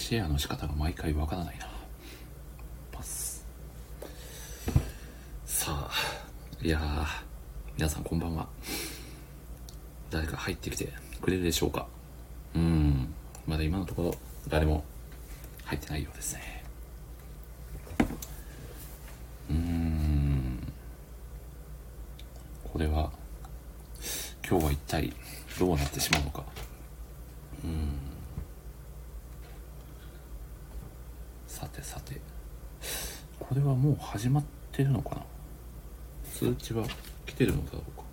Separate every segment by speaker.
Speaker 1: シェアの仕方が毎回わからないな。パス。さあ、いやー、皆さんこんばんは。誰か入ってきてくれるでしょうか。まだ今のところ誰も入ってないようですね。これは今日は一体どうなってしまうのか。さてさて、これはもう始まってるのかな。通知は来てるのだろうか。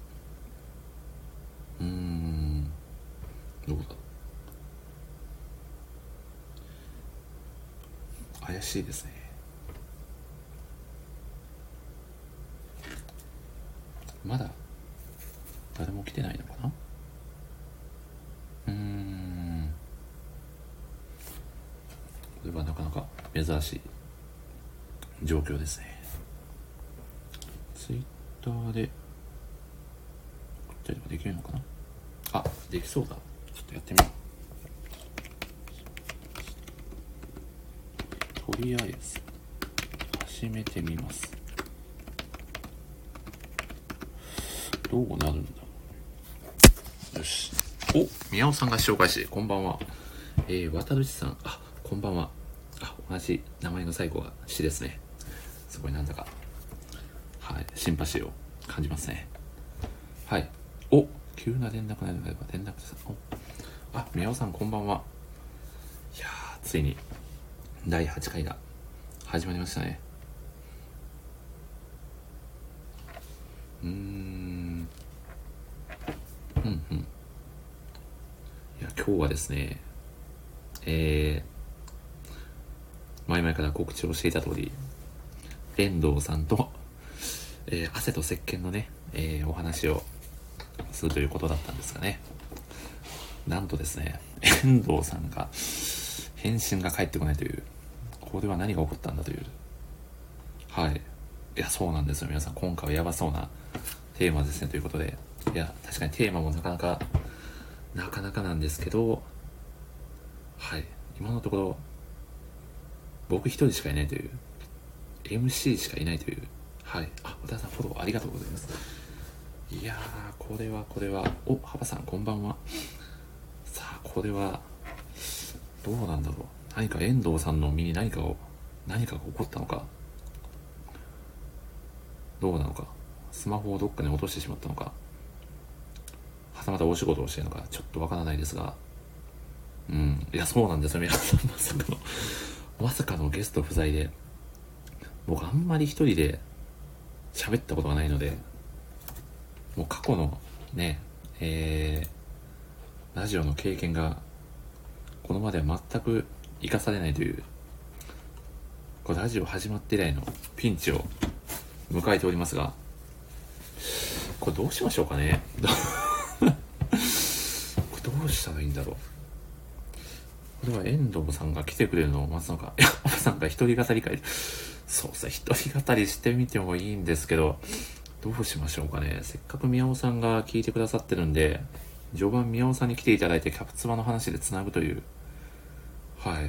Speaker 1: どうだ。怪しいですね。まだ誰も来てないのかな。これはなかなか珍しい状況ですね。ツイッターで送ったりはできるのかな。あ、できそうだ。ちょっとやってみよう。とりあえず始めてみます。どうなるんだ。よし。お、宮尾さんが紹介して、こんばんは。渡るさん、あ、こんばんは。あ、同じ名前の最後がしですね。すごいなんだか、はい、シンパシーを感じますね。はい。お、急な連絡なのであれば連絡さん。あ、宮尾さんこんばんは。いやー、ついに第8回が始まりましたね。いや、今日はですね、前々から告知をしていた通り、遠藤さんと、汗と石鹸のね、お話をするということだったんですがね、なんとですね、遠藤さんが返信が返ってこないという、これは何が起こったんだという、はい、いや、そうなんですよ。皆さん、今回はやばそうなテーマですねということで、いや、確かにテーマもなかなかなんですけど、はい、今のところ僕一人しかいないという、 MC しかいないという、はい、あ、小田さんフォローありがとうございます。いやー、これは、お、幅さんこんばんは。さあ、これはどうなんだろう。何か遠藤さんの身に何かが起こったのか、どうなのか、スマホをどっかに落としてしまったのか、はたまたお仕事をしているのか、ちょっとわからないですが、いや、そうなんですよ。皆さん、まさかのゲスト不在で、僕あんまり一人で喋ったことがないので、もう過去のね、ラジオの経験がこのまでは全く生かされないという、これラジオ始まって以来のピンチを迎えておりますが、これどうしましょうかね。これどうしたらいいんだろう。これは遠藤さんが来てくれるのを待つのか、山田さんが一人語り会、そうですね、一人語りしてみてもいいんですけど、どうしましょうかね。せっかく宮尾さんが聞いてくださってるんで、序盤宮尾さんに来ていただいてキャプツバの話でつなぐという、はい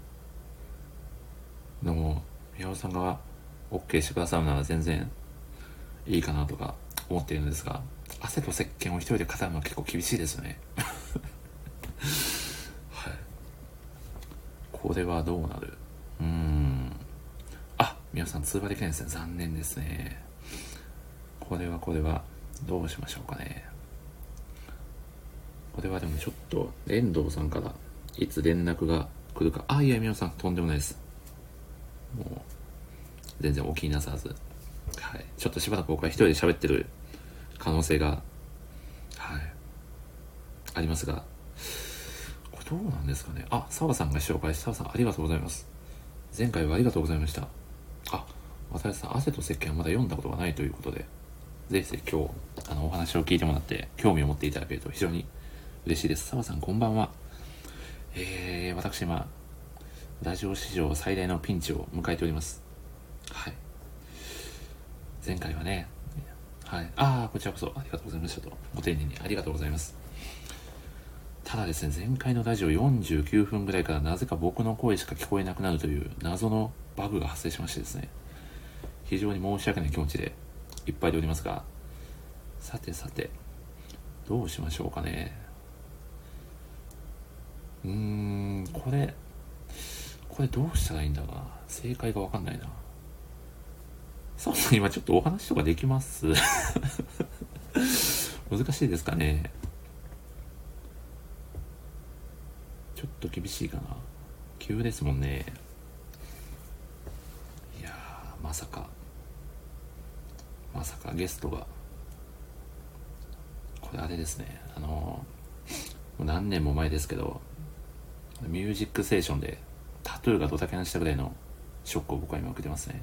Speaker 1: のも、宮尾さんが OK してくださるなら全然いいかなとか思っているんですが、汗と石鹸を一人で語るのは結構厳しいですよね。はい、これはどうなる。あ、宮尾さん通話できないですね。残念ですね。これはどうしましょうかね。これはでもちょっと遠藤さんからいつ連絡が来るか。あ、いや、宮尾さんとんでもないです。もう全然お気になさらず、はい、ちょっとしばらく僕は一人で喋ってる可能性が、はい、ありますが、これどうなんですかね。あ、澤さんが紹介し、澤さんありがとうございます。前回はありがとうございました。あ、渡さん、汗と石鹸はまだ読んだことがないということで、ぜひぜひ今日お話を聞いてもらって興味を持っていただけると非常に嬉しいです。澤さんこんばんは。私今ラジオ史上最大のピンチを迎えております。はい、前回はね、はい、こちらこそありがとうございましたと、ご丁寧にありがとうございます。 ただですね、前回のラジオ49分ぐらいからなぜか僕の声しか聞こえなくなるという謎のバグが発生しましてですね、非常に申し訳ない気持ちでいっぱいでおりますが、さてさてどうしましょうかね。これどうしたらいいんだろうな。正解がわかんないな。そう、今ちょっとお話とかできます難しいですかね。ちょっと厳しいかな。急ですもんね。いやー、まさかゲストが、これあれですね、もう何年も前ですけど、ミュージックステーションでタトゥーがドタキャンしたぐらいのショックを僕は今受けてますね。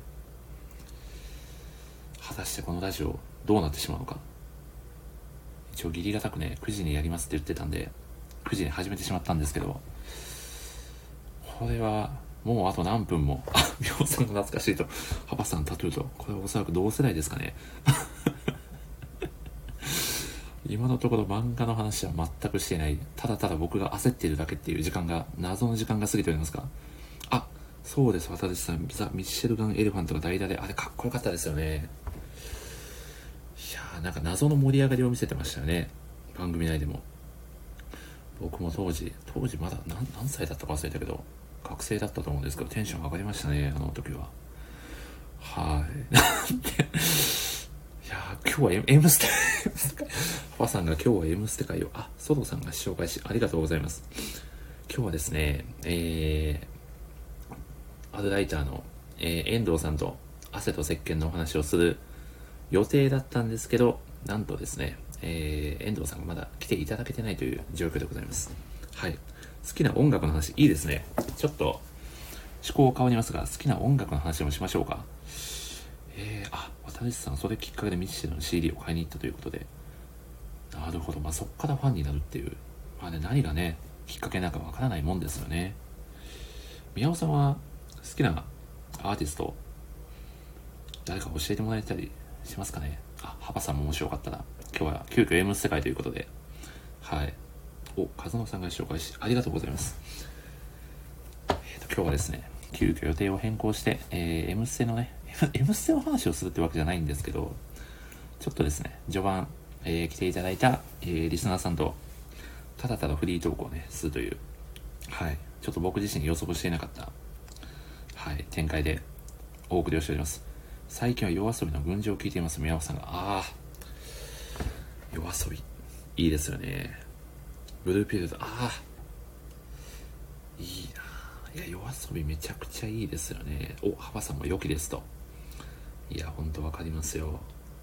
Speaker 1: 果たしてこのラジオどうなってしまうのか。一応ギリがたくね、9時にやりますって言ってたんで9時に始めてしまったんですけど、これはもうあと何分もみょうさんが懐かしいと、ハバさんタトゥーと、これおそらく同世代ですかね今のところ漫画の話は全くしていない、ただただ僕が焦っているだけっていう時間が、謎の時間が過ぎておりますが、あ、そうです、渡さん、ザ・ミッシェルガン・エレファントが代打で、あれかっこよかったですよね。いやー、なんか謎の盛り上がりを見せてましたよね、番組内でも。僕も当時まだ何歳だったか忘れたけど、学生だったと思うんですけど、テンション上がりましたね、あの時は。はい。なんで、いやー、今日は M ステパパさんが今日は M ステ会を、ソドさんが紹介し、ありがとうございます。今日はですね、アルライターの、遠藤さんと汗と石鹸のお話をする予定だったんですけど、なんとですね、遠藤さんがまだ来ていただけてないという状況でございます。はい。好きな音楽の話、いいですね。ちょっと思考変わりますが、好きな音楽の話でもしましょうか。渡さん、それきっかけでミッシェルの CD を買いに行ったということで、なるほど、そっからファンになるっていう、何がね、きっかけなんかわからないもんですよね。宮尾さんは好きなアーティスト、誰か教えてもらえたりしますかね。ハバさんももしよかったら、今日は急遽 M 世界ということで、はい。風野さんが紹介し、ありがとうございます。今日はですね、急遽予定を変更して、M ステのね、M ステの話をするってわけじゃないんですけど、ちょっとですね、序盤、来ていただいた、リスナーさんと、ただただフリートークをね、するという、はい、ちょっと僕自身予測していなかった、はい、展開でお送りをしております。最近は夜遊びの群青を聞いています。宮尾さんが、夜遊び、いいですよね。ブルーピルド、いいな。いや、夜遊びめちゃくちゃいいですよね。ハバさんも良きですと。いや、ほんとわかりますよ。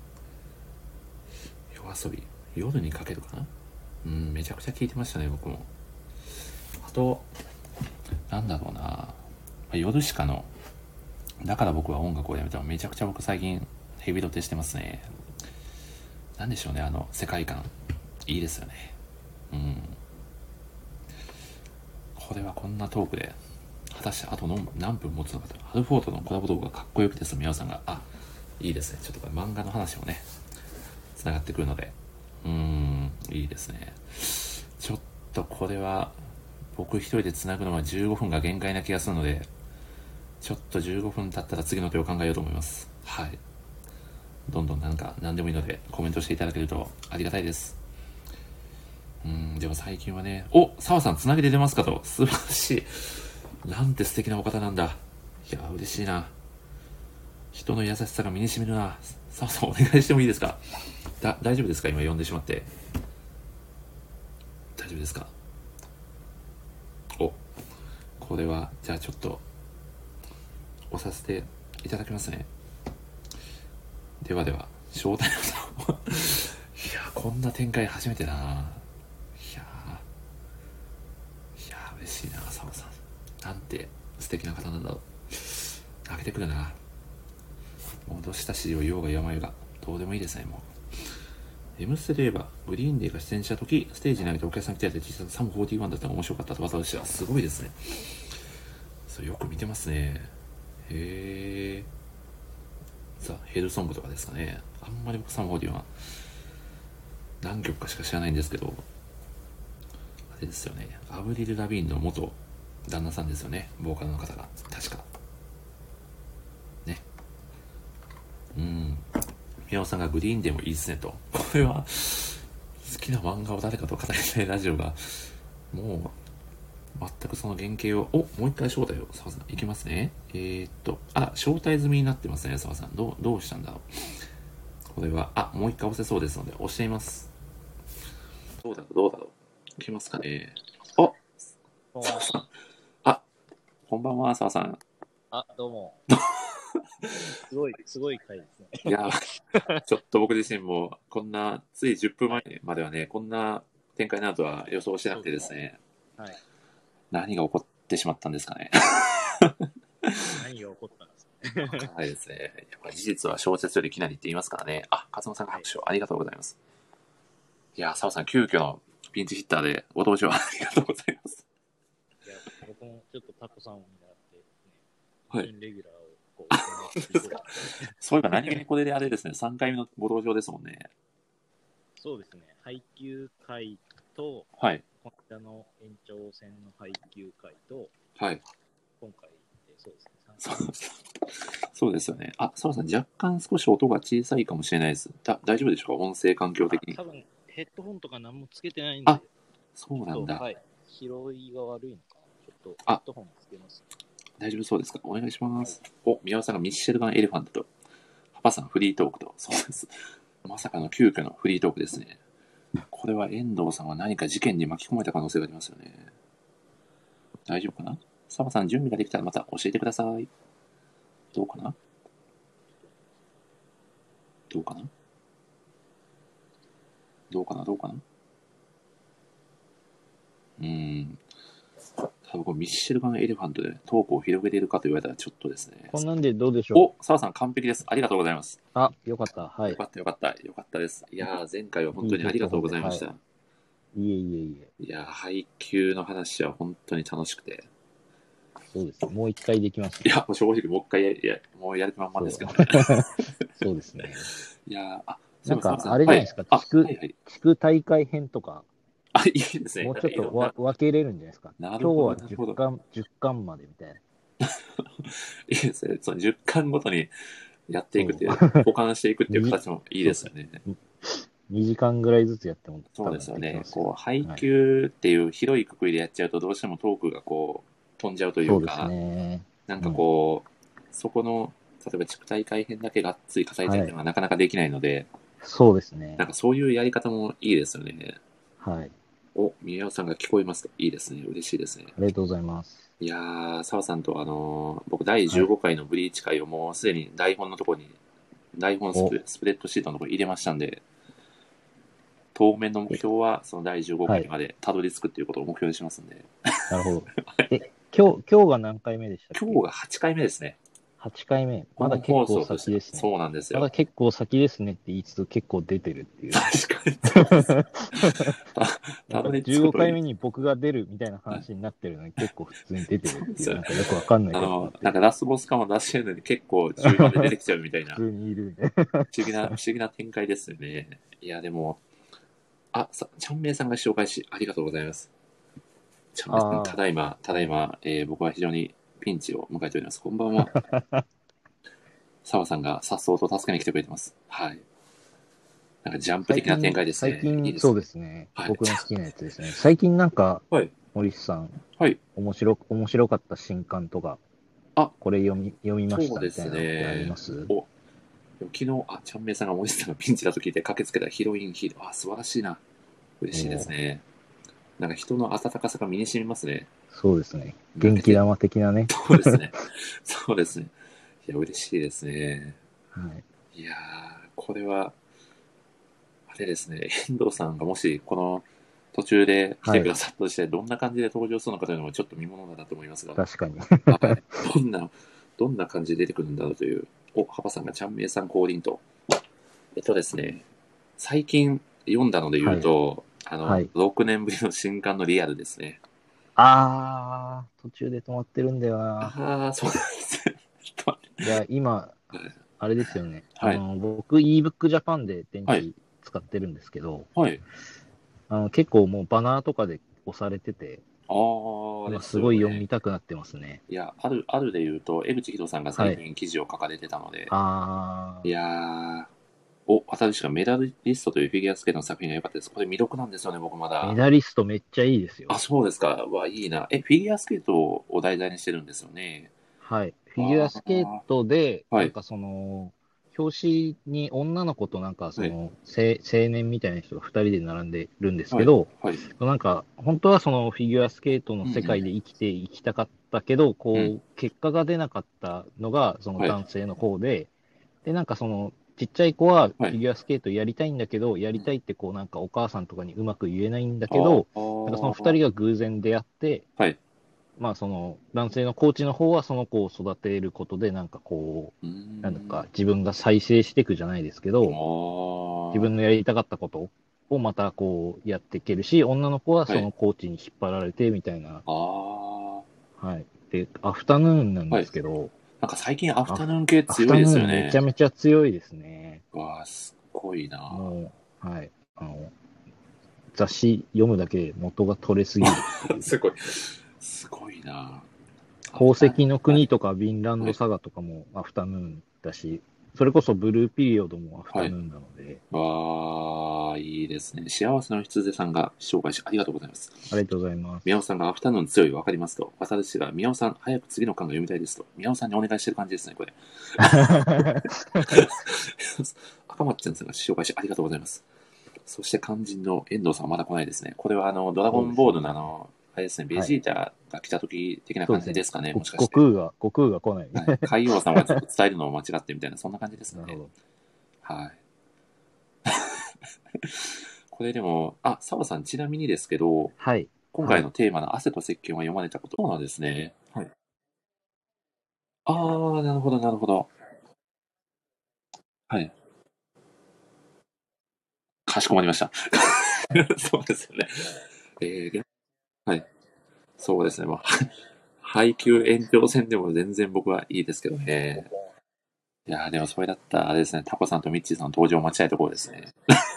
Speaker 1: 夜遊び、夜にかけるかな。めちゃくちゃ聞いてましたね、僕も。あと、なんだろうな、ヨルシカのだから僕は音楽をやめたの、めちゃくちゃ僕最近ヘビロテしてますね。なんでしょうね、世界観いいですよね。これはこんなトークで果たしてあと何分持つのかと。アルフォートのコラボ動画かっこよくです。皆さんが、いいですね。ちょっとこれ漫画の話もねつながってくるので、いいですね。ちょっとこれは僕一人でつなぐのは15分が限界な気がするので、ちょっと15分経ったら次の手を考えようと思います。はい。どんどん何でもいいのでコメントしていただけるとありがたいです。でも最近はね、澤さんつなげて出ますかと。素晴らしい。なんて素敵なお方なんだ。いや、嬉しいな。人の優しさが身に染みるな。澤さんお願いしてもいいですか。大丈夫ですか、今呼んでしまって。大丈夫ですか。これはじゃあちょっと押させていただきますね。ではでは、招待のさんいや、こんな展開初めてだな。いや嬉しいな、澤さん。なんて素敵な方なんだろう。泣けてくるな。戻したしを言おうがやまいがどうでもいいですね。もう M ステで言えばグリーンデーが出演した時、ステージに上げてお客さん来てやって、実はサム41だったのが面白かったと私は。すごいですね。それよく見てますね。ザ・ヘルソングとかですかね。あんまり僕サム41は何曲かしか知らないんですけど、 れですよね。アブリル・ラビーンの元旦那さんですよね。ボーカルの方が。確か。ね。宮尾さんがグリーンでもいいですねと。これは、好きな漫画を誰かと語りたいラジオが、もう、全くその原型を、もう一回招待を、澤さん、いきますね。招待済みになってますね、澤さん。どうしたんだろう。これは、もう一回押せそうですので、押してみます。どうだろう。いきますかね。澤さん。こんばんは、澤さん。
Speaker 2: どうも。すごい回ですね。
Speaker 1: いや、ちょっと僕自身も、こんな、つい10分前まではね、こんな展開になるとは予想してなくてですね。
Speaker 2: はい。
Speaker 1: 何が起こってしまったんですかね。
Speaker 2: 何が起こったんですかね。
Speaker 1: はいですね。やっぱ事実は小説よりきなりって言いますからね。勝間さんが拍手をありがとうございます。いや、澤さん、急遽のピンチヒッターでご登場ありがとうございます。
Speaker 2: いや、僕もちょっとタコさんを見習って、ね、
Speaker 1: はい。
Speaker 2: レギュラーをこ
Speaker 1: う、そういえば何気にこれであれですね、3回目のご登場ですもんね。
Speaker 2: そうですね。配給会と、
Speaker 1: はい。
Speaker 2: こちらの延長戦の配給会と、
Speaker 1: はい。
Speaker 2: 今回でそうですね。
Speaker 1: そうですよね。澤さん、若干少し音が小さいかもしれないです。大丈夫でしょうか、音声環境的に。
Speaker 2: 多分、ヘッドホンとか何もつけてないんで。
Speaker 1: そうなんだ。
Speaker 2: はい。拾いが悪いのかな。ちょっとヘッドホンつけます。
Speaker 1: 大丈夫そうですか。お願いします。宮尾さんがミッシェルガン・エレファントと、パパさんフリートークと、そうです。まさかの急遽のフリートークですね。これは遠藤さんは何か事件に巻き込まれた可能性がありますよね。大丈夫かな。澤さん、準備ができたらまた教えてください。どうかな。多分ミッシェルガン・エレファントでトークを広げているかと言われたらちょっとですね。
Speaker 2: こんなんでどうでしょ
Speaker 1: う。澤さん完璧です。ありがとうございます。
Speaker 2: よかった。はい。
Speaker 1: よかったです。いやー、前回は本当にありがとうございました。いやー、配給の話は本当に楽しくて。
Speaker 2: そうですね。もう一回できます、
Speaker 1: いや、正直もう一回もうやる気満々ですけどね。
Speaker 2: そうですね。
Speaker 1: いやー、
Speaker 2: なんか、あれじゃないですか。地区大会編とか。
Speaker 1: いいですね。
Speaker 2: もうちょっと分けれるんじゃないですか。今日は10巻までみたいな。
Speaker 1: いいですね。その10巻ごとにやっていくっていう、保管していくっていう形もいいですよね。
Speaker 2: 2時間ぐらいずつやっても
Speaker 1: そうですよね。配給っていう広い括りでやっちゃうと、どうしてもトークが飛んじゃうというか、
Speaker 2: そうですね。
Speaker 1: なんかそこの、例えば地区大会編だけがっつり語りたいっていうのはなかなかできないので、
Speaker 2: そうですね。
Speaker 1: なんかそういうやり方もいいですよね。
Speaker 2: はい。
Speaker 1: 宮尾さんが聞こえますと。いいですね。嬉しいですね。
Speaker 2: ありがとうございます。
Speaker 1: いやー、澤さんと僕第15回のブリーチ会をもうすでに台本のところに、台本スプレッドシートのところに入れましたんで、当面の目標はその第15回までたどり着くっていうことを目標にしますんで。
Speaker 2: なるほど。今日が何回目でしたっけ？
Speaker 1: 今日が8回目ですね。
Speaker 2: 8回目。まだ結構先ですね。
Speaker 1: そうなんですよ。
Speaker 2: まだ結構先ですねって言いつつ結構出てるっていう。
Speaker 1: 確かに。
Speaker 2: 15回目に僕が出るみたいな話になってるのに結構普通に出てるっていう。なんかよくわかんないけど。
Speaker 1: なんかラスボス感を出してるのに結構中盤で出てきちゃうみたいな。
Speaker 2: 普通にいるみたいな。
Speaker 1: 不思議な展開ですよね。いや、でも、ちゃんめいさんが紹介し、ありがとうございます。ちゃんめいさん、ただいま、僕は非常にピンチを迎えております。こんばんは。澤さんがさっそうと助けに来てくれてます。はい。なんかジャンプ的な展開ですね。
Speaker 2: 最近、
Speaker 1: いいですね。
Speaker 2: そうですね。僕の好きなやつですね。最近なんか、森さん、面白かった新刊とか、これ読みましたみたいなのってあります？
Speaker 1: 昨日、ちゃんめいさんが森さんがピンチだと聞いて駆けつけたヒロインヒーロー。素晴らしいな。嬉しいですね。なんか人の温かさが身に染みますね。
Speaker 2: そうですね。元気玉的なね。
Speaker 1: そうですね。そうですね。いや、嬉しいですね。
Speaker 2: はい。
Speaker 1: いやー、これは、あれですね。遠藤さんがもし、この途中で来てくださったとして、どんな感じで登場するのかというのもちょっと見ものだなと思いますが。
Speaker 2: 確かに。
Speaker 1: はい。どんな感じで出てくるんだろうという。ハパさんがちゃんめいさん降臨と。ですね、最近読んだので言うと、6年ぶりの新刊のリアルですね。
Speaker 2: 途中で止まってるんだよな。
Speaker 1: そうですね。
Speaker 2: いや、今、あれですよね。僕、ebook Japan で電気使ってるんですけど、結構もうバナーとかで押されてて、
Speaker 1: ああ、
Speaker 2: 今
Speaker 1: です
Speaker 2: すごい読み
Speaker 1: よね。
Speaker 2: たくなってますね。
Speaker 1: いや、あるで言うと、江口博さんが最
Speaker 2: はい。
Speaker 1: 近記事を書かれてたので、い
Speaker 2: あ
Speaker 1: やー、私がメダリストというフィギュアスケートの作品が良かったです。これ未読なんですよね、僕ま
Speaker 2: メ
Speaker 1: だ。
Speaker 2: ダリストめっちゃいいです
Speaker 1: あ、
Speaker 2: よ。
Speaker 1: そうですか。わ、いいな。フィギュアスケートを題材にしてるんですよね。
Speaker 2: はい。フィギュア
Speaker 1: わ
Speaker 2: スケー
Speaker 1: あ、
Speaker 2: トで、
Speaker 1: はい、
Speaker 2: なんか表紙に女の子となんか
Speaker 1: はい、
Speaker 2: 青年みたいな人が二人で並んでるんです
Speaker 1: はい、
Speaker 2: けど、
Speaker 1: はい。
Speaker 2: なんか、本当はそのフィギュアスケートの
Speaker 1: うんうん、
Speaker 2: 世界で生きていきたかったけど、
Speaker 1: うん、
Speaker 2: 結果が出なかったのがその
Speaker 1: はい、
Speaker 2: 男性の方で、なんかちっちゃい子はフ
Speaker 1: はい。
Speaker 2: ィギュアスケートやりたいんだけど、や
Speaker 1: うん、
Speaker 2: りたいってなんかお母さんとかにうまく言えないんだけ
Speaker 1: あ
Speaker 2: ど、なんかその二
Speaker 1: あ、
Speaker 2: 人が偶然出会って、
Speaker 1: はい。
Speaker 2: まあ男性のコーチの方はその子を育てることで、なんか
Speaker 1: うー
Speaker 2: なんだか
Speaker 1: ん、
Speaker 2: 自分が再生していくじゃないですけ
Speaker 1: あ
Speaker 2: ど、自分の
Speaker 1: あ、
Speaker 2: やりたかったことをまたやっていけるし、女の子は
Speaker 1: はい。
Speaker 2: そのコーチに引っ張られてみたいな。
Speaker 1: ああ、
Speaker 2: はい。で、アフタヌーンなん
Speaker 1: はい。
Speaker 2: ですけど、
Speaker 1: なんか最近アフ
Speaker 2: アフ、
Speaker 1: タヌーン系
Speaker 2: アフ
Speaker 1: 強いで
Speaker 2: タヌーンめちゃ
Speaker 1: すよね。
Speaker 2: めちゃ強いですね。
Speaker 1: わあ、すっごいな。
Speaker 2: もはい。雑誌読むだけで元が取れすぎるっていう。
Speaker 1: すごい、すごいな。アフ
Speaker 2: 宝
Speaker 1: ター、
Speaker 2: 石の
Speaker 1: はい、
Speaker 2: 国とか、ヴィンラン
Speaker 1: はい、
Speaker 2: ドサガとかもアフタヌーンだし、それこそブルーピリオドもアフ
Speaker 1: はい。
Speaker 2: タヌーンなので、
Speaker 1: わあ、いいですね。幸せの羊さんが紹介し、ありがとうございます。
Speaker 2: ありがとうございます。
Speaker 1: 宮尾さんがアフタヌーン強い、わかりますと。私が宮尾さん、早く次の巻が読みたいですと。宮尾さんにお願いしてる感じですね、これ。赤松ちゃんさんが紹介し、ありがとうございます。そして肝心の遠藤さんはまだ来ないですね。これはドラゴ
Speaker 2: そうですね。
Speaker 1: ンボールのあれですね、ベ
Speaker 2: はい。
Speaker 1: ジータが来た時的な感
Speaker 2: そうですね。
Speaker 1: じですかね、もしかして。
Speaker 2: 悟空が来ない。
Speaker 1: はい。海王さんはちょっと伝えるのを間違ってみたいな、そんな感じですかね。
Speaker 2: なるほど。
Speaker 1: はい。これでも、あ、澤さん、ちなみにですけど、
Speaker 2: はい。
Speaker 1: 今
Speaker 2: はい。
Speaker 1: 回のテーマの汗と石鹸は読まれたこと、そうなんですね。はい。あー、なるほど、なるほど。はい。かしこまりました。そうですよね。はい。そうですね。まあ、配給延長戦でも全然僕はいいですけどね。いやー、でもそれだったら、あれですね、タコさんとミッチーさんの登場を待ちたいところですね。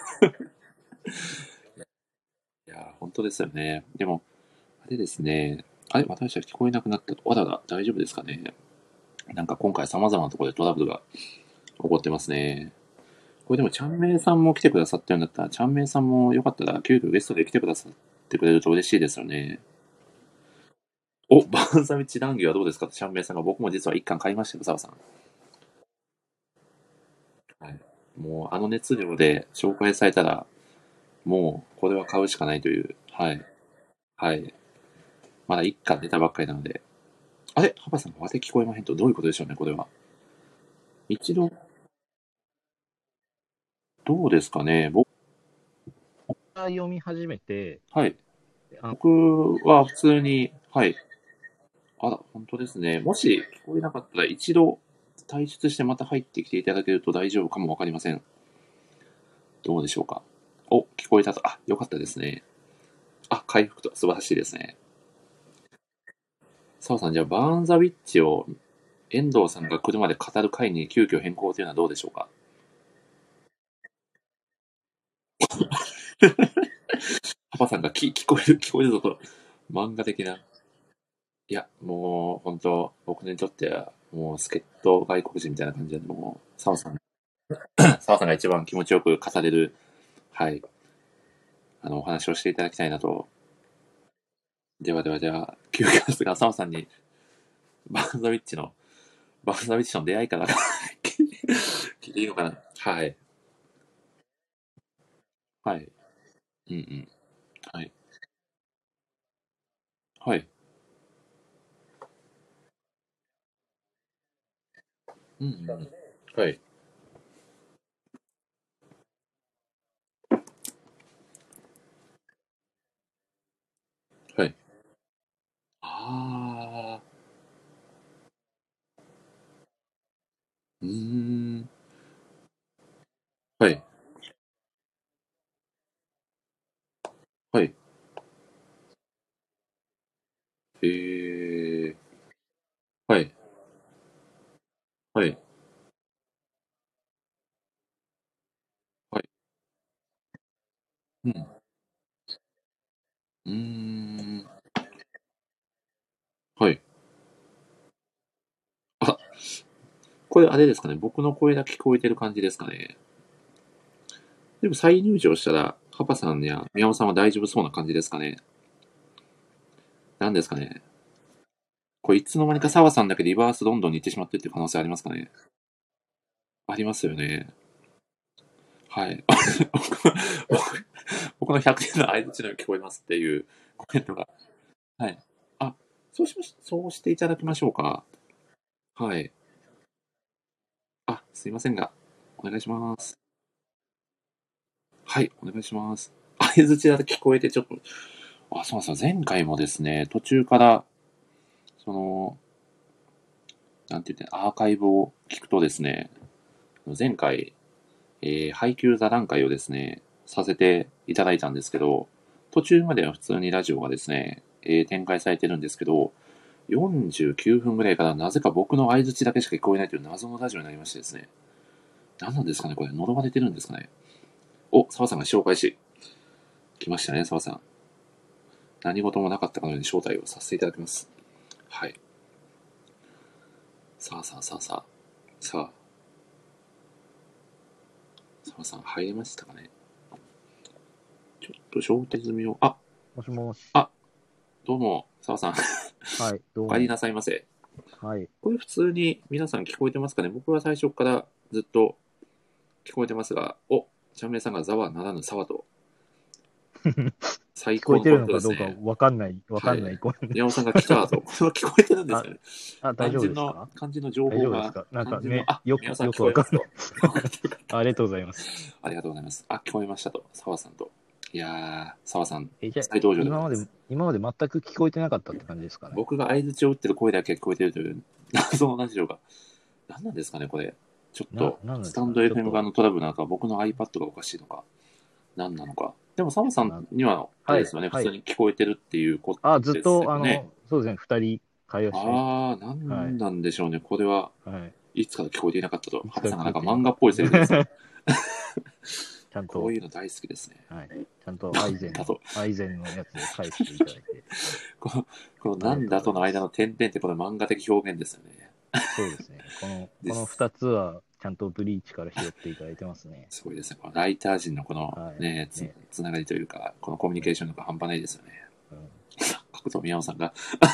Speaker 1: いやー、本当ですよね。でも、あれですね、あれ、私は聞こえなくなったと。わらら、大丈夫ですかね。なんか今回様々なところでトラブルが起こってますね。これでも、ちゃんめいさんも来てくださってるんだったら、ちゃんめいさんもよかったら、急遽ゲストで来てくださってくれると嬉しいですよね。お、バンザミチ談義はどうですかってちゃんめいさんが、僕も実は一巻買いましたよ、澤さん。はい。もう、あの熱量で紹介されたら、もう、これは買うしかないという。はい。はい。まだ一巻出たばっかりなので。あれパパさん、まで聞こえまへんと、どういうことでしょうね、これは。一度、どうですかね。
Speaker 2: 読み始めて、
Speaker 1: はい。
Speaker 2: あ、
Speaker 1: 僕は普通に、はい。あら、本当ですね。もし聞こえなかったら、一度退出してまた入ってきていただけると大丈夫かもわかりません。どうでしょうか。お、聞こえたと。あ、よかったですね。あ、回復と、素晴らしいですね。澤さん、じゃあ、バーンザウィッチを遠藤さんが来るまで語る回に急遽変更というのはどうでしょうか。パパさんが聞こえるぞと、漫画的な。いや、もう、本当僕にとっては、もう、助っ人外国人みたいな感じで、もう、澤さんが一番気持ちよく語れる、はい、お話をしていただきたいなと。では、急遽ですが、澤さんに、バーンザウィッチの、バーンザウィッチの出会いから聞いていいのかな。はい。はい。うんうん。はい。はい。うんうん。はい。はい。ああ、うーん。はい。はい。へえ。はい。はい。はい。うん。うーん。 はい。あ、これあれですかね。僕の声だけ聞こえてる感じですかね。でも再入場したら、パパさんや宮尾さんは大丈夫そうな感じですかね。なんですかね。これいつの間にか澤さんだけリバースロンドンに行ってしまってっていう可能性ありますかね。ありますよね。はい。僕の100点の相槌のように聞こえますっていうコメントが。はい。あ、そうしていただきましょうか。はい。あ、すいませんが、お願いします。はい、お願いします。相槌だけ聞こえてちょっと、あ、そうなんですよ。前回もですね、途中から、その、なんて言って、アーカイブを聞くとですね、前回、配給座談会をですね、させていただいたんですけど、途中までは普通にラジオがですね、展開されてるんですけど、49分ぐらいからなぜか僕の相槌だけしか聞こえないという謎のラジオになりましてですね。何なんですかねこれ、喉が出てるんですかね。お、澤さんが紹介し、来ましたね、澤さん。何事もなかったかのように招待をさせていただきます。はい。さあさあさあさあ。さあ。澤さん入れましたかね。ちょっと招待済みを、あ、
Speaker 2: もしもし。
Speaker 1: あ、どうも、澤さん。
Speaker 2: はい、どうも。
Speaker 1: お帰りなさいませ。
Speaker 2: はい。
Speaker 1: これ普通に皆さん聞こえてますかね。僕は最初からずっと聞こえてますが、お、ちゃんめいさんがざわならぬ沢と、最
Speaker 2: 聞こえて
Speaker 1: 高のコメン
Speaker 2: るのかどうか
Speaker 1: トですね。
Speaker 2: わかんない、わかんない。
Speaker 1: はい。宮尾さんが来たと、これは聞こえてるんですよね。
Speaker 2: 大丈夫ですか？
Speaker 1: 肝心の情
Speaker 2: 大
Speaker 1: 報が、
Speaker 2: 丈夫ですか？なんか
Speaker 1: 肝心の、
Speaker 2: ね、
Speaker 1: あ、
Speaker 2: よ
Speaker 1: 宮尾さん聞
Speaker 2: くわかんない。
Speaker 1: こえますと。
Speaker 2: ありがとうございます。
Speaker 1: ありがとうございます。あ、聞こえましたと、澤さんと。いやー、澤さん、
Speaker 2: じゃあ、
Speaker 1: 再登場でございます。
Speaker 2: 今まで全く聞こえてなかったって感じですかね。
Speaker 1: 僕が相槌を打ってる声だけ聞こえてるという謎のラジオが。何なんですかね、これ。ちょっと、スタンド FM 側のトラブルなのか、僕の iPad がおかしいのか、何なのか。でも、澤さんには、あれですよね、普通に聞こえてるっていうこと
Speaker 2: ずっ
Speaker 1: です
Speaker 2: と、
Speaker 1: よね。
Speaker 2: そうですね、二人会話して。
Speaker 1: 何なんでしょうね、これは。いつから聞こえていなかったと。ハブさんがなんか漫画っぽいセリフですね。
Speaker 2: ちゃんと。
Speaker 1: こういうの大好きですね。
Speaker 2: はい。ちゃんとアイゼンのやつで返していただいて。
Speaker 1: このなんだとの間の点々ってこの漫画的表現ですよね。
Speaker 2: そうですね。この二つはちゃんとブリーチから拾っていただいてますね。
Speaker 1: すごいですね。このライター陣のこのね、つながりというか、このコミュニケーションが半端ないですよね。角藤宮尾さんが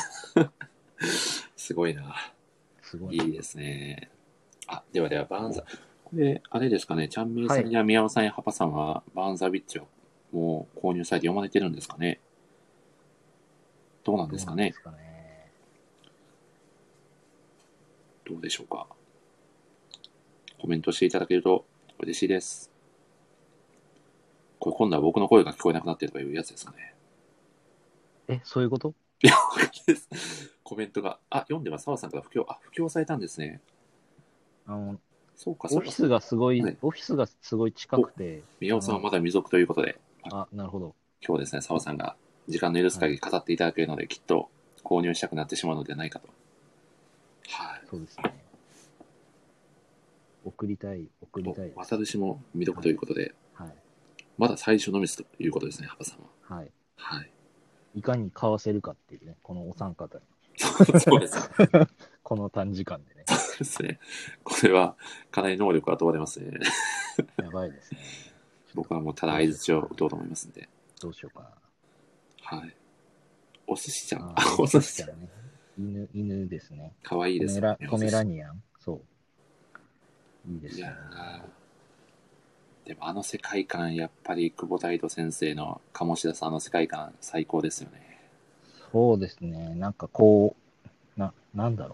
Speaker 1: すごいな。いいですね。あ、ではでは、バーンザ。これ、あれですかね、ちゃんみいさんや宮尾さんやパパさんは、バーンザビッチをもう購入されて読まれてるんですかね。どうなんですかね。どうでしょうか。コメントしていただけると嬉しいです。これ今度は僕の声が聞こえなくなってるとかいうやつですかね。
Speaker 2: そういうこと？
Speaker 1: いや、です。コメントが。あ、読んでます。澤さんから布教されたんですね。
Speaker 2: そうか、オフィスがすごい、オフィスがすごい近くて。
Speaker 1: 宮尾さんはまだ未属ということで。
Speaker 2: なるほど。
Speaker 1: 今日ですね、澤さんが時間の許す限り語っていただけるので、きっと購入したくなってしまうのではないかと。はい。
Speaker 2: そうですね。送りたい。
Speaker 1: 私も未読ということで。はい。まだ最初のみということですね、幅さんは。
Speaker 2: はい。
Speaker 1: はい。
Speaker 2: いかに買わせるかっていうね、このお三方に。
Speaker 1: そうです。
Speaker 2: この短時間でね。
Speaker 1: そうですね。これはかなり能力が問われますね。
Speaker 2: やばいですね。
Speaker 1: 僕はもうただ相槌を打とうと思いますんで。
Speaker 2: どうしようか
Speaker 1: な。はい。お寿司ちゃん。
Speaker 2: お寿司ちゃんね。犬ですね。
Speaker 1: かわいいです
Speaker 2: ね。ポメラニアン。そう。いいですね。
Speaker 1: でもあの世界観、やっぱり久保大斗先生の鴨志田さんの世界観、最高ですよね。
Speaker 2: そうですね。なんかこう、なんだろ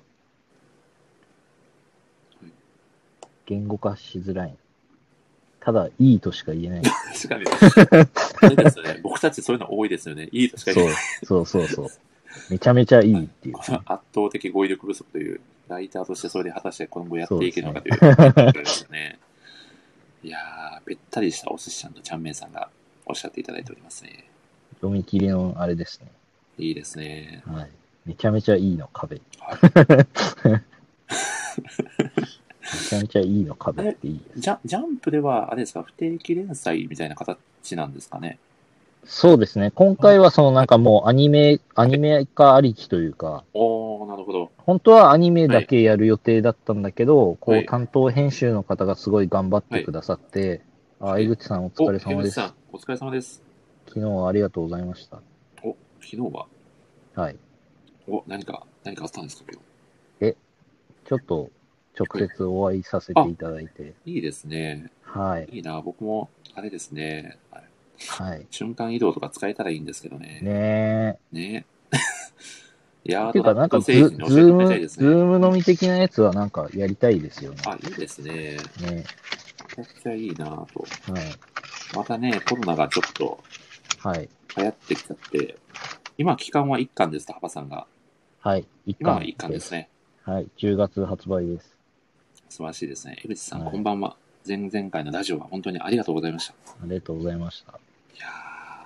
Speaker 2: う。言語化しづらい。ただ、いいとしか言えない。
Speaker 1: 確かに。あれですよね。僕たちそういうの多いですよね。いいとしか言えない。
Speaker 2: そう。めちゃめちゃいいっていう。
Speaker 1: この圧倒的語彙力不足という、ライターとしてそれで果たして今後やっていけるのかということですよね。いやー、べったりしたお寿司ちゃんとちゃんめいさんがおっしゃっていただいておりますね。
Speaker 2: 読み切りのあれですね。
Speaker 1: いいですね。
Speaker 2: はい。めちゃめちゃいいの壁。はい、めちゃめちゃいいの壁っていいです。
Speaker 1: ジャンプでは、あれですか、不定期連載みたいな形なんですかね。
Speaker 2: そうですね。今回はそのなんかもうアニメ化ありきというか、
Speaker 1: なるほど。
Speaker 2: 本当はアニメだけやる予定だったんだけど、こ
Speaker 1: はい
Speaker 2: う担当編集の方がすごい頑張ってくださって、江口さんお疲れ様です。
Speaker 1: お疲れ様です。
Speaker 2: 昨日はありがとうございました。
Speaker 1: 昨日は
Speaker 2: はい。
Speaker 1: 何かあったんですか、今
Speaker 2: 日。ちょっと直接お会いさせていただいて。
Speaker 1: いいですね。
Speaker 2: はい。
Speaker 1: いいな、僕も、あれですね。
Speaker 2: はい。
Speaker 1: 瞬間移動とか使えたらいいんですけどね。
Speaker 2: ね
Speaker 1: え。ねえ。いやー、
Speaker 2: ていうか、なんかズーム飲み的なやつはなんかやりたいですよね。
Speaker 1: いいですね。
Speaker 2: ね
Speaker 1: めちゃくちゃいいなと。はい。
Speaker 2: ま
Speaker 1: たね、コロナがちょっと、
Speaker 2: はい。
Speaker 1: 流行ってきちゃって、今、期間は1巻ですと、ハパさんが。
Speaker 2: はい、
Speaker 1: 今は1巻ですね。
Speaker 2: はい、10月発売です。
Speaker 1: 素晴らしいですね。江口さん、こんばんは。前々回のラジオは本当にありがとうございました。
Speaker 2: ありがとうございました。
Speaker 1: いや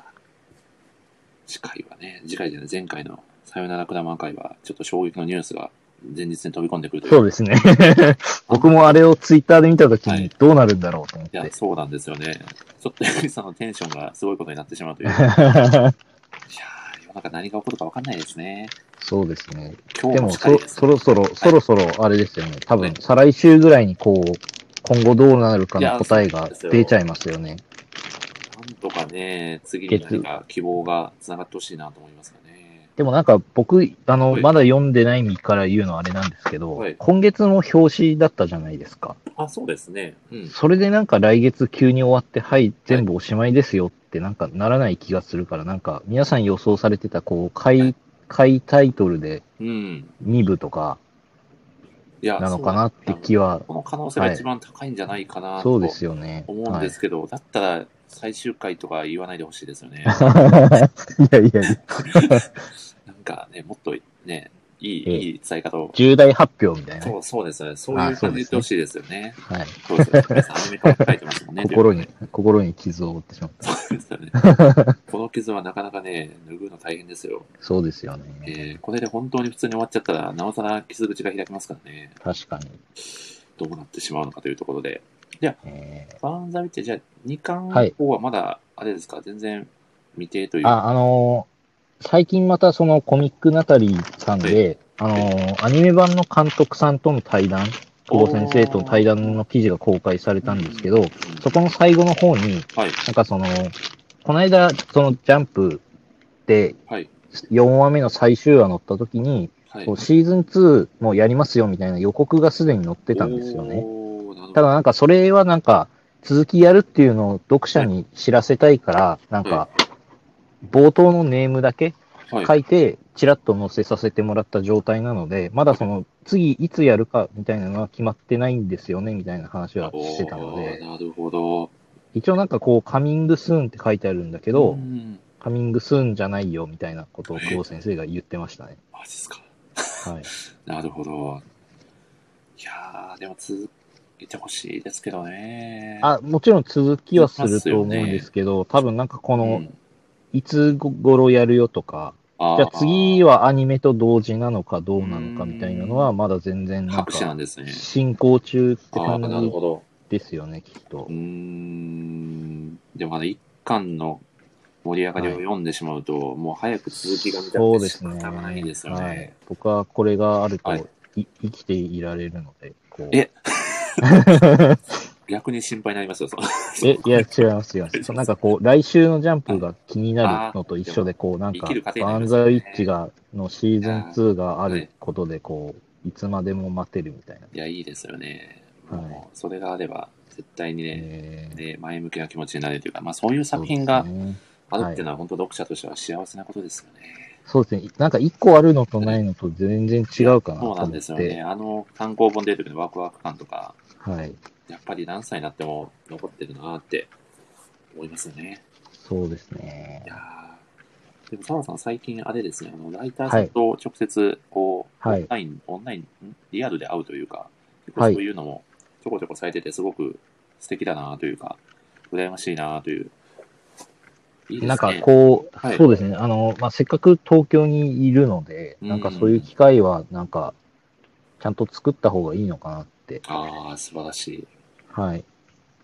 Speaker 1: 次回じゃない、前回のさよならくだま会は、ちょっと衝撃のニュースが前日に飛び込んでくるという。
Speaker 2: そうですね。僕もあれをツイッターで見たときにどうなるんだろうと思って。
Speaker 1: いや、そうなんですよね。ちょっと江口さんのテンションがすごいことになってしまうという。いや世の中何が起こるか分かんないですね。
Speaker 2: そうですね。でもそろそろ、あれですよね。多分、再来週ぐらいにこう、今後どうなるかの答えが出ちゃいますよね。
Speaker 1: なんとかね、次に何か希望がつながってほしいなと思いますよね。
Speaker 2: でもなんか僕、まだ読んでない身から言うのはあれなんですけど、今月の表紙だったじゃないですか。
Speaker 1: そうですね。
Speaker 2: それでなんか来月急に終わって、はい、全部おしまいですよってなんかならない気がするから、なんか皆さん予想されてたこう、買いタイトルで2部とか、なのかなって気は。
Speaker 1: この可能性が一番高いんじゃないかな
Speaker 2: と思うん
Speaker 1: ですけど、だったら最終回とか言わないでほしいですよね。
Speaker 2: いや。
Speaker 1: なんかね、もっとね、いい伝え方を。
Speaker 2: 重大発表みたいな。
Speaker 1: そうですね。そういう感じで言ってほしいですよね。
Speaker 2: はい。
Speaker 1: そうですよね。アニメ化書いてますもんね。
Speaker 2: 心に傷を負ってしまった。
Speaker 1: そうですよね。この傷はなかなかね、拭うの大変ですよ。
Speaker 2: そうですよね。
Speaker 1: これで本当に普通に終わっちゃったら、なおさら傷口が開きますからね。
Speaker 2: 確かに。
Speaker 1: どうなってしまうのかというところで。じゃあ、バーンザウィッチ、じゃあ2巻以降はまだ、あれですか、全然未定というか。
Speaker 2: 最近またそのコミックナタリーさんで、アニメ版の監督さんとの対談、久保先生との対談の記事が公開されたんですけど、そこの最後の方に、なんかその、この間、そのジャンプで、4話目の最終話載った時に、シーズン2もやりますよみたいな予告がすでに載ってたんですよね。ただなんかそれはなんか、続きやるっていうのを読者に知らせたいから、なんか、冒頭のネームだけ書いて、チラッと載せさせてもらった状態なので、まだその、次いつやるかみたいなのは決まってないんですよね、みたいな話はしてたので。
Speaker 1: なるほど。
Speaker 2: 一応なんかこう、カミングスーンって書いてあるんだけど、カミングスーンじゃないよ、みたいなことを久保先生が言ってましたね。
Speaker 1: マジですか。
Speaker 2: はい。
Speaker 1: なるほど。いやー、でも続けてほしいですけどね。
Speaker 2: もちろん続きはすると思うんですけど、多分なんかこの、いつ頃やるよとか、じゃあ次はアニメと同時なのかどうなのかみたいなのは、まだ全然なんか、進行中って感じですよね、きっと。
Speaker 1: でもまだ一巻の盛り上がりを読んでしまうと、もう早く続きが見たくて仕方がないですよね。
Speaker 2: 僕はこれがあると、生きていられるので、こう。
Speaker 1: 逆に心配になりますよ、
Speaker 2: いや、違います。なんかこう、来週のジャンプが気になるのと一緒で、こう、なんか、バーンザウィッチのシーズン2があることで、こう、いつまでも待てるみたいな。
Speaker 1: いや、いいですよね。もう、それがあれば、絶対にね、前向きな気持ちになれるというか、まあ、そういう作品があるっていうのは、本当読者としては幸せなことですよね。
Speaker 2: そうですね。なんか1個あるのとないのと全然違うかなと思って。そうなんですよね。
Speaker 1: 単行本出てくるワクワク感とか、
Speaker 2: はい。
Speaker 1: やっぱり何歳になっても残ってるなって思いますよね。
Speaker 2: そうですね。
Speaker 1: いやでも澤さん最近あれですね、ライターさんと直接こう、オンラインリアルで会うというか、結構そういうのもちょこちょこされててすごく素敵だなというか、羨ましいなという。いいですね。
Speaker 2: なんかこう、そうですね。まあ、せっかく東京にいるので、なんかそういう機会はなんか、ちゃんと作った方がいいのかなって。
Speaker 1: 素晴らしい。
Speaker 2: はい。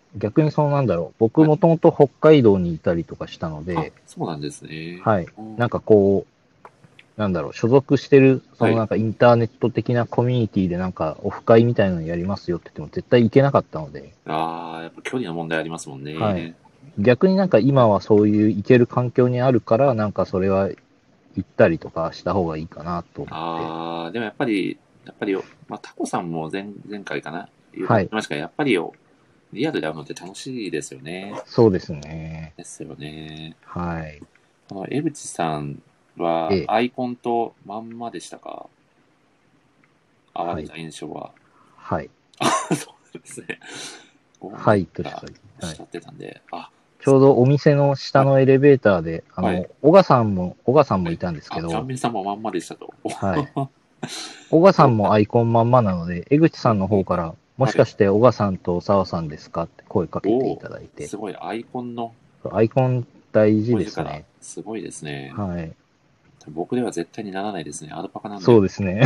Speaker 2: 逆になんだろう、僕もともと北海道にいたりとかしたので、
Speaker 1: そうなんですね。
Speaker 2: はい。
Speaker 1: うん
Speaker 2: なんかこう、なんだろう、所属してる、
Speaker 1: はい
Speaker 2: なんかインターネット的なコミュニティでなんかオフ会みたいなのやりますよって言っても絶対行けなかったので、
Speaker 1: ああ、やっぱ距離の問題ありますもん
Speaker 2: はい。
Speaker 1: ね。
Speaker 2: 逆になんか今はそういう行ける環境にあるから、なんかそれは行ったりとかした方がいいかなと思って。
Speaker 1: ああ、でもやっぱり、まあ、タコさんも前回かな言
Speaker 2: はい
Speaker 1: ってましたが、やっぱりリアルで会うのって楽しいですよね。
Speaker 2: そうですね。
Speaker 1: ですよね。
Speaker 2: はい。
Speaker 1: この江口さんは
Speaker 2: ええ、
Speaker 1: アイコンとまんまでしたか？会われ
Speaker 2: はい。
Speaker 1: た印象は。
Speaker 2: はい。
Speaker 1: そうですね。
Speaker 2: はい、とし
Speaker 1: が
Speaker 2: か。
Speaker 1: おっしゃってたんで、
Speaker 2: ちょうどお店の下のエレベーターで、
Speaker 1: はい
Speaker 2: 小賀さんもいたんですけ
Speaker 1: ちゃん
Speaker 2: ど、
Speaker 1: めんさんもまんまでしたと。
Speaker 2: はい。小賀さんもアイコンまんまなので、江口さんの方から、もしかして小賀さんと澤さんですかって声かけていただいて
Speaker 1: す、ごい、アイコンの
Speaker 2: アイコン大事
Speaker 1: 文字から
Speaker 2: ですね。
Speaker 1: すごいですね。
Speaker 2: はい。
Speaker 1: 僕では絶対にならないですね。アルパカなんで。
Speaker 2: そうですね。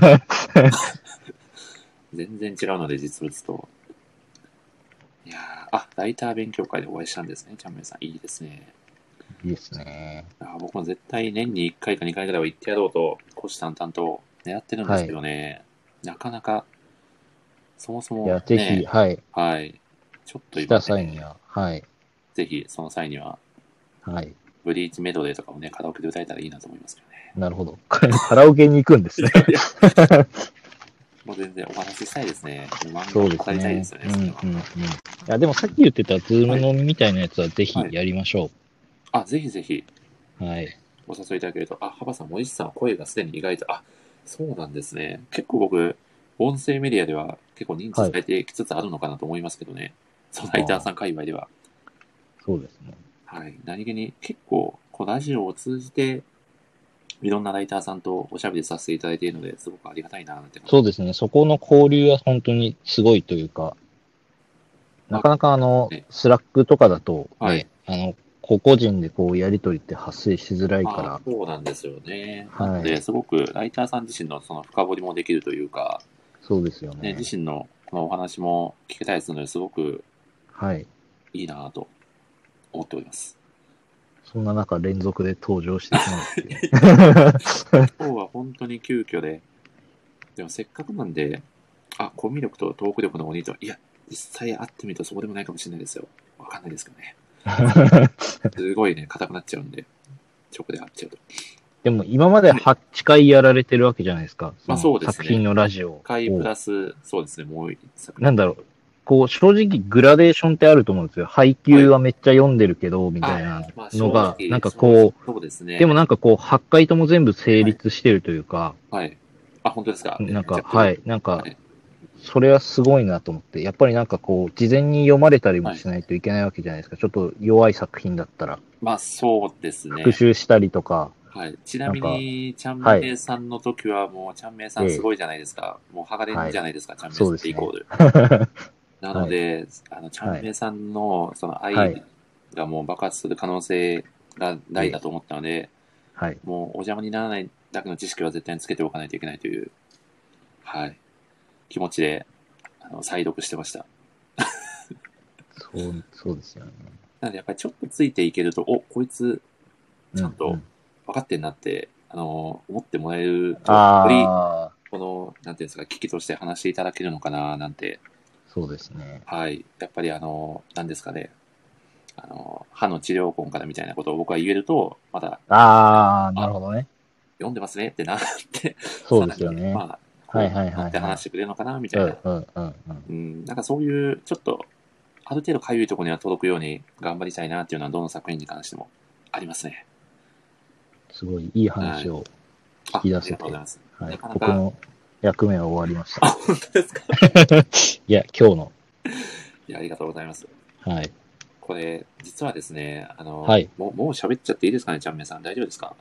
Speaker 1: 全然違うので、実物と。いやライター勉強会でお会いしたんですね、ちゃんめんさん。いいですね。
Speaker 2: いいですね。
Speaker 1: 僕も絶対年に1回か2回ぐらいは行ってやろうと、虎視眈々と狙ってるんですけどね。なかなか、そもそも、
Speaker 2: いや、ぜひ、はい。
Speaker 1: はい。ちょっと
Speaker 2: 来
Speaker 1: 今、
Speaker 2: た際には、はい。
Speaker 1: ぜひその際には、
Speaker 2: はい。
Speaker 1: ブリーチメドレーとかをね、カラオケで歌えたらいいなと思いますけどね。
Speaker 2: なるほど。カラオケに行くんですね。
Speaker 1: いやもう全然お話ししたいですね。漫画を語りたいですよね、それは。
Speaker 2: いや、でもさっき言ってたズーム飲みみたいなやつはぜひやりましょ
Speaker 1: ぜひぜひ、
Speaker 2: う。はい。
Speaker 1: お誘いいただけると、幅さん、森下さんは声がすでに意外と、そうなんですね。結構僕、音声メディアでは結構認知されてきつつあるのかなと思いますけどね。そのライターさん界隈では。
Speaker 2: そうですね。
Speaker 1: はい。何気に結構、ラジオを通じて、いろんなライターさんとおしゃべりさせていただいているので、すごくありがたいな、なんて。
Speaker 2: そうですね。そこの交流は本当にすごいというか、なかなかスラックとかだとね、個々人でこうやりとりって発生しづらいから。
Speaker 1: そうなんですよね。
Speaker 2: はい。
Speaker 1: なので、すごくライターさん自身のその深掘りもできるというか、
Speaker 2: そうですよね。
Speaker 1: 自身のこのお話も聞けたりするので、すごく、
Speaker 2: はい。
Speaker 1: いいなと思っております。
Speaker 2: そんな中、連続で登場してしまうっていう。
Speaker 1: 今日は本当に急遽で、でもせっかくなんで、コミュ力とトーク力の鬼と、いや、実際会ってみるとそうでもないかもしれないですよ。わかんないですけどね。すごいね、硬くなっちゃうんで、直で会っちゃうと。
Speaker 2: でも今まで8回やられてるわけじゃないですか。
Speaker 1: そうですね。
Speaker 2: 作品のラジオ。
Speaker 1: 8回プラス、そうですね、もう一作。
Speaker 2: なんだろう。こう、正直グラデーションってあると思うんですよ。配給はめっちゃ読んでるけど、みたいなのが、なんかこう、
Speaker 1: そうですね。
Speaker 2: でもなんかこう、8回とも全部成立してるというか、
Speaker 1: はい。本当ですか。
Speaker 2: なんか、はい、なんか、それはすごいなと思って、やっぱりなんかこう、事前に読まれたりもしないといけないわけじゃないですか。ちょっと弱い作品だったら。
Speaker 1: そうですね。
Speaker 2: 復習したりとか。
Speaker 1: はい。ちなみに、ちゃんめいさんの時はもう、ちゃんめいさんすごいじゃないですか。もう剥がれるじゃないですか、ちゃんめいさんってイコール。なので、ちゃんめいさんのその愛がもう爆発する可能性が大だと思ったので、もうお邪魔にならないだけの知識は絶対につけておかないといけないという、気持ちで、再読してました。
Speaker 2: そうですよね。
Speaker 1: なので、やっぱりちょっとついていけると、こいつ、ちゃんと分かってんなって、思ってもらえると、より、この、なんていうんですか、危機として話していただけるのかな、なんて。
Speaker 2: そうですね。
Speaker 1: はい。やっぱりなんですかね。歯の治療痕からみたいなことを僕は言えると、まだ、
Speaker 2: なるほどね。
Speaker 1: 読んでますねってなって、
Speaker 2: そうですよね。
Speaker 1: って話してくれるのかな、みたいな。なんかそういう、ちょっと、ある程度かゆいところには届くように頑張りたいなっていうのは、どの作品に関してもありますね。
Speaker 2: すごいいい話を聞き出せて、僕の役目は終わりました。
Speaker 1: 本当ですか？
Speaker 2: いや、今日の。
Speaker 1: いや、ありがとうございます。
Speaker 2: はい。
Speaker 1: これ、実はですね、もう喋っちゃっていいですかね、ちゃんめいさん。大丈夫ですか？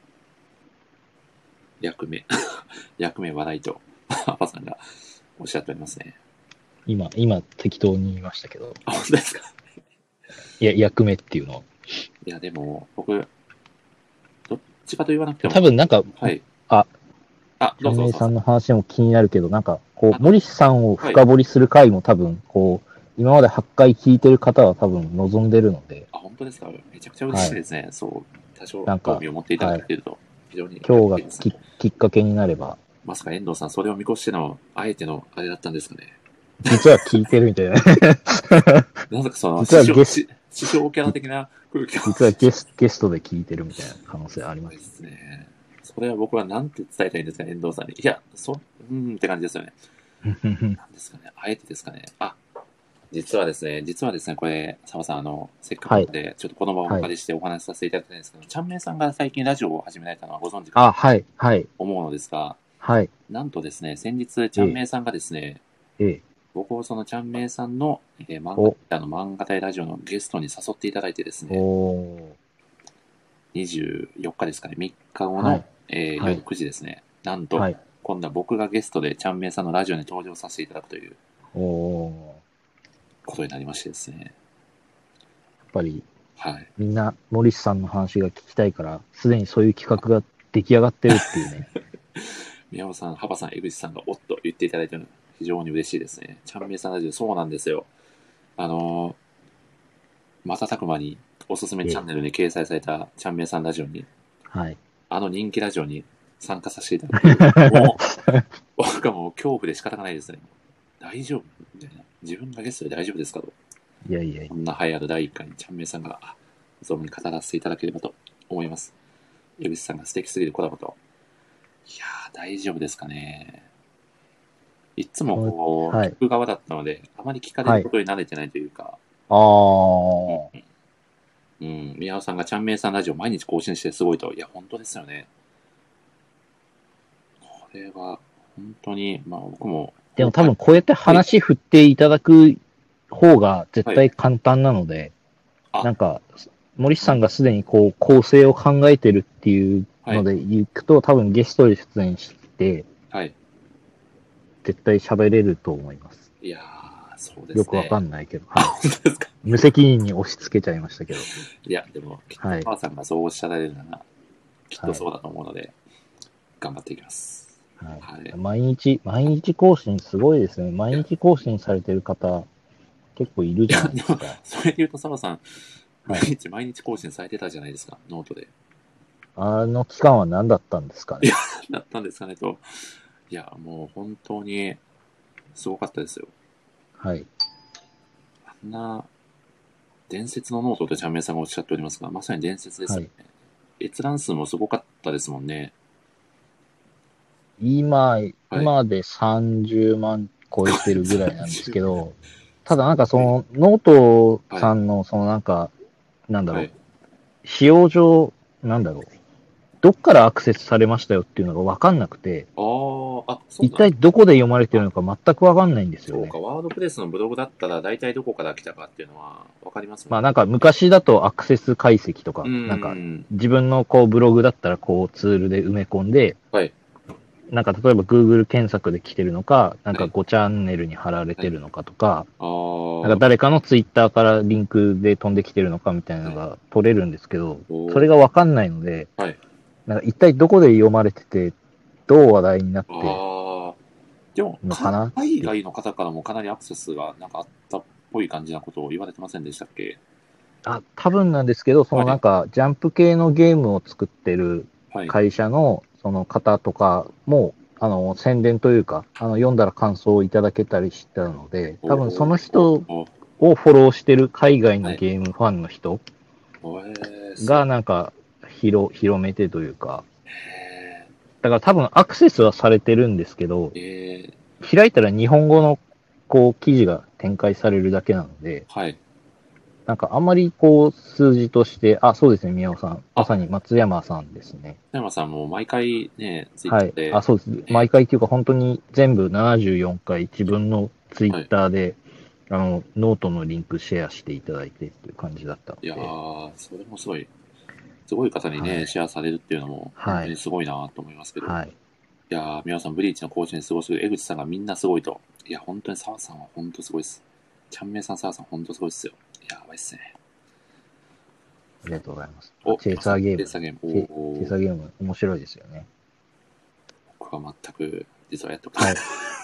Speaker 1: 役目笑いと、パパさんがおっしゃっておりますね。
Speaker 2: 今、適当に言いましたけど。
Speaker 1: 本当ですか？
Speaker 2: いや、役目っていうの。
Speaker 1: いや、でも、僕、どっちかと言わなくても。
Speaker 2: 多分なんか、
Speaker 1: どうぞ。
Speaker 2: さんの話も気になるけど、なんか、こう、森さんを深掘りする回も多分、こう、 今まで8回聞いてる方は多分望んでるので、
Speaker 1: あ、本当ですか。めちゃくちゃ嬉しいですね。そう。多少
Speaker 2: なんか
Speaker 1: 興味を持っていただけていると、非常に
Speaker 2: 今日が
Speaker 1: 嬉しいですね。
Speaker 2: きっかけになれば、
Speaker 1: まさか遠藤さん、それを見越しての、あえてのあれだったんですかね。
Speaker 2: 実は聞いてるみたいな。
Speaker 1: なぜかその、
Speaker 2: 実はゲス
Speaker 1: 師匠キャラ的な空気を。
Speaker 2: 実はゲストで聞いてるみたいな可能性ありま。
Speaker 1: そうですすね。それは僕はなんて伝えたいんですかね、遠藤さんに。いや、って感じですよね。なんですかね。あえてですかね。あ、実はですね、これ、澤さん、せっかくなので、ちょっとこの場をお借りしてお話しさせていただきたいんですけど、ちゃんめいさんが最近ラジオを始められたのはご存知か
Speaker 2: あ、
Speaker 1: と
Speaker 2: はい、はい、
Speaker 1: 思うのですが、
Speaker 2: はい、
Speaker 1: なんとですね、先日、ちゃんめいさんがですね、
Speaker 2: ええ、
Speaker 1: 僕をそのちゃんめいさんの、
Speaker 2: お、
Speaker 1: 漫画隊ラジオのゲストに誘っていただいてですね、
Speaker 2: お
Speaker 1: 24日ですかね、3日後の、
Speaker 2: はい、はい
Speaker 1: 夜9時ですね、なんと、
Speaker 2: はい、
Speaker 1: 今度は僕がゲストでちゃんめいさんのラジオに登場させていただくという
Speaker 2: お
Speaker 1: ことになりましてですね、
Speaker 2: やっぱり
Speaker 1: はい。
Speaker 2: みんな、モリスさんの話が聞きたいから、すでにそういう企画が出来上がってるっていうね。
Speaker 1: 宮本さん、幅さん、江口さんがおっと言っていただいてるの非常に嬉しいですね。ちゃんめいさんラジオ、そうなんですよ。瞬く間におすすめチャンネルに掲載されたちゃんめいさんラジオに、
Speaker 2: はい。
Speaker 1: 人気ラジオに参加させていただく。もう、僕はもう恐怖で仕方がないですね。大丈夫みたいな。自分がゲストで大丈夫ですかと。
Speaker 2: いやいやい
Speaker 1: こんな栄えある第1回にちゃんめいさんが、存分に語らせていただければと思います。江口さんが素敵すぎるコラボと。いやー、大丈夫ですかね。いつもこう、
Speaker 2: はい
Speaker 1: 聞く側だったので、あまり聞かれることに慣れてないというか、
Speaker 2: ああ、
Speaker 1: うん、宮尾さんがちゃんめいさんラジオ毎日更新してすごいと。いや、本当ですよね。これは、本当に、まあ僕も。
Speaker 2: でも多分こうやって話振っていただく方が絶対簡単なので、なんか、森さんがすでにこう構成を考えてるっていうので行くと、多分ゲストで出演して、
Speaker 1: はい。
Speaker 2: 絶対喋れると思います。
Speaker 1: いやー、そうですね。
Speaker 2: よくわかんないけど。
Speaker 1: はい、本当ですか。
Speaker 2: 無責任に押し付けちゃいましたけど。
Speaker 1: いや、でも、きっと母さんがそうおっしゃられるなら、きっとそうだと思うので、頑張っていきます。
Speaker 2: はい。
Speaker 1: はい。
Speaker 2: 毎日更新すごいですね。毎日更新されてる方、結構いるじゃないですか。
Speaker 1: それで言うと、澤さん、毎日更新されてたじゃないですか、ノートで。
Speaker 2: あの期間は何だったんですかね。
Speaker 1: いや、だったんですかねと。いや、もう本当に、すごかったですよ。
Speaker 2: はい。
Speaker 1: あんな、伝説のノートとちゃんめいさんがおっしゃっておりますが、まさに伝説ですよね。閲覧数もすごかったですもんね。
Speaker 2: 今で30万超えてるぐらいなんですけど、ただなんかその、ノートさんのそのなんか、なんだろう、使用上、なんだろう、どっからアクセスされましたよっていうのがわかんなくて、一体どこで読まれてるのか全くわかんないんですよね。
Speaker 1: そうか、ワードプレスのブログだったら大体どこから来たかっていうのはわかりますもんね。
Speaker 2: まあなんか昔だとアクセス解析とか、なんか自分のこうブログだったらこうツールで埋め込んで、なんか例えば Google 検索で来てるのか、なんか5チャンネルに貼られてるのかとか、なんか誰かの Twitter からリンクで飛んできてるのかみたいなのが取れるんですけど、それがわかんないので、なんか一体どこで読まれてて、どう話題になって
Speaker 1: でも、
Speaker 2: のかな。
Speaker 1: 海外の方からもかなりアクセスがなんかあったっぽい感じなことを言われてませんでしたっけ？
Speaker 2: 多分なんですけど、そのなんか、ジャンプ系のゲームを作ってる会社のその方とかも、宣伝というか、読んだら感想をいただけたりしたので、多分その人をフォローしてる海外のゲームファンの人がなんか広めてというか、だから多分アクセスはされてるんですけど、開いたら日本語のこう記事が展開されるだけなので、なんかあんまりこう数字として、そうですね、宮尾さん。まさに松山さんですね。
Speaker 1: 松山さんも毎回ね、ツイッターで。
Speaker 2: そうです。毎回っていうか本当に全部74回自分のツイッターで、ノートのリンクシェアしていただいてっていう感じだったので。
Speaker 1: いやー、それもすごい方にね、シェアされるっていうのも、本当にすごいなと思いますけど。いやー、皆さん、ブリーチの更新すごすぎる。江口さんがみんなすごいと。いや、本当に澤さんは本当すごいです。ちゃんめいさん、澤さん、本当すごいですよ。やばいっすね。
Speaker 2: ありがとうございます。チェイサーゲーム。チェイサーゲーム、面白いですよね。
Speaker 1: 僕は全く、実はやっております。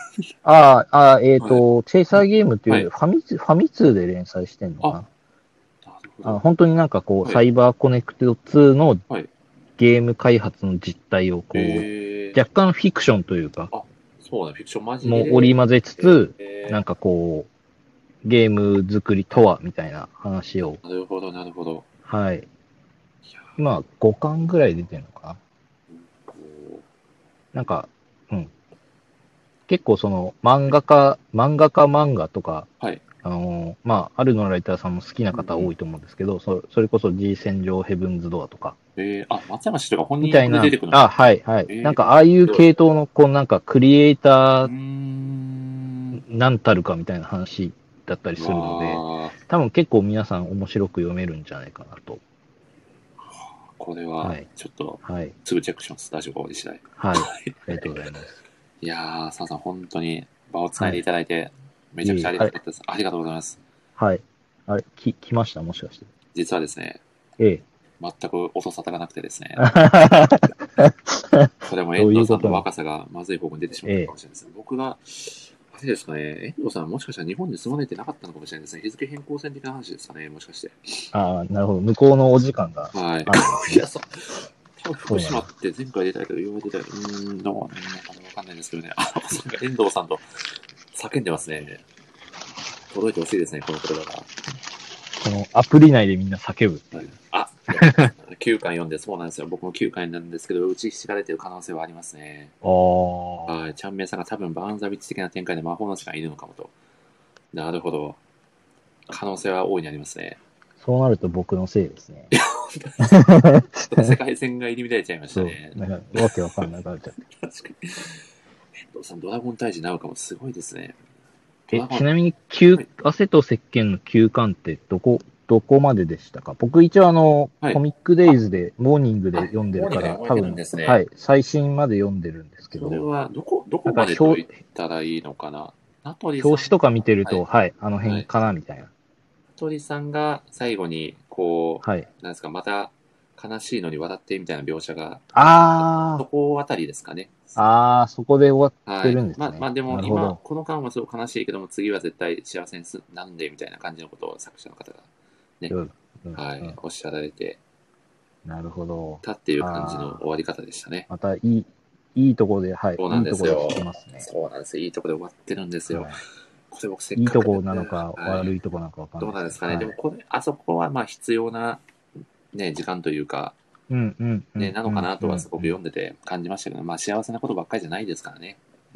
Speaker 2: チェイサーゲームっていう、
Speaker 1: はい。
Speaker 2: ファミ通で連載してんのかな。
Speaker 1: なるほど。
Speaker 2: 本当になんかこう、
Speaker 1: はい。
Speaker 2: サイバーコネクト2の
Speaker 1: はい。
Speaker 2: ゲーム開発の実態をこう、
Speaker 1: え
Speaker 2: 若干フィクションというか、
Speaker 1: あ、そうだ、フィクションマジ
Speaker 2: もう織
Speaker 1: で、
Speaker 2: り交ぜつつ、なん
Speaker 1: え
Speaker 2: かこう、ゲーム作りとは、みたいな話を、
Speaker 1: なるほど、なるほど。
Speaker 2: はい。
Speaker 1: いや
Speaker 2: 今、5巻ぐらい出てるのかな。
Speaker 1: こ
Speaker 2: なんか、うん。結構その、漫画とか、
Speaker 1: はい。
Speaker 2: あるのライターさんも好きな
Speaker 1: うんうん。
Speaker 2: 方多いと思うんですけど、それこそ G 戦場ヘブンズドアとか、
Speaker 1: 松山市とか本人役で出
Speaker 2: みたいな、
Speaker 1: てくるんですか？
Speaker 2: はい、はい。なんか、ああいう
Speaker 1: すごいですね。
Speaker 2: 系統の、こう、なんか、クリエイタ
Speaker 1: うー
Speaker 2: ー
Speaker 1: ん。
Speaker 2: なんたるかみたいな話だったりするので、
Speaker 1: わ
Speaker 2: 多分結構皆さん面白く読めるんじゃないかなと。
Speaker 1: これは、
Speaker 2: はい。
Speaker 1: ちょっと、
Speaker 2: はい。
Speaker 1: すぐチェックします。大丈夫終わり次第。
Speaker 2: はい。ありがとうございます。
Speaker 1: いやー、澤さん、本当に場をつないでい
Speaker 2: はい。
Speaker 1: ただいて、めちゃくちゃあ
Speaker 2: いえいえ、あれ、
Speaker 1: りがたかったです。ありがとうございます。
Speaker 2: はい。あれ、来ましたもしかして。
Speaker 1: 実はですね、
Speaker 2: ええ。
Speaker 1: 全く音沙汰がなくてですね、これも
Speaker 2: どうい
Speaker 1: 遠藤さん
Speaker 2: うことなんですか？
Speaker 1: の若さがまずい方向に出てしまったか
Speaker 2: ええ。
Speaker 1: もしれないですね。僕が、あれですかね、遠藤さんもしかしたら日本に住まれてなかったのかもしれないですね。日付変更線的な話ですかね、もしかして。
Speaker 2: ああ、なるほど。向こうのお時間が
Speaker 1: はい。
Speaker 2: あるんです
Speaker 1: いや、
Speaker 2: ね。
Speaker 1: 多分福
Speaker 2: そうなんです。
Speaker 1: 島って前回出たけど、言われてたよ。どうなのかなわかんないですけどね。遠藤さんと叫んでますね。届いてほしいですね、この言葉が。
Speaker 2: このアプリ内でみんな叫ぶって
Speaker 1: はい、
Speaker 2: いう。
Speaker 1: いや9巻読んでそうなんですよ。僕も9巻なんですけど、打ちひしがれてる可能性はありますね。
Speaker 2: ああ、
Speaker 1: はい。ちゃんめいさんが多分バーンザビッチ的な展開で魔法の力がいるのかもと。なるほど。可能性は大いにありますね。
Speaker 2: そうなると僕のせいですね。
Speaker 1: ちょっと世界線が入り乱れちゃいました
Speaker 2: そ
Speaker 1: ね。
Speaker 2: う。なんか、わけわかんなくなっちゃって。
Speaker 1: 確かに。遠藤さん、ドラゴン退治なうかもすごいですね。ドラゴン、
Speaker 2: ちなみに、
Speaker 1: はい。
Speaker 2: 汗と石鹸の休巻ってどこまででしたか？僕一応
Speaker 1: はい。
Speaker 2: コミックデイ
Speaker 1: あ、
Speaker 2: ズで、モーニングで読んで
Speaker 1: モーニングで
Speaker 2: るから、
Speaker 1: 読まれてるん
Speaker 2: 多分、
Speaker 1: ですね。
Speaker 2: はい、最新まで読んでるんですけ
Speaker 1: それ
Speaker 2: ど、
Speaker 1: は、どこ
Speaker 2: なんか
Speaker 1: までと言ったらいいのかな。名取さん
Speaker 2: 表紙とか見
Speaker 1: が、
Speaker 2: てると、
Speaker 1: はい。
Speaker 2: はい、あの
Speaker 1: はい。
Speaker 2: 辺かな、みたいな。
Speaker 1: 鳥さんが最後に、こ
Speaker 2: はい。
Speaker 1: う、なんですか、また悲しいのに笑ってみたいな描写が、そ
Speaker 2: あ
Speaker 1: こあたりですかね。
Speaker 2: そこで終わって
Speaker 1: はい。
Speaker 2: るんですね。
Speaker 1: でも今、
Speaker 2: なるほど。
Speaker 1: この間はすごく悲しいけども、次は絶対幸せになんでみたいな感じのことを作者の方がね、
Speaker 2: うん、うん、
Speaker 1: はい、
Speaker 2: うん。
Speaker 1: おっしゃられて
Speaker 2: なるほど。
Speaker 1: たっていう感じの
Speaker 2: ああ、
Speaker 1: 終わり方でしたね。
Speaker 2: またいいとこで、はい、
Speaker 1: そうなん
Speaker 2: いいとこで
Speaker 1: ですよ。
Speaker 2: 聞きますね。
Speaker 1: そうなんですよ。いいとこで終わってるんですよ。
Speaker 2: はい。
Speaker 1: これ僕せっ
Speaker 2: いいと
Speaker 1: かく、
Speaker 2: こなのか、
Speaker 1: はい。
Speaker 2: 悪いとこなのかわかん
Speaker 1: ど
Speaker 2: ないですけど、
Speaker 1: うなんですかね。で
Speaker 2: はい。
Speaker 1: もこれ、あそこはまあ必要なね、時間というか、
Speaker 2: うん、うん、う
Speaker 1: ね、
Speaker 2: ん、
Speaker 1: なのか
Speaker 2: うん、うん、
Speaker 1: なとはすごく
Speaker 2: うん。
Speaker 1: 読んでて感じましたけど、まあ幸せなことばっかりじゃないですからね。うん。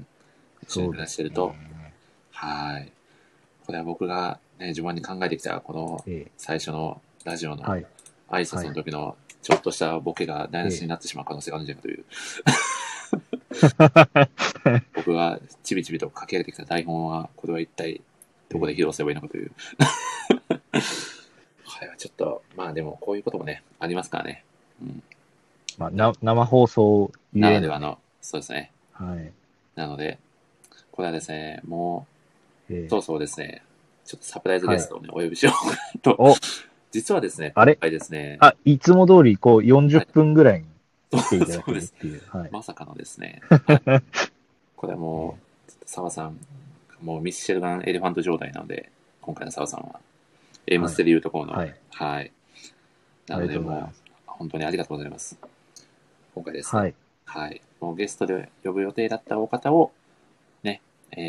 Speaker 1: 一緒に暮ら
Speaker 2: そうです
Speaker 1: してると。
Speaker 2: ね。
Speaker 1: はい。これは僕がね、自分に考えてきたこの
Speaker 2: ええ、
Speaker 1: 最初のラジオの
Speaker 2: はい、
Speaker 1: 挨拶
Speaker 2: はい、
Speaker 1: の時のちょっとしたボケが台無しに
Speaker 2: ええ。
Speaker 1: なってしまう可能性があるんじゃないかという。僕がちびちびと書き上げてきた台本は、これは一体どこで披露すればいいのかという。これはちょっと、まあでもこういうこともね、ありますからね。うん。
Speaker 2: まあ、生放送ゆ
Speaker 1: なら
Speaker 2: えのね。
Speaker 1: ではの、そうですね。
Speaker 2: はい。
Speaker 1: なので、これはですね、もう、
Speaker 2: ええ、
Speaker 1: そうそうですね、ちょっとサプライズゲ
Speaker 2: はい。
Speaker 1: ストをね、お呼びしようかなと。
Speaker 2: お、
Speaker 1: 実はですね、今
Speaker 2: あれ
Speaker 1: 回ですね、
Speaker 2: いつも通り、こう、40
Speaker 1: はい、
Speaker 2: 分ぐらいに来ていただけ
Speaker 1: そうです。
Speaker 2: るっていう。はい。
Speaker 1: まさかのですね、はい、これはも
Speaker 2: え
Speaker 1: う、澤さん、もうミッシェルガン・エレファント状態なので、今回の澤さんは、エム
Speaker 2: はい。
Speaker 1: ステでいうところの、
Speaker 2: はい。
Speaker 1: はい。なの
Speaker 2: ありが
Speaker 1: で、もう、
Speaker 2: とうございます。
Speaker 1: 本当にありがとうございます。今回ですね、
Speaker 2: はい。
Speaker 1: はい。もうゲストで呼ぶ予定だったお方を、ね、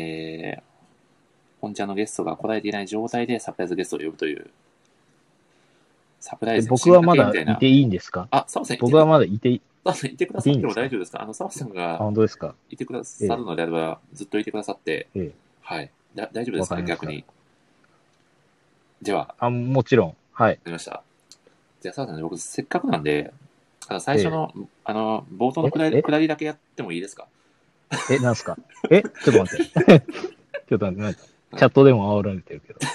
Speaker 1: 本ちゃんのゲストが来られていない状態でサプライズゲストを呼ぶという、サプライズの進化
Speaker 2: 僕はま
Speaker 1: 系みたいな。
Speaker 2: だいていいんですか？
Speaker 1: 澤さんいて
Speaker 2: 僕は
Speaker 1: くだ
Speaker 2: まだいてい
Speaker 1: 澤さんいてくださっても
Speaker 2: いいんですか？
Speaker 1: 大丈夫ですか？澤さんが
Speaker 2: 本当ですか？
Speaker 1: いてくだ
Speaker 2: ええ、
Speaker 1: さるのであれば、ずっといてくださって、
Speaker 2: ええ、
Speaker 1: はい。大丈夫で
Speaker 2: わ
Speaker 1: すか
Speaker 2: かりました。
Speaker 1: 逆に。では、
Speaker 2: もちろん。はい。
Speaker 1: わかりました。じゃあ、澤さんね、僕、せっかくなんで、最初
Speaker 2: え
Speaker 1: の、冒頭の
Speaker 2: え、え、
Speaker 1: 下りだけやってもいいですか？
Speaker 2: なんすか？ちょっと待って。ちょっと待って、なんかチャットでも煽られてるけど。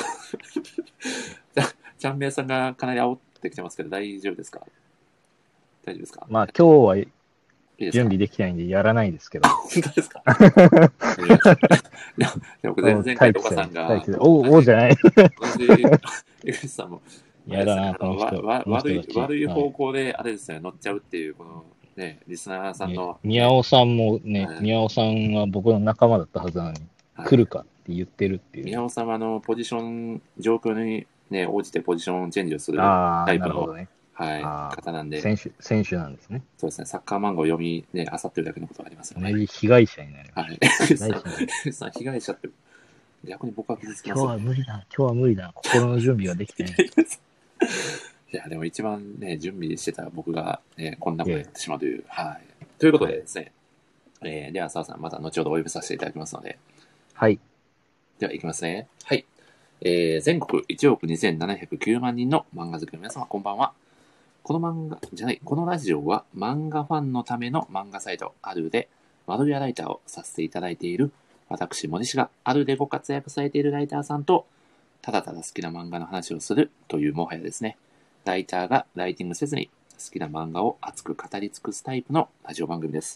Speaker 1: ちゃんめいさんがかなり煽ってきてますけど、大丈夫ですか？大丈夫ですか？
Speaker 2: まあ今日は
Speaker 1: いいですか？
Speaker 2: 準備できないんでやらないですけど。
Speaker 1: 本当ですか？わかりました。で僕、前回とかさん
Speaker 2: 待機
Speaker 1: が、
Speaker 2: する。おじゃない。
Speaker 1: 同じ、江口さんも、あれですね、
Speaker 2: やだな、この人。この人たち。
Speaker 1: 悪い
Speaker 2: はい。
Speaker 1: 方向で、あれですね、乗っちゃうっていう、この、 ね、リスナーさんの、
Speaker 2: 宮尾さんもね、
Speaker 1: はい
Speaker 2: 宮尾さんは僕の仲間だったはずなのに、
Speaker 1: はい
Speaker 2: 来るかって言ってるっていう。
Speaker 1: 宮尾さんはポジション、状況に、ね、応じてポジションチェンジをする
Speaker 2: ああ、
Speaker 1: タイプの、
Speaker 2: なるほどね。
Speaker 1: はい、
Speaker 2: ああ、
Speaker 1: 方なんで、
Speaker 2: 選手なんですね。
Speaker 1: そうですね、サッカー漫画を読み、ね、漁ってるだけのことがありますよね。
Speaker 2: 同じ被害者になりま
Speaker 1: はい。
Speaker 2: す。被害者になります。
Speaker 1: 被害者って、逆に僕は傷つき
Speaker 2: 今日
Speaker 1: ますよ。
Speaker 2: は無理だ、今日は無理だ、心の準備ができてない。
Speaker 1: いや、でも一番ね、準備してた僕が、ね、こんなことやってしまうという。はい。ということでですね、では、澤さん、また後ほどお呼びさせていただきますので、
Speaker 2: はい。
Speaker 1: では、いきますね。はい。全国1億2709万人の漫画好きの皆様、こんばんは。このラジオは漫画ファンのための漫画サイト、あるで、窓際ライターをさせていただいている、私、森氏があるでご活躍されているライターさんと、ただただ好きな漫画の話をするというもはやですね、ライターがライティングせずに好きな漫画を熱く語り尽くすタイプのラジオ番組です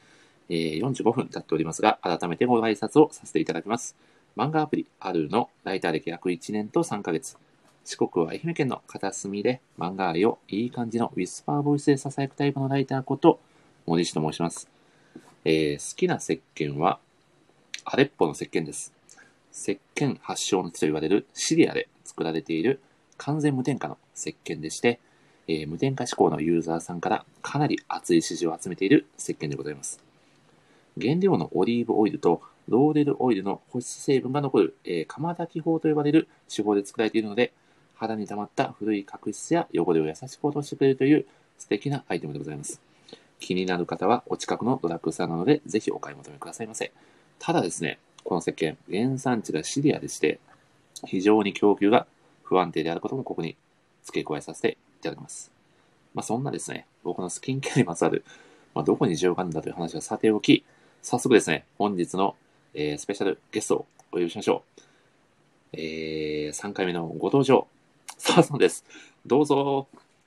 Speaker 1: 。45分経っておりますが、改めてご挨拶をさせていただきます。漫画アプリあるのライター歴約1年と3ヶ月。四国は愛媛県の片隅で漫画愛をいい感じのウィスパーボイスで囁くタイプのライターこと森氏と申します。好きな石鹸はアレッポの石鹸です。石鹸発祥の地と言われるシリアで作られている完全無添加の石鹸でして、無添加志向のユーザーさんからかなり熱い支持を集めている石鹸でございます。原料のオリーブオイルとローレルオイルの保湿成分が残る、釜炊き法と呼ばれる手法で作られているので、肌に溜まった古い角質や汚れを優しく落としてくれるという素敵なアイテムでございます。気になる方はお近くのドラッグストアなのでぜひお買い求めくださいませ。ただですね、この石鹸、原産地がシリアでして、非常に供給が不安定であることもここに付け加えさせていただきます。そんなですね、僕のスキンケアにまつわる、どこに需要があるんだという話はさておき、早速ですね、本日の、スペシャルゲストをお呼びしましょう。3回目のご登場、澤さんです。どうぞ。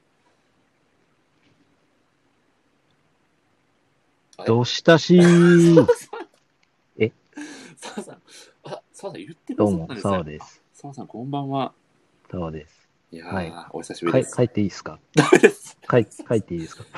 Speaker 2: どうしたしー。え
Speaker 1: 澤さん、澤さん言ってく
Speaker 2: どうも
Speaker 1: ださったんですね。
Speaker 2: 澤です。
Speaker 1: 澤さん、こんばんは。
Speaker 2: 澤です。
Speaker 1: いやー、
Speaker 2: はい、
Speaker 1: お久しぶりです。
Speaker 2: 帰っていいですか？
Speaker 1: ダメです。
Speaker 2: 帰っていいですか？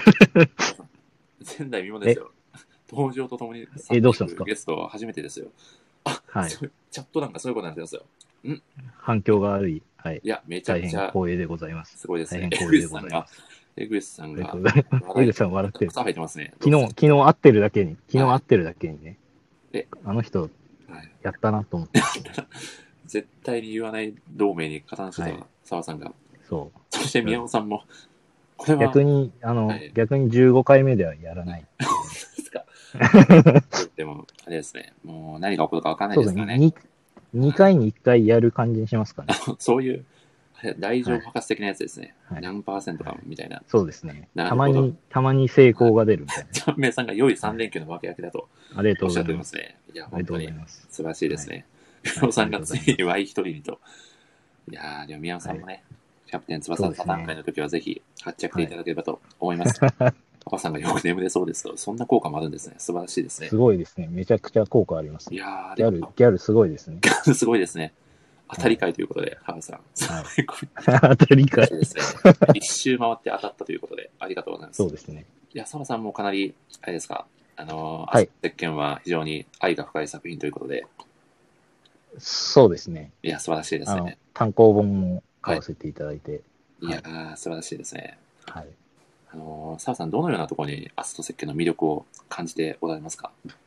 Speaker 1: 前代未聞ですよ。登場とともに
Speaker 2: どうしたんですか？
Speaker 1: ゲストは初めてですよ。
Speaker 2: はい。
Speaker 1: チャットなんかそういうことになってますよ。
Speaker 2: 反響が悪い。はい。
Speaker 1: いや、めちゃ
Speaker 2: 大
Speaker 1: くちゃ
Speaker 2: 変光栄でございます。
Speaker 1: すごいですね。
Speaker 2: 大変光栄でございます。
Speaker 1: 江口さん
Speaker 2: ありが
Speaker 1: が
Speaker 2: とうございます。江口さん笑ってる。
Speaker 1: 草入ってますね。
Speaker 2: 昨日会ってるだけにね。
Speaker 1: え
Speaker 2: あの人、
Speaker 1: はい、
Speaker 2: やったなと思って。
Speaker 1: 絶対に言わない同盟に加担してた澤さんが。
Speaker 2: そう。
Speaker 1: そして宮尾さんも、これは。
Speaker 2: 逆に15回目ではやらない。
Speaker 1: ですか。でも、あれですね。もう何が起こるか分かんないですからね。
Speaker 2: 2回に1回やる感じにしますかね。
Speaker 1: そういう、大丈夫博士的なやつですね。
Speaker 2: はい、
Speaker 1: 何%かみたいな。
Speaker 2: そうですね。たまに成功が出るみたいな。
Speaker 1: ジャンメイさんが良い3連休の訳あけだと
Speaker 2: ありがとうございます。
Speaker 1: おっしゃってますね。いや、本当に素晴らしいですね。宮尾、
Speaker 2: はい、
Speaker 1: さんがついに Y 一人にと。いやー、でも宮尾さんもね、キャプテン翼の座談会の時はぜひ発着していただければと思います。パパさんがよく眠れそうですけど、そんな効果もあるんですね。素晴らしいですね。
Speaker 2: すごいですね。めちゃくちゃ効果あります。
Speaker 1: いや
Speaker 2: ギャルすごいですね。
Speaker 1: ギャルすごいですね。当たり会ということで、ハーさん。
Speaker 2: はい、当たり会
Speaker 1: ですね。一周回って当たったということで、ありがとうございます。
Speaker 2: そうですね。
Speaker 1: いや、澤さんもかなり、あれですか、
Speaker 2: はい、
Speaker 1: 石鹸は非常に愛が深い作品ということで。
Speaker 2: そうですね。
Speaker 1: いや、素晴らしいですね。
Speaker 2: 単行本も買わせていただいて。
Speaker 1: いやー、素晴らしいですね。
Speaker 2: はい。
Speaker 1: 澤さん、どのようなところにアスト石鹸の魅力を感じておられますか？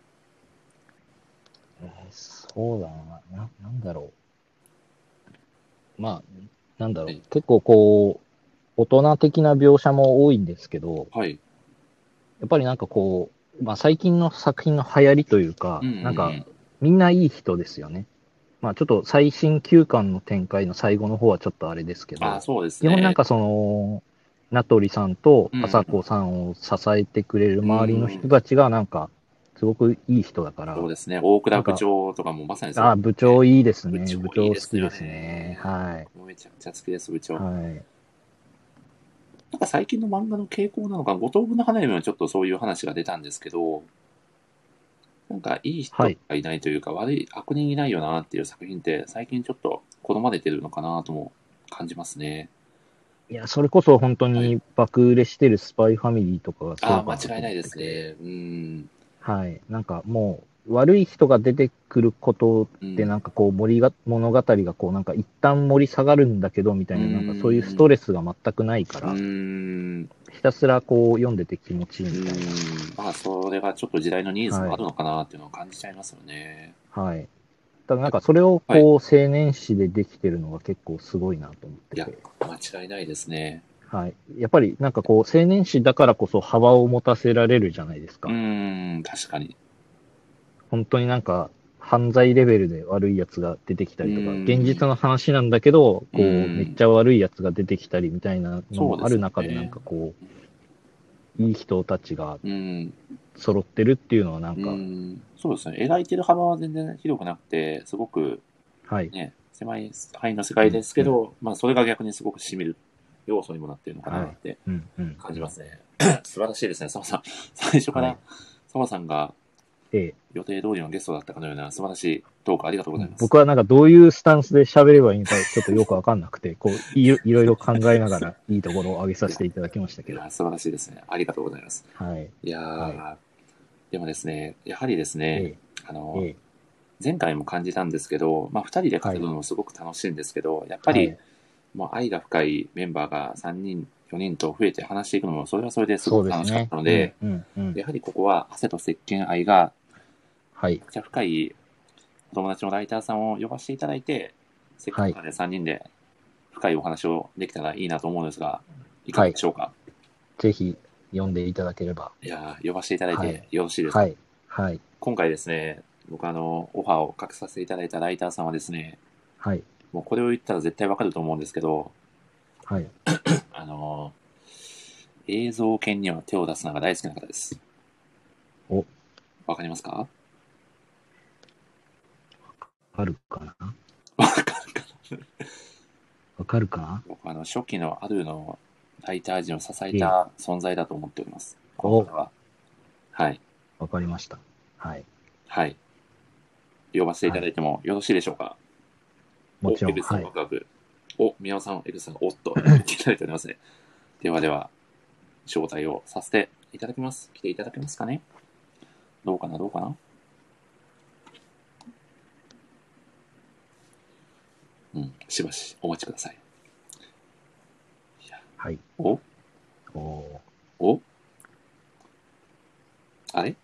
Speaker 2: そうだな。なんだろう。なんだろう。結構こう、大人的な描写も多いんですけど、
Speaker 1: はい。
Speaker 2: やっぱりなんかこう、最近の作品の流行りというか、なんか、みんないい人ですよね。ちょっと最新9巻の展開の最後の方はちょっとあれですけど、
Speaker 1: そうですね。
Speaker 2: 基本なんか名取さんと朝子さんを支えてくれる周りの人たちがなんか、すごくいい人だから。
Speaker 1: そうですね。大倉部長とかもまさにそう、
Speaker 2: ね。部長いいですね。部長好きですね。はい。
Speaker 1: めちゃくちゃ好きです、部長。
Speaker 2: はい。
Speaker 1: なんか最近の漫画の傾向なのか、五等分の花嫁はちょっとそういう話が出たんですけど、なんかいい人がいないというか、悪い悪人いないよなっていう作品って最近ちょっと好まれてるのかなとも感じますね。
Speaker 2: いや、それこそ本当に爆売れしてるスパイファミリーとかがそう
Speaker 1: ああ、
Speaker 2: かなと思っ
Speaker 1: 間違いないで
Speaker 2: てて、
Speaker 1: すね。うん。
Speaker 2: はい。なんかもう、悪い人が出てくることで、
Speaker 1: うん。
Speaker 2: なんかこう、物語がこう、なんか一旦盛り下がるんだけど、みた
Speaker 1: う
Speaker 2: いな、なんかそういうスト
Speaker 1: ん。
Speaker 2: レスが全くないか
Speaker 1: う
Speaker 2: ら、
Speaker 1: ん。
Speaker 2: ひたすらこう、読んでて気持ちいい
Speaker 1: う
Speaker 2: みたいな。
Speaker 1: ん。まあ、それがちょっと時代のニーズも
Speaker 2: はい。
Speaker 1: あるのかなっていうのを感じちゃいますよね。
Speaker 2: はい。ただなんかそれを
Speaker 1: はい。
Speaker 2: こう、青年誌でできてるのが結構すごいなと思って
Speaker 1: いや、
Speaker 2: て。
Speaker 1: 間違いないですね。
Speaker 2: はい。やっぱりなんかこう、青年誌だからこそ幅を持たせられるじゃないです
Speaker 1: う
Speaker 2: か。
Speaker 1: ん。確かに。
Speaker 2: 本当になんか、犯罪レベルで悪いやつが出てきた
Speaker 1: う
Speaker 2: りとか、現
Speaker 1: ん。
Speaker 2: 実の話なんだけど、
Speaker 1: う
Speaker 2: こう、めっ
Speaker 1: ん。
Speaker 2: ちゃ悪いやつが出てきたりみたいなのもあ
Speaker 1: そうですよ
Speaker 2: る中でなん
Speaker 1: ね。
Speaker 2: かこう、いい人たちが
Speaker 1: うん。
Speaker 2: 揃ってるっていうのはなん
Speaker 1: う
Speaker 2: か、
Speaker 1: ん。そうですね。描いてる幅は全然広くなくて、すごく
Speaker 2: はい。
Speaker 1: ね、狭い範囲の世
Speaker 2: う
Speaker 1: 界で
Speaker 2: んうん。
Speaker 1: すけど、まあ、それが逆にすごく染みる要素にもなっているのか
Speaker 2: はい。
Speaker 1: なって
Speaker 2: うんうんうん。
Speaker 1: 感じますね。素晴らしいですね、澤さん。最初か
Speaker 2: はい。
Speaker 1: ら澤さんが
Speaker 2: ええ。
Speaker 1: 予定通りのゲストだったかのような素晴らしいトークありがとうございます。
Speaker 2: 僕はなんかどういうスタンスで喋ればいいのかちょっとよくわかんなくて、こう、いろいろ考えながらいいところを上げさ
Speaker 1: いや、
Speaker 2: せていただきましたけど。
Speaker 1: いや、素晴らしいですね。ありがとうございます。
Speaker 2: はい。
Speaker 1: いや
Speaker 2: はい。
Speaker 1: ー、でもですね、やはりですね、
Speaker 2: ええ。
Speaker 1: あの、
Speaker 2: ええ。
Speaker 1: 前回も感じたんですけど、まあ、二人で語
Speaker 2: はい。
Speaker 1: るのもすごく楽しいんですけど、やっぱり、
Speaker 2: はい。
Speaker 1: もう愛が深いメンバーが3人、4人と増えて話していくのも、それはそれですご
Speaker 2: そう
Speaker 1: く楽しかっ
Speaker 2: ですね。うん
Speaker 1: たので、
Speaker 2: うんうん。
Speaker 1: やはりここは汗と石鹸愛が
Speaker 2: はい。
Speaker 1: めっちゃ深いお友達のライターさんを呼ばせていただいて、せっか
Speaker 2: はい。
Speaker 1: くなので3人で深いお話をできたらいいなと思うんですが、いか
Speaker 2: はい。
Speaker 1: がでしょうか。
Speaker 2: ぜひ読んでいただければ。
Speaker 1: いやー、呼ばせていただい
Speaker 2: はい。
Speaker 1: てよろしいですか。
Speaker 2: はい。はい。
Speaker 1: 今回ですね、僕オファーをかけさせていただいたライターさんはですね、
Speaker 2: はい。
Speaker 1: もうこれを言ったら絶対わかると思うんですけど、
Speaker 2: はい。
Speaker 1: あの映像犬には手を出すのが大好きな方です。
Speaker 2: お、
Speaker 1: わかりますか。
Speaker 2: わかるかな。
Speaker 1: わかるか。
Speaker 2: わかるかな。
Speaker 1: 僕初期のあるのライター陣を支え
Speaker 2: ええ。
Speaker 1: た存在だと思っております。この
Speaker 2: お、
Speaker 1: 方は。はい。
Speaker 2: わかりました。はい。
Speaker 1: はい。呼ばせていた
Speaker 2: はい。
Speaker 1: だいてもよろしいでしょうか。お、
Speaker 2: もちろん、
Speaker 1: 江口さ
Speaker 2: はい。
Speaker 1: んワクワク。お、宮尾さん、江口さん、おっと、言っていただいておりますね。ではでは、招待をさせていただきます。来ていただけますかね。どうかな、どうかな。うん、しばしお待ちください。いや、
Speaker 2: はい。
Speaker 1: お
Speaker 2: お、
Speaker 1: おあれ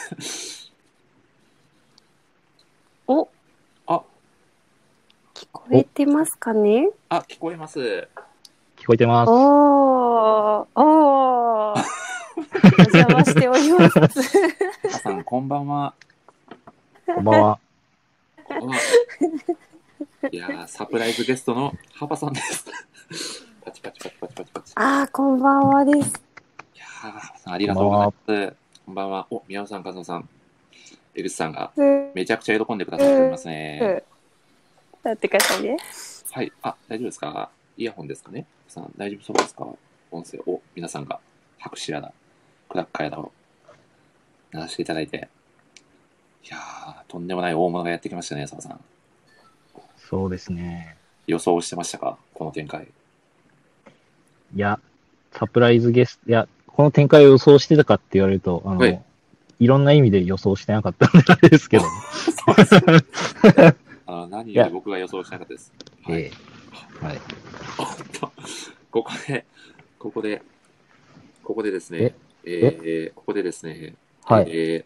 Speaker 3: お、
Speaker 1: あ、
Speaker 3: 聞こえてますかね。
Speaker 1: あ、聞こえます。
Speaker 2: 聞こえてます。
Speaker 3: おー、お邪魔しております。
Speaker 1: 皆さん、こんばんは。
Speaker 2: こんばんは。
Speaker 1: こんばんは。いやー、サプライズゲストのハパさんです。パチパチパチパチパチパチ。
Speaker 3: こんばんはです。
Speaker 1: いやー、ハパさんありがとうございます。こんばんは。お、宮尾さん、和野さん、江口さんがめちゃくちゃ喜んでくださっておりますね。
Speaker 3: 待ってくださいね。
Speaker 1: はい。あ、大丈夫ですか。イヤホンですかね。さん、大丈夫そうですか。音声を、皆さんが拍手やら、クラッカーやらを鳴らしていただいて。いやー、とんでもない大物がやってきましたね、澤さん。
Speaker 2: そうですね。
Speaker 1: 予想してましたか、この展開。
Speaker 2: いや、サプライズゲスト、いや、この展開を予想してたかって言われると、
Speaker 1: はい。
Speaker 2: いろんな意味で予想してなかったんであれですけど。
Speaker 1: そうですね。何より僕が予想しなかったです。はい。
Speaker 2: ええ。はい。
Speaker 1: おっと、ここで、ここで、ここでですね、ここでですね、
Speaker 2: はい。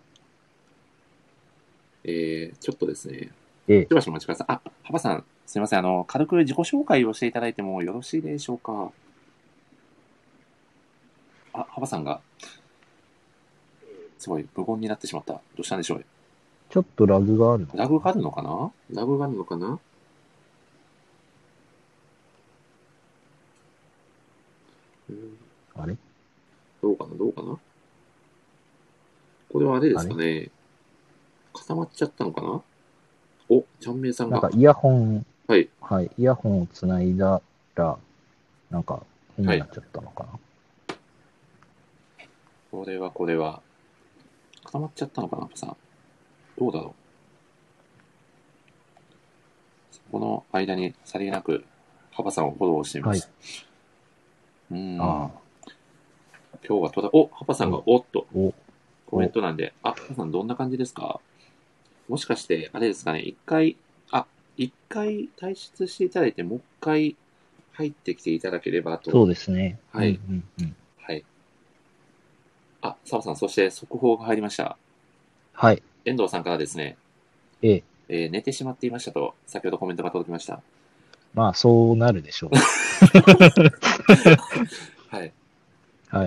Speaker 1: ちょっとですね、
Speaker 2: ええ。
Speaker 1: しばしお待ちください。あ、ハバさん、すみません。軽く自己紹介をしていただいてもよろしいでしょうか。あ、ハバさんが、すごい無言になってしまった。どうしたんでしょう。
Speaker 2: ちょっとラグがあるのかな。
Speaker 1: ラグがあるのかな。ラグがあるのかな。
Speaker 2: あれ
Speaker 1: どうかな、どうかな。これはあれで
Speaker 2: あれ
Speaker 1: すかね。固まっちゃったのかな。お、ちゃんめいさんが。
Speaker 2: なんかイヤホン、
Speaker 1: はい、
Speaker 2: はい、イヤホンをつないだら、なんか変
Speaker 1: はい。
Speaker 2: になっちゃったのかな。
Speaker 1: これは、固まっちゃったのかな、ハバさん。どうだろう。この間にさりげなく、ハバさんをフォローしてみま
Speaker 2: はい。
Speaker 1: す。
Speaker 2: あ
Speaker 1: 今日はハパさんがおっと
Speaker 2: お
Speaker 1: コメントなんで、ハパさんどんな感じですか？もしかして、あれですかね、一回退出していただいて、もう一回入ってきていただければと。
Speaker 2: そうですね。
Speaker 1: はい。
Speaker 2: うんうんうん、
Speaker 1: はい。澤さん、そして速報が入りました。
Speaker 2: はい。
Speaker 1: 遠藤さんからですね、
Speaker 2: 寝
Speaker 1: てしまっていましたと、先ほどコメントが届きました。
Speaker 2: まあ、そうなるでしょう。
Speaker 1: はい。
Speaker 2: はい。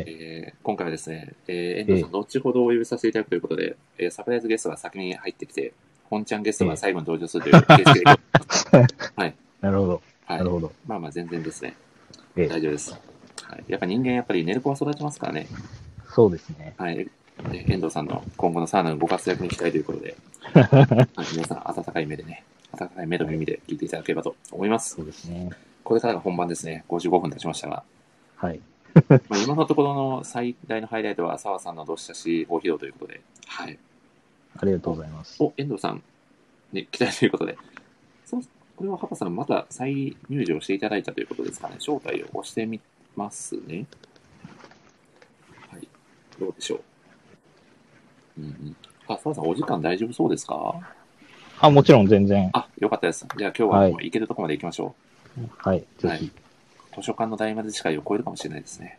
Speaker 1: 今回はですね、遠藤さん、後ほどお呼びさせていただくということで、サプライズゲストが先に入ってきて、本ちゃんゲストが最後に登場するという形式で、はい。
Speaker 2: なるほど。
Speaker 1: はい。
Speaker 2: なるほど。
Speaker 1: まあ全然ですね。大丈夫です。はい。やっぱ人間、寝る子は育ちますからね。
Speaker 2: そうですね。
Speaker 1: はい。遠藤さんの今後のさらなるご活躍に期待ということで、はい、皆さん、温かい目と耳で聞いていただければと思います。
Speaker 2: そうですね。
Speaker 1: これからが本番ですね。55分経ちましたが。
Speaker 2: はい。
Speaker 1: 今のところの最大のハイライトは、澤さんのどしゃしご披露ということで、はい。
Speaker 2: ありがとうございます。
Speaker 1: 遠藤さんに期待ということで、これはハパさんまた再入場していただいたということですかね。招待を押してみますね。はい。どうでしょう。澤さんお時間大丈夫そうですか？
Speaker 2: もちろん全然。
Speaker 1: よかったです。じゃあ今日はもう行けるところまで行きましょ
Speaker 2: う。はい、ぜひ。
Speaker 1: 図書館の大魔使いを超えるかもしれないですね。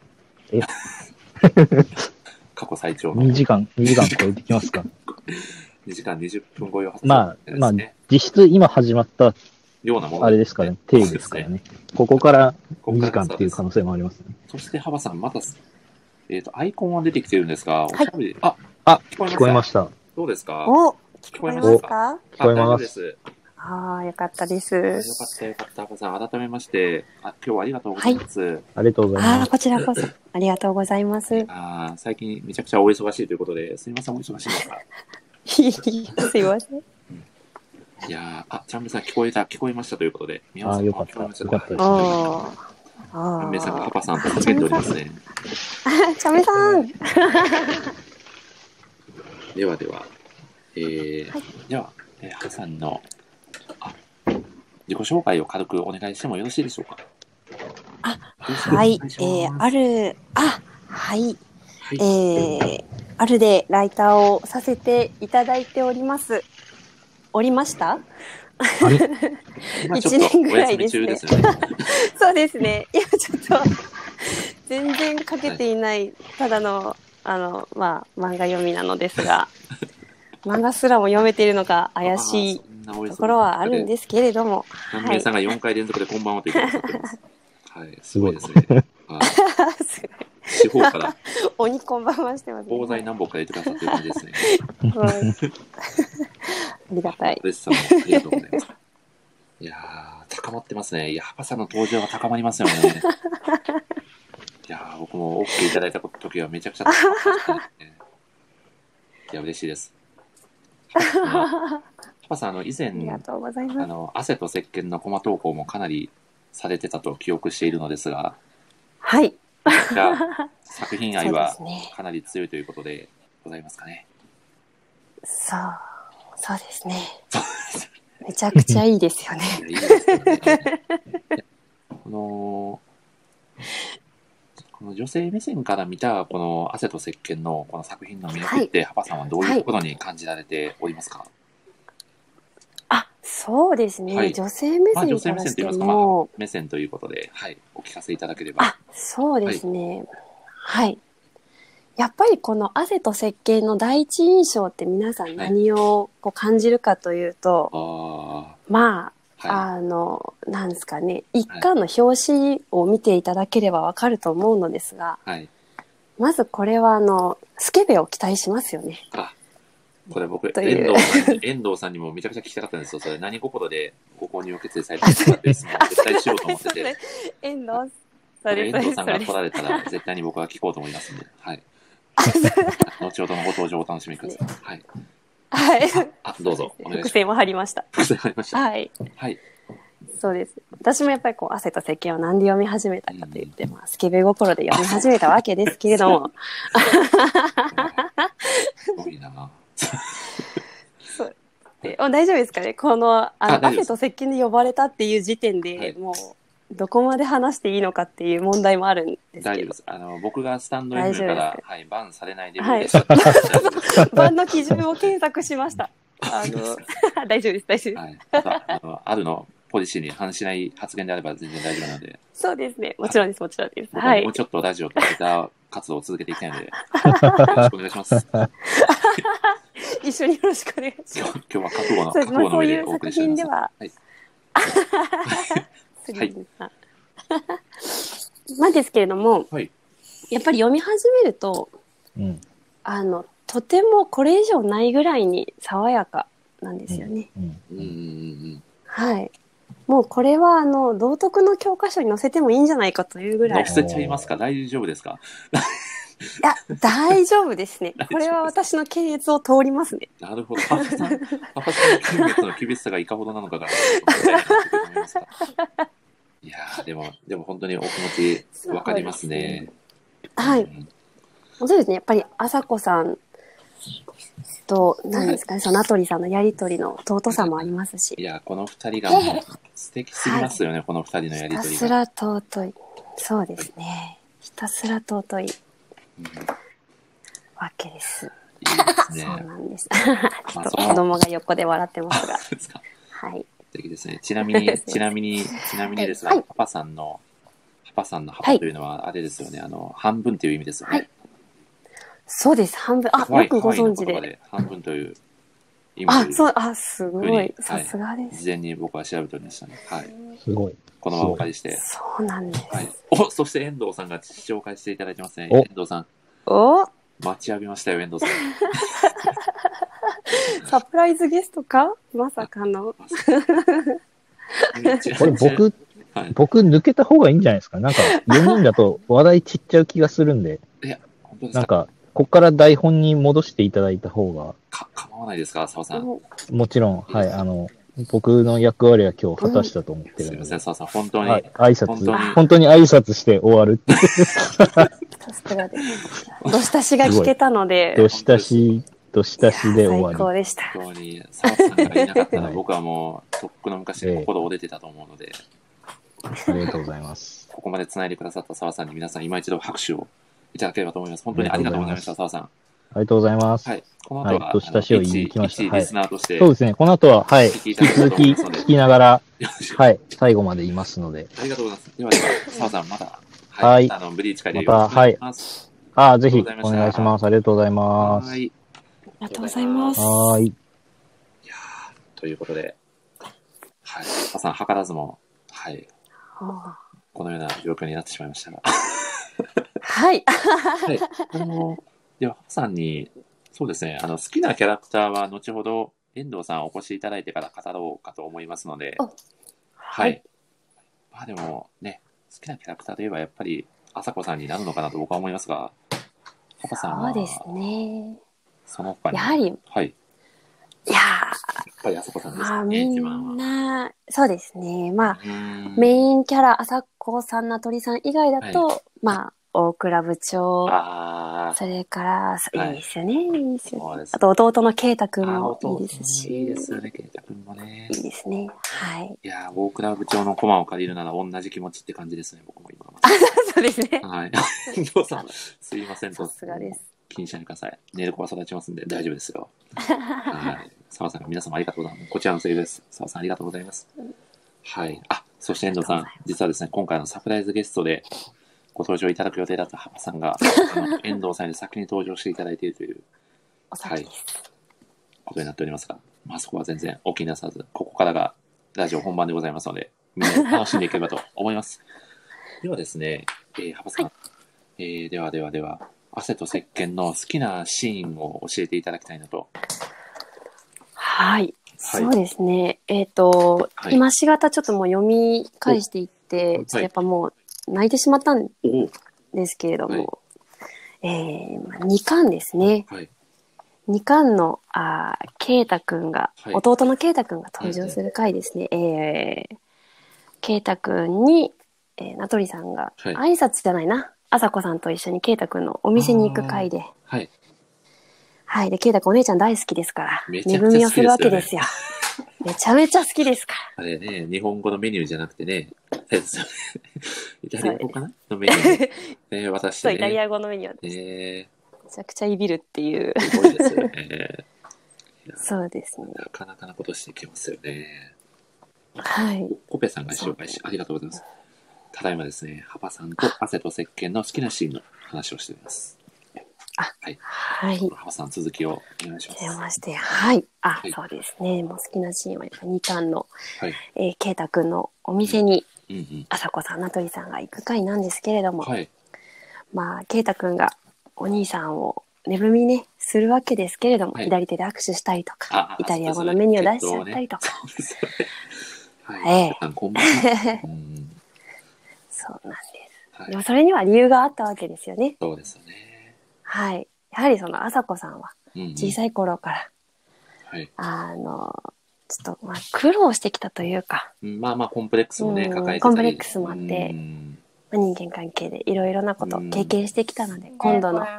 Speaker 1: 過去最長の。
Speaker 2: 2時間超えてきますか？
Speaker 1: 2時間20分超えを挟
Speaker 2: んで、まあ、実質今始まった
Speaker 1: ようなもの、
Speaker 2: あれですかね、定義ですからね。ここから2時間っていう可能性もありますね。
Speaker 1: そして、ハバさん、また、アイコンは出てきてるんですが、
Speaker 3: はい、
Speaker 2: 聞こえました。
Speaker 1: どうですか？
Speaker 3: 聞こえますか？
Speaker 2: 聞こえます。
Speaker 1: よ
Speaker 3: かったです。
Speaker 1: よかった。ハバさん、改めまして、今日はありがとうございます。
Speaker 2: ありがとうございます。
Speaker 3: こちらこそ、ありがとうございます。
Speaker 1: 最近めちゃくちゃお忙しいということで、すみません、お忙しいですか？
Speaker 3: すいません。
Speaker 1: いやチャンメさん聞こえましたということで、
Speaker 2: よかった。よかったです。
Speaker 1: チャンメさんがパパさんと叫んでおりますね。
Speaker 3: チャンメさん
Speaker 1: では、では、ハさんの、自己紹介を軽くお願いしてもよろしいでしょうか？
Speaker 3: はい。あるでライターをさせていただいておりました1年ぐらいですね。そうですね。今ちょっと全然書けていない、ただの漫画読みなのですが、漫画すらも読めているのか怪しいところはあるんですけれども、
Speaker 1: 皆さんが4回連続でこんばんはと言ってくださってます。はい、すごいですね。地方から
Speaker 3: 鬼こんばんはしてますね。
Speaker 1: 東西南北から言ってくださってる感じですね。
Speaker 3: ありがたい。
Speaker 1: ありがとうございます。いやー、高まってますね。ハパさんの登場が高まりますよね。いやー、僕も OK いただいた時はめちゃくちゃ高まってましたね。いや、嬉しいです。ハパさん、以前、汗と石鹸のコマ投稿もかなりされてたと記憶しているのですが、
Speaker 3: はい。
Speaker 1: じゃあ、作品愛はかなり強いということでございますかね。
Speaker 3: そうですね。めちゃくちゃいいですよね。
Speaker 1: いいですよね。この女性目線から見たこの汗と石鹸のこの作品の魅力って、ハパさんはどういうところに感じられておりますか？
Speaker 3: そうですね。女性目線からしても、
Speaker 1: 目線ということで、お聞かせいただければ。
Speaker 3: そうですね。やっぱりこの汗と石鹸の第一印象って皆さん何を感じるかというと、なんですかね、一巻の表紙を見ていただければわかると思うのですが、まずこれはスケベを期待しますよね。
Speaker 1: これ僕、遠藤さんにもめちゃくちゃ聞きたかったんですよ。それ何心でご購入を決意されてるかって絶対しようと思ってて。遠藤さんが来られたら絶対に僕は聞こうと思いますので、後ほどのご登場をお楽しみください。どうぞお願いします。
Speaker 3: 伏線も張りました。そうです。私もやっぱり汗と石鹸をなんで読み始めたかといって、スケベ心で読み始めたわけですけれども。
Speaker 1: すごいな。
Speaker 3: 大丈夫ですかね。この汗と石鹸で呼ばれたっていう時点で、もうどこまで話していいのかっていう問題もあるんです
Speaker 1: 大丈夫
Speaker 3: けど。
Speaker 1: です。僕がスタンド FM か
Speaker 3: 大
Speaker 1: ら、
Speaker 3: 丈夫
Speaker 1: はい、バンされないレベルです。
Speaker 3: 版の基準を検索しました。大丈夫です、大丈夫です。
Speaker 1: はい。あとはあるのポリシーに反しない発言であれば全然大丈夫なので。
Speaker 3: そうですね。もちろんです、もちろんです。
Speaker 1: 僕
Speaker 3: は
Speaker 1: はいもうちょっとラジオとギター活動を続けていきたいので、よろしくお願いします。
Speaker 3: 一緒によろしくお願いします。
Speaker 1: 今日は覚悟の、
Speaker 3: そうです。まあ、
Speaker 1: 覚悟の上
Speaker 3: そういう作
Speaker 1: でお送りしております。
Speaker 3: 品では、
Speaker 1: はい。
Speaker 3: スリリングなまあですけれども、
Speaker 1: はい。
Speaker 3: やっぱり読み始めると、
Speaker 2: うん。
Speaker 3: とてもこれ以上ないぐらいに爽やかなんですよね。
Speaker 2: うん。
Speaker 1: うんうんうん
Speaker 3: はい。もうこれは道徳の教科書に載せてもいいんじゃないかというぐ
Speaker 1: うん。
Speaker 3: らい。
Speaker 1: 載せちゃいますか？大丈夫ですか？
Speaker 3: いや、大丈夫ですね。これは私の検閲を通りますね。
Speaker 1: なるほど。パパさんの金月の厳しさがいかほどなのかが、ちょっと問題になってくると思いますが。いやー、でも本当にお気持ちわかりますね。
Speaker 3: はい。
Speaker 1: うん
Speaker 3: そうですね。やっぱり、朝子さんと、何ですかね、その名取さんのやりとりの尊さもありますし。
Speaker 1: いや、この二人がもう素敵すぎますよね、この二人のやりとりが。
Speaker 3: ひたすら尊い。そうですね。ひたすら尊い
Speaker 1: うん
Speaker 3: わけです。
Speaker 1: いいですね。
Speaker 3: そうなんです。ちょっ
Speaker 1: まあその
Speaker 3: と子供が横で笑ってますが。
Speaker 1: そうですか。
Speaker 3: はい。
Speaker 1: 素敵ですね。ちなみにですが、
Speaker 3: はい
Speaker 1: パパさんの幅というのはあれですよね。半分という意味ですよね。
Speaker 3: はいそうです。半分。あ、よくご存知で。
Speaker 1: 半分という意味という。
Speaker 3: そう、すごい。
Speaker 1: はい
Speaker 3: さすがです。
Speaker 1: 事前に僕は調べておりましたね。はい。
Speaker 2: すごい。
Speaker 1: この場をお借りして。
Speaker 3: そうなんです。
Speaker 1: はい。そして遠藤さんが紹介していただいてますね。
Speaker 2: お
Speaker 1: 遠藤さん。
Speaker 3: お
Speaker 1: 待ちわびましたよ、遠藤さん。
Speaker 3: サプライズゲストかまさかの。
Speaker 2: これ僕抜けた方がいいんじゃないですか。なんか4人だと話題散っちゃう気がするんで。
Speaker 1: いや、本当ですか。
Speaker 2: なんか、ここから台本に戻していただいた方が。
Speaker 1: 構わないですか、澤さん。
Speaker 2: もちろん、はい、僕の役割は今日果たしたと思ってるので。
Speaker 1: すいません、澤さん、本当に。
Speaker 2: はい、本当に挨拶して終わるっていう。
Speaker 3: さすがです。どしたしが聞けたので。
Speaker 2: どしたしで終わり。
Speaker 3: 最高でした。
Speaker 1: 本当に、澤さんがいなかったら僕はもう、とっくの昔に心折れてたと思うので。
Speaker 2: ありがとうございます。
Speaker 1: ここまで繋いでくださった澤さんに皆さん今一度拍手をいただければと思います。本当にありがとうございました、澤さん。
Speaker 2: ありがとうございます。
Speaker 1: はい。この後は、
Speaker 2: どしたしを言いに来ました。
Speaker 1: 一リスナーとして、
Speaker 2: そうですね。この後は、はい。引き続き聞きながら、はい。最後までいますので。
Speaker 1: ありがとうございます。では、澤さん、また、
Speaker 2: はい。
Speaker 1: ブリーチ会でよろしくお願いします。
Speaker 2: ぜひ、お願いします。ありがとうございます。
Speaker 1: はい。
Speaker 3: ありがとうございます。
Speaker 2: はい。
Speaker 1: いやということで、はい。澤さん、図らずも、はい。このような状況になってしまいましたが。
Speaker 3: はい。
Speaker 1: はい。では、さんに、そうですね、好きなキャラクターは後ほど遠藤さんお越しいただいてから語ろうかと思いますので、はい。まあでもね、好きなキャラクターといえばやっぱり、朝子さんになるのかなと僕は思いますが、パパさんは、
Speaker 3: そうですね。
Speaker 1: その他に、
Speaker 3: やはり、
Speaker 1: はい。
Speaker 3: いや
Speaker 1: やっぱり朝子さんですかね、
Speaker 3: み
Speaker 1: 一番は。
Speaker 3: んな、そうですね。まあ、メインキャラ、朝子さん、名取さん以外だと、まあ、大倉部長、それから、いいですよね。いいですよね。あと、弟の圭太くんもいいですし。
Speaker 1: いいですよね、圭太くんもね。
Speaker 3: いいですね。はい。
Speaker 1: いや、大倉部長のコマを借りるなら同じ気持ちって感じですね、僕も今。
Speaker 3: そうですね。
Speaker 1: はい。遠藤さん、すいませんと。
Speaker 3: さすがです。
Speaker 1: 気にしないでください。寝る子は育ちますんで大丈夫ですよ。はい。澤さん、皆様ありがとうございます。こちらのセリフです。澤さんありがとうございます。はい。そして遠藤さん、実はですね、今回のサプライズゲストでご登場いただく予定だったハパさんが、遠藤さんに先に登場していただいているという、
Speaker 3: はい。
Speaker 1: ことになっておりますが、まあそこは全然お気になさず、ここからがラジオ本番でございますので、みんな楽しんでいければと思います。ではですね、ハパさん、では、汗と石鹸の好きなシーンを教えていただきたいなと。
Speaker 3: はい。そうですね。今しがたちょっともう読み返していって、ちょっとやっぱもう泣いてしまったんですけれども、2巻ですね。2巻の、圭太くんが、弟の圭太くんが登場する回ですね。圭太くんに、名取さんが、挨拶じゃないな。朝子さんと一緒に圭太くんのお店に行く回で。はい。で、圭太くんお姉ちゃん大好きですから、恵みをするわけですよ。めちゃめちゃ好きですから。
Speaker 1: あれね、日本語のメニューじゃなくてね、 ですよね。イタリア語かなのメニュー、渡して、ね。
Speaker 3: そう、イタリア語のメニューです。めちゃくちゃいびるっていう。
Speaker 1: すごいですよね。
Speaker 3: そうですね。
Speaker 1: なかなかなことしてきますよね。
Speaker 3: はい。
Speaker 1: コペさんが紹介し、ありがとうございます。ただいまですね、ハパさんと汗と石鹸の好きなシーンの話をしております。
Speaker 3: はい。はい。
Speaker 1: ハパさん、続きをお願いします。
Speaker 3: 出まして、はい。そうですね。もう好きなシーンは2巻の、ケイタくんのお店に、朝子さん、名取さんが行く回なんですけれども、まあ、ケイタくんがお兄さんを寝踏みね、するわけですけれども、左手で握手したりとか、イタリア語のメニューを出しちゃったりとか。そうなんです。でもそれには理由があったわけですよね。
Speaker 1: そうですよね。
Speaker 3: はい。やはりその朝子さんは小さい頃から、ちょっとまあ苦労してきたというか、
Speaker 1: まあまあコンプレックスもね、抱えてたり、
Speaker 3: コンプレックスもあって、人間関係でいろいろなことを経験してきたので、今度の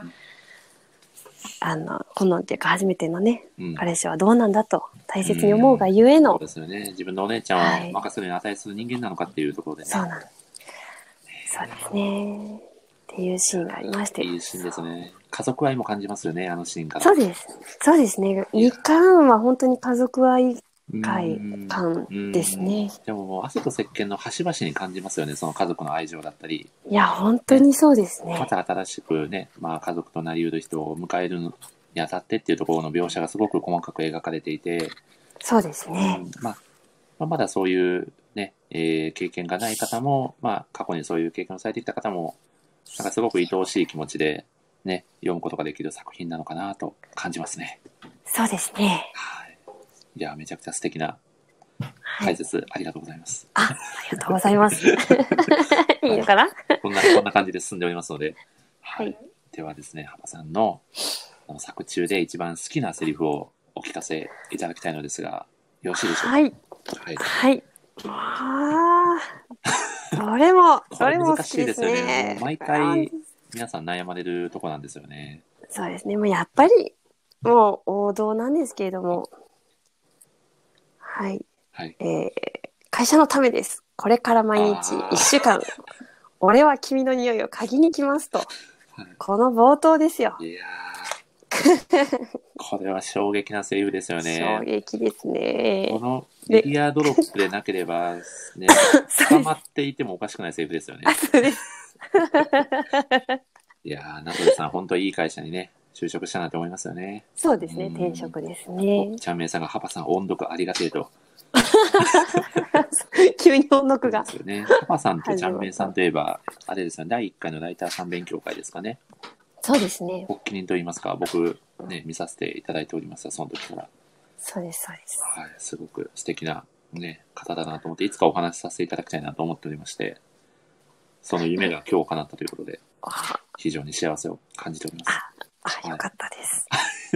Speaker 3: 今度っていうか初めてのね、彼氏はどうなんだと大切に思うがゆえの、
Speaker 1: そうですよね。自分のお姉ちゃんを任せるに値する人間なのかっていうところでね。
Speaker 3: そうなんです。そうですね。っていうシーンがありまして。
Speaker 1: いいシーンですね。家族愛も感じますよね、あのシーンから。
Speaker 3: そうです。そうですね。2巻は本当に家族愛感ですね。
Speaker 1: でももう汗と石鹸の端々に感じますよね、その家族の愛情だったり。
Speaker 3: いや、本当にそうですね。
Speaker 1: また新しくね、まあ家族となり得る人を迎えるにあたってっていうところの描写がすごく細かく描かれていて。
Speaker 3: そうですね。
Speaker 1: まだそういうね、経験がない方も、過去にそういう経験をされてきた方も、なんかすごく愛おしい気持ちでね、読むことができる作品なのかなと感じますね。
Speaker 3: そうですね。
Speaker 1: はい。いや、めちゃくちゃ素敵な解説、ありがとうございます。
Speaker 3: ありがとうございます。いいのかな
Speaker 1: こんな感じで進んでおりますので。はい。ではですね、ハパさんの作中で一番好きなセリフをお聞かせいただきたいのですが、よろしいでしょうか。はい。
Speaker 3: はい。どれも
Speaker 1: 難しいですよね。もう毎回皆さん悩まれるとこなんですよね。
Speaker 3: そうですね。もうやっぱりもう王道なんですけれども、はい。会社のためです。これから毎日1週間、俺は君の匂いを嗅ぎに来ますと。この冒頭ですよ。
Speaker 1: いやこれは衝撃なセリフですよね。
Speaker 3: 衝撃ですね。
Speaker 1: このエリアドロップでなければ、ね、捕まっていてもおかしくないセリフですよね。
Speaker 3: そうです。
Speaker 1: いやー、名取さん、本当いい会社にね、就職したなと思いますよね。
Speaker 3: そうですね、転職ですね。
Speaker 1: ちゃんめいさんがハパさん音読ありがてえと。
Speaker 3: 急に音読が。
Speaker 1: ですよね。ハパさんとちゃんめいさんといえば、あれですよね、第1回のライターさん勉強会ですかね。
Speaker 3: そうですね。
Speaker 1: 発起人といいますか、僕ね、見させていただいておりますが、その時から。
Speaker 3: そうです、そうです。
Speaker 1: はい、すごく素敵なね、方だなと思って、いつかお話しさせていただきたいなと思っておりまして、その夢が今日叶ったということで、非常に幸せを感じております。
Speaker 3: よかったです。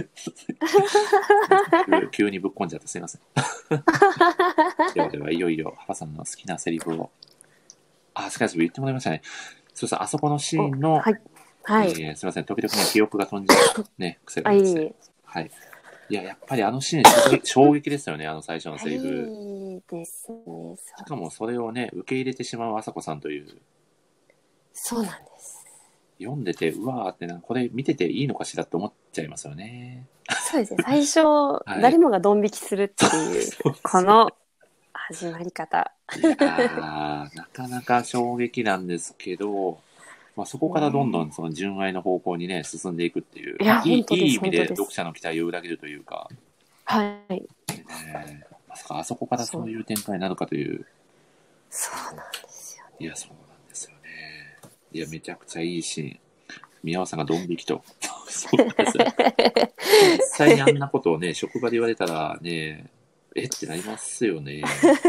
Speaker 1: 急にぶっこんじゃってすいません。ではいよいよ、ハパさんの好きなセリフを、好きなセリフ言ってもらいましたね。そうそう、あそこのシーンの、すいません、時々ね、記憶が飛んじゃうね、癖がありますね。はい。いや、やっぱりあのシーン衝撃ですよね、あの最初のセリフ。
Speaker 3: いいですね。
Speaker 1: しかもそれをね、受け入れてしまう朝子さんという。
Speaker 3: そうなんです。
Speaker 1: 読んでて、うわーってこれ見てていいのかしらって思っちゃいますよね。
Speaker 3: そうですね、最初、誰もがドン引きするっていう、この始まり方。
Speaker 1: いやー、なかなか衝撃なんですけど、そこからどんどんその純愛の方向にね、進んでいくっていう、いい意味で読者の期待を裏切るというか、
Speaker 3: はい。
Speaker 1: まさかあそこからそういう展開になるかという。
Speaker 3: そうなんですよね。
Speaker 1: いや、そうなんですよね。いや、めちゃくちゃいいシーン。宮尾さんがドン引きと。そうなんですよ。実際にあんなことをね、職場で言われたらね、ってなりますよね。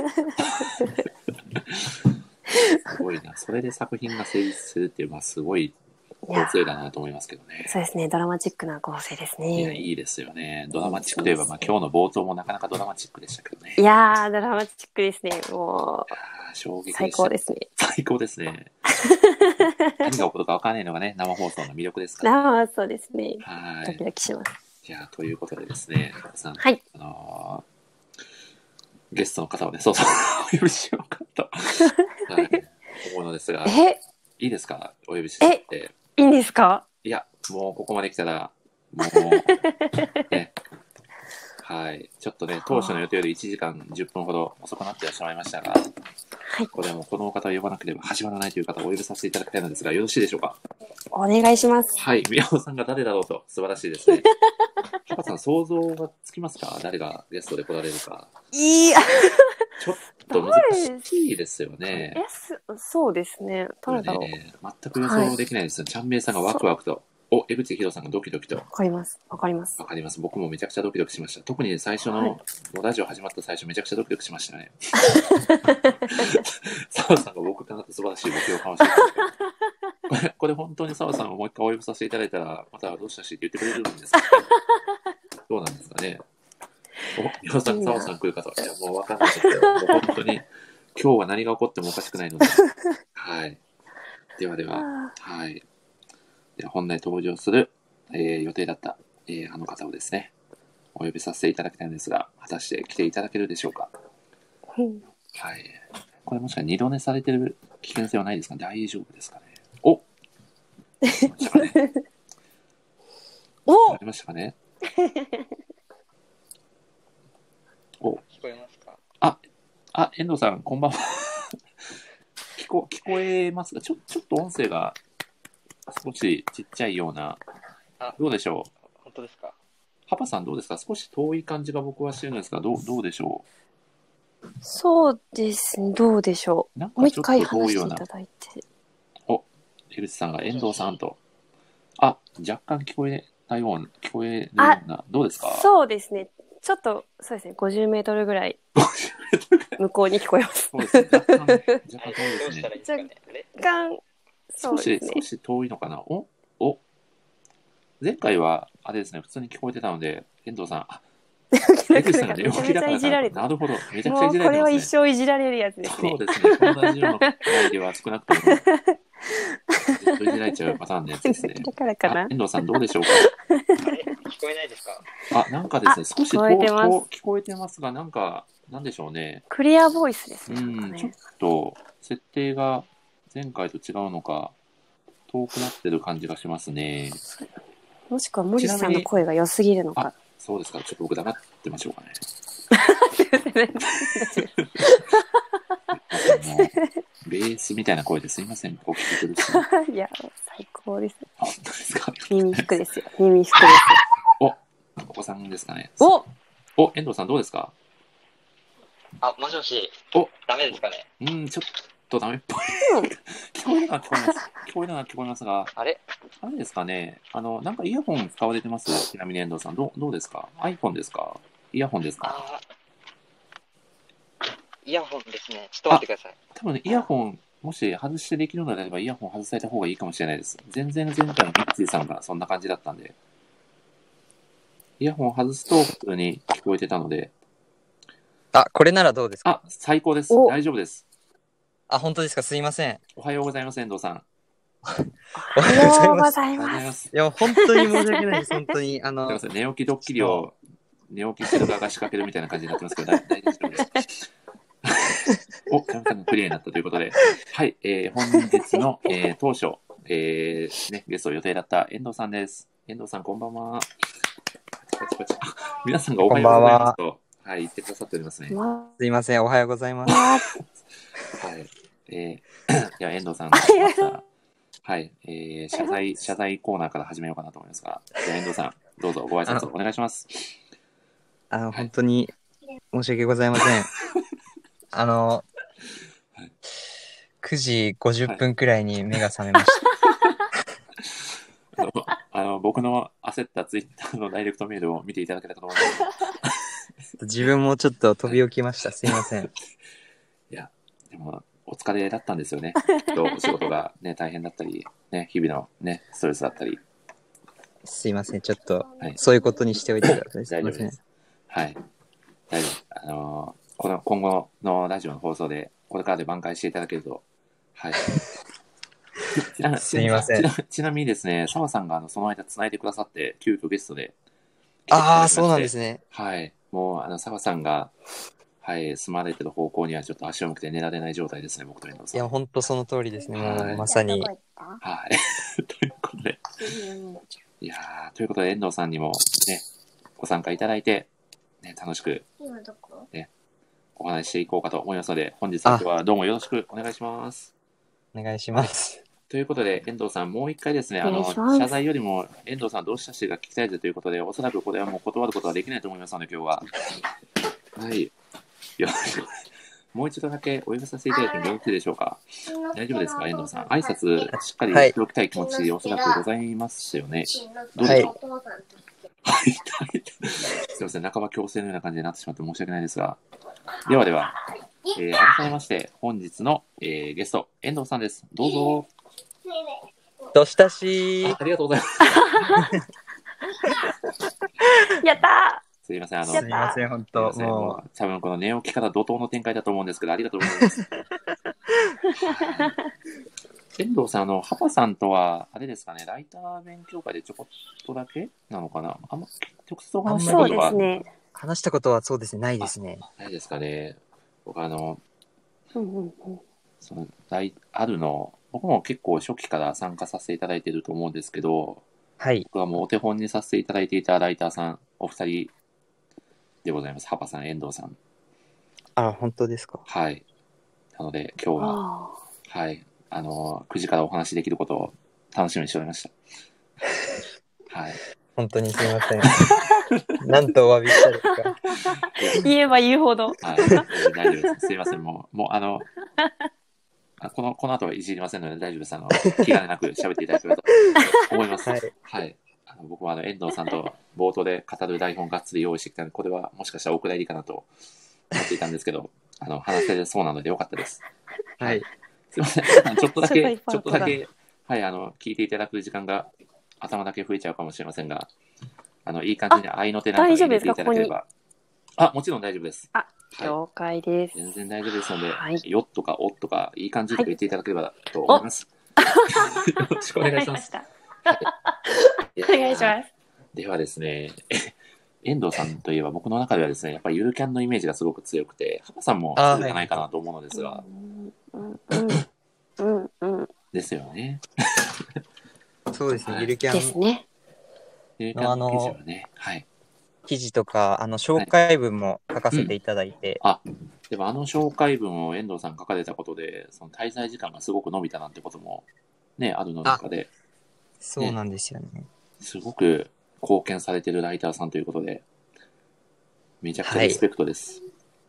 Speaker 1: すごいな。それで作品が成立するっていうのはすごい構成だなと思いますけどね。
Speaker 3: そうですね。ドラマチックな構成ですね。
Speaker 1: いや、いいですよね。ドラマチックといえば、今日の冒頭もなかなかドラマチックでしたけどね。
Speaker 3: いやー、ドラマチックですね。もう。
Speaker 1: 衝撃でした。
Speaker 3: 最高ですね。
Speaker 1: 最高ですね。何が起こるか分からないのがね、生放送の魅力ですから。
Speaker 3: 生放送ですね。
Speaker 1: はい。
Speaker 3: ドキドキします。
Speaker 1: いや、ということでですね、さん、
Speaker 3: はい。
Speaker 1: ゲストの方をね、そうそう、お呼びしようかと、はい、思うのですが、いいですか、お呼びして。
Speaker 3: いいんですか？
Speaker 1: いや、もうここまで来たら、もう、ね、はい、ちょっとね、当初の予定より1時間10分ほど遅くなってしまいましたが、
Speaker 3: はい、
Speaker 1: ここでもこのお方を呼ばなければ始まらないという方をお呼びさせていただきたいのですが、よろしいでしょうか？
Speaker 3: お願いします。
Speaker 1: はい、宮尾さんが誰だろうと、素晴らしいですね。パパさん、想像がつきますか？誰がゲストで来られるか。
Speaker 3: いや、
Speaker 1: ちょっと難しいですよね。
Speaker 3: そうですね。誰だろう。
Speaker 1: ね、全く予想できないですよ。ちゃんめいさんがワクワクと、江口ひろさんがドキドキと。わ
Speaker 3: かります。わかります。
Speaker 1: わかります。僕もめちゃくちゃドキドキしました。特に最初の、もうラジオ始まった最初めちゃくちゃドキドキしましたね。澤さんが僕からと素晴らしい目標かもしれない。これ本当に澤さんをもう一回お呼びさせていただいたら、またどうしたしって言ってくれるんですかね。どうなんですかね。皆さん、澤さん来るかと。いや、もうわかんないですけど、もう本当に今日は何が起こってもおかしくないので。はい。ではでは、はい。では本来登場する、予定だった、あの方をですね、お呼びさせていただきたいんですが、果たして来ていただけるでしょうか。はい。これもしか2度寝されてる危険性はないですか？大丈夫ですかね。おありましたかね。お、
Speaker 4: 聞こえますか？
Speaker 1: 遠藤さん、こんばんは。聞こえますか？ちょっと音声が少しちっちゃいような。どうでしょう？
Speaker 4: 本当ですか？
Speaker 1: パパさんどうですか？少し遠い感じが僕はしてるんですが、どうでしょ
Speaker 3: う？そうですね、どうでしょう。
Speaker 1: なんかちょっと遠いような。
Speaker 3: もう一回話していただいて。
Speaker 1: 江口さんが遠藤さんと。若干聞こえるような。どうですか？
Speaker 3: そうですね。ちょっと、そうですね、50メートルぐらい向こうに聞こえます。
Speaker 1: そうですね。若干遠いですね。
Speaker 3: 若干、そうですね。
Speaker 1: 少し遠いのかな。前回は、あれですね、普通に聞こえてたので、遠藤さん、江口さんが寝起きだから、なるほど、めちゃくちゃいじられてますね。
Speaker 3: これは一生いじられるやつですね。
Speaker 1: そうですね、このラジオの回では少なくとも、ずっといじられちゃうパターンのやつですね。
Speaker 3: だからかな。
Speaker 1: 遠藤さんどうでしょうか？
Speaker 4: 聞こえないですか？
Speaker 1: なんかですね、少し聞こえてますが、なんでしょうね。
Speaker 3: クリアボイスですね。
Speaker 1: ちょっと、設定が前回と違うのか、遠くなってる感じがしますね。
Speaker 3: もしくは森さんの声が良すぎるのか。
Speaker 1: そうですか。ちょっと僕黙ってましょうかね。ベースみたいな声ですいません。お聞き苦しい。
Speaker 3: いや、最高です。
Speaker 1: 本当ですか？
Speaker 3: 耳服ですよ。耳服です
Speaker 1: よ。お子さんですかね。遠藤さんどうですか？
Speaker 4: もしもし。ダメですかね。
Speaker 1: ちょっとダメっぽい。聞こえるのは聞こえますが。あれですかね。なんかイヤホン使われてます？ちなみに遠藤さん、どうですか？ iPhone ですか？イヤホンですか？
Speaker 4: イヤホンですね。ちょっと待ってください。
Speaker 1: 多分ね、イヤホン、もし外してできるのであれば、イヤホン外された方がいいかもしれないです。前回のミッツィさんがそんな感じだったんで。イヤホンを外すと普通に聞こえてたので。
Speaker 4: これならどうですか？
Speaker 1: 最高です。大丈夫です。
Speaker 4: 本当ですか？すいません。
Speaker 1: おはようございます、遠藤さん。
Speaker 3: おはようございます。
Speaker 4: いや、本当に申し訳ないです、本当に。
Speaker 1: すみません、寝起きドッキリを、寝起きしてる側が仕掛けるみたいな感じになってますけど、大丈夫です。ジャンさんがクリアになったということで、はい、本日の、当初、ゲスト予定だった遠藤さんです。遠藤さん、こんばんは。皆さんがおはようございますと、はい、言ってくださっておりますね。
Speaker 4: すいません、おはようございます。はい、
Speaker 1: では遠藤さん、はい、謝罪コーナーから始めようかなと思いますが、じゃあ遠藤さん、どうぞご挨拶お願いします。
Speaker 4: 本当に申し訳ございません。9時50分くらいに目が覚めました。
Speaker 1: 僕の焦ったツイッターのダイレクトメールを見ていただけたかと思います。
Speaker 4: 自分もちょっと飛び起きました。すいません。
Speaker 1: いや、でも、お疲れだったんですよね。お仕事がね、大変だったり、ね、日々のね、ストレスだったり。
Speaker 4: すいません、ちょっと、そういうことにしておいてください。
Speaker 1: 大丈夫です。はい。大丈夫。今後のラジオの放送で、これからで挽回していただけると。はい。
Speaker 4: すいません。
Speaker 1: ちなみにですね、澤さんがその間繋いでくださって、急遽ゲストで。
Speaker 4: そうなんですね。
Speaker 1: はい。もう、澤さんが、 はい、住まれてる方向にはちょっと足を向けて寝られない状態ですね、僕と遠藤さん。
Speaker 4: いや、本当その通りですね。も
Speaker 1: はいう
Speaker 4: まさに。
Speaker 1: はい。ということで、いやー、ということで遠藤さんにもね、ご参加いただいて、ね、楽しく、ね、お話ししていこうかと思いますので、本日は今日はどうもよろしくお願いします。
Speaker 4: お願いします。
Speaker 1: ということで、遠藤さん、もう一回ですね、
Speaker 3: お願いします
Speaker 1: 謝罪よりも遠藤さんどうしたしてが聞きたいということで、おそらくこれはもう断ることはできないと思いますので、今日は。はい。よろしく。もう一度だけお呼びさせていただいてもよろしいでしょうか。大丈夫ですか、遠藤さん。挨拶しっかりしておきたい気持ち、おそらくございますよね。どうでしょう。はい。すみません、半ば強制のような感じになってしまって申し訳ないですが。ではでは、改めまして、本日の、ゲスト、遠藤さんです。どうぞ。
Speaker 4: どしたし
Speaker 1: ありがとうございます。
Speaker 3: やった
Speaker 1: すいません、
Speaker 4: すいません、本当も
Speaker 1: う、多分この寝起きから怒涛の展開だと思うんですけど、ありがとうございます。遠藤さん、ハパさんとは、あれですかね、ライター勉強会でちょこっとだけなのかな、あんま直接お話した
Speaker 3: そう
Speaker 1: ことは
Speaker 3: ですね。
Speaker 4: 話したことはそうですね、ないですね。
Speaker 1: ないですかね。僕
Speaker 3: うんうんうん。
Speaker 1: その僕も結構初期から参加させていただいていると思うんですけど、
Speaker 4: はい。
Speaker 1: 僕はもうお手本にさせていただいていたライターさん、お二人でございます。ハパさん、遠藤さん。
Speaker 4: あ、本当ですか。
Speaker 1: はい。なので、今日は、はい、9時からお話しできることを楽しみにしておりました。はい。
Speaker 4: 本当にすみません。なんとお詫びしたらいいか。
Speaker 3: 言えば言うほど。
Speaker 1: はい、大丈夫です。すいません。もうこの後はいじりませんので大丈夫です。気兼ねなく喋っていただければと思います。
Speaker 4: はい。
Speaker 1: はい。僕は遠藤さんと冒頭で語る台本がっつり用意してきたので、これはもしかしたらお蔵入りかなと思っていたんですけど、話せそうなのでよかったです。
Speaker 4: はい。
Speaker 1: すいません。ちょっとだけ、はい、聞いていただく時間が頭だけ増えちゃうかもしれませんが、いい感じに合いの手なんか入れていただければ。もちろん大丈夫です。
Speaker 3: 了解です。
Speaker 1: 全然大丈夫ですので、
Speaker 3: はい、
Speaker 1: よっとかおっとか、いい感じで言っていただければと思います。よろしくお願いします。
Speaker 3: お願いします。
Speaker 1: ではですね、遠藤さんといえば僕の中ではですね、やっぱりゆるキャンのイメージがすごく強くて、ハパさんもそうじゃないかなと思うのですが。ですよね。
Speaker 4: そうですね、ゆるキャン。
Speaker 3: ですね。
Speaker 1: ゆるキャンの記事はね、はい。
Speaker 4: 記事とか、紹介文も書かせていただいて。
Speaker 1: でも紹介文を遠藤さん書かれたことで、その滞在時間がすごく伸びたなんてこともね、あるの中で。
Speaker 4: そうなんですよね。
Speaker 1: すごく貢献されてるライターさんということで、めちゃくちゃリスペクトです。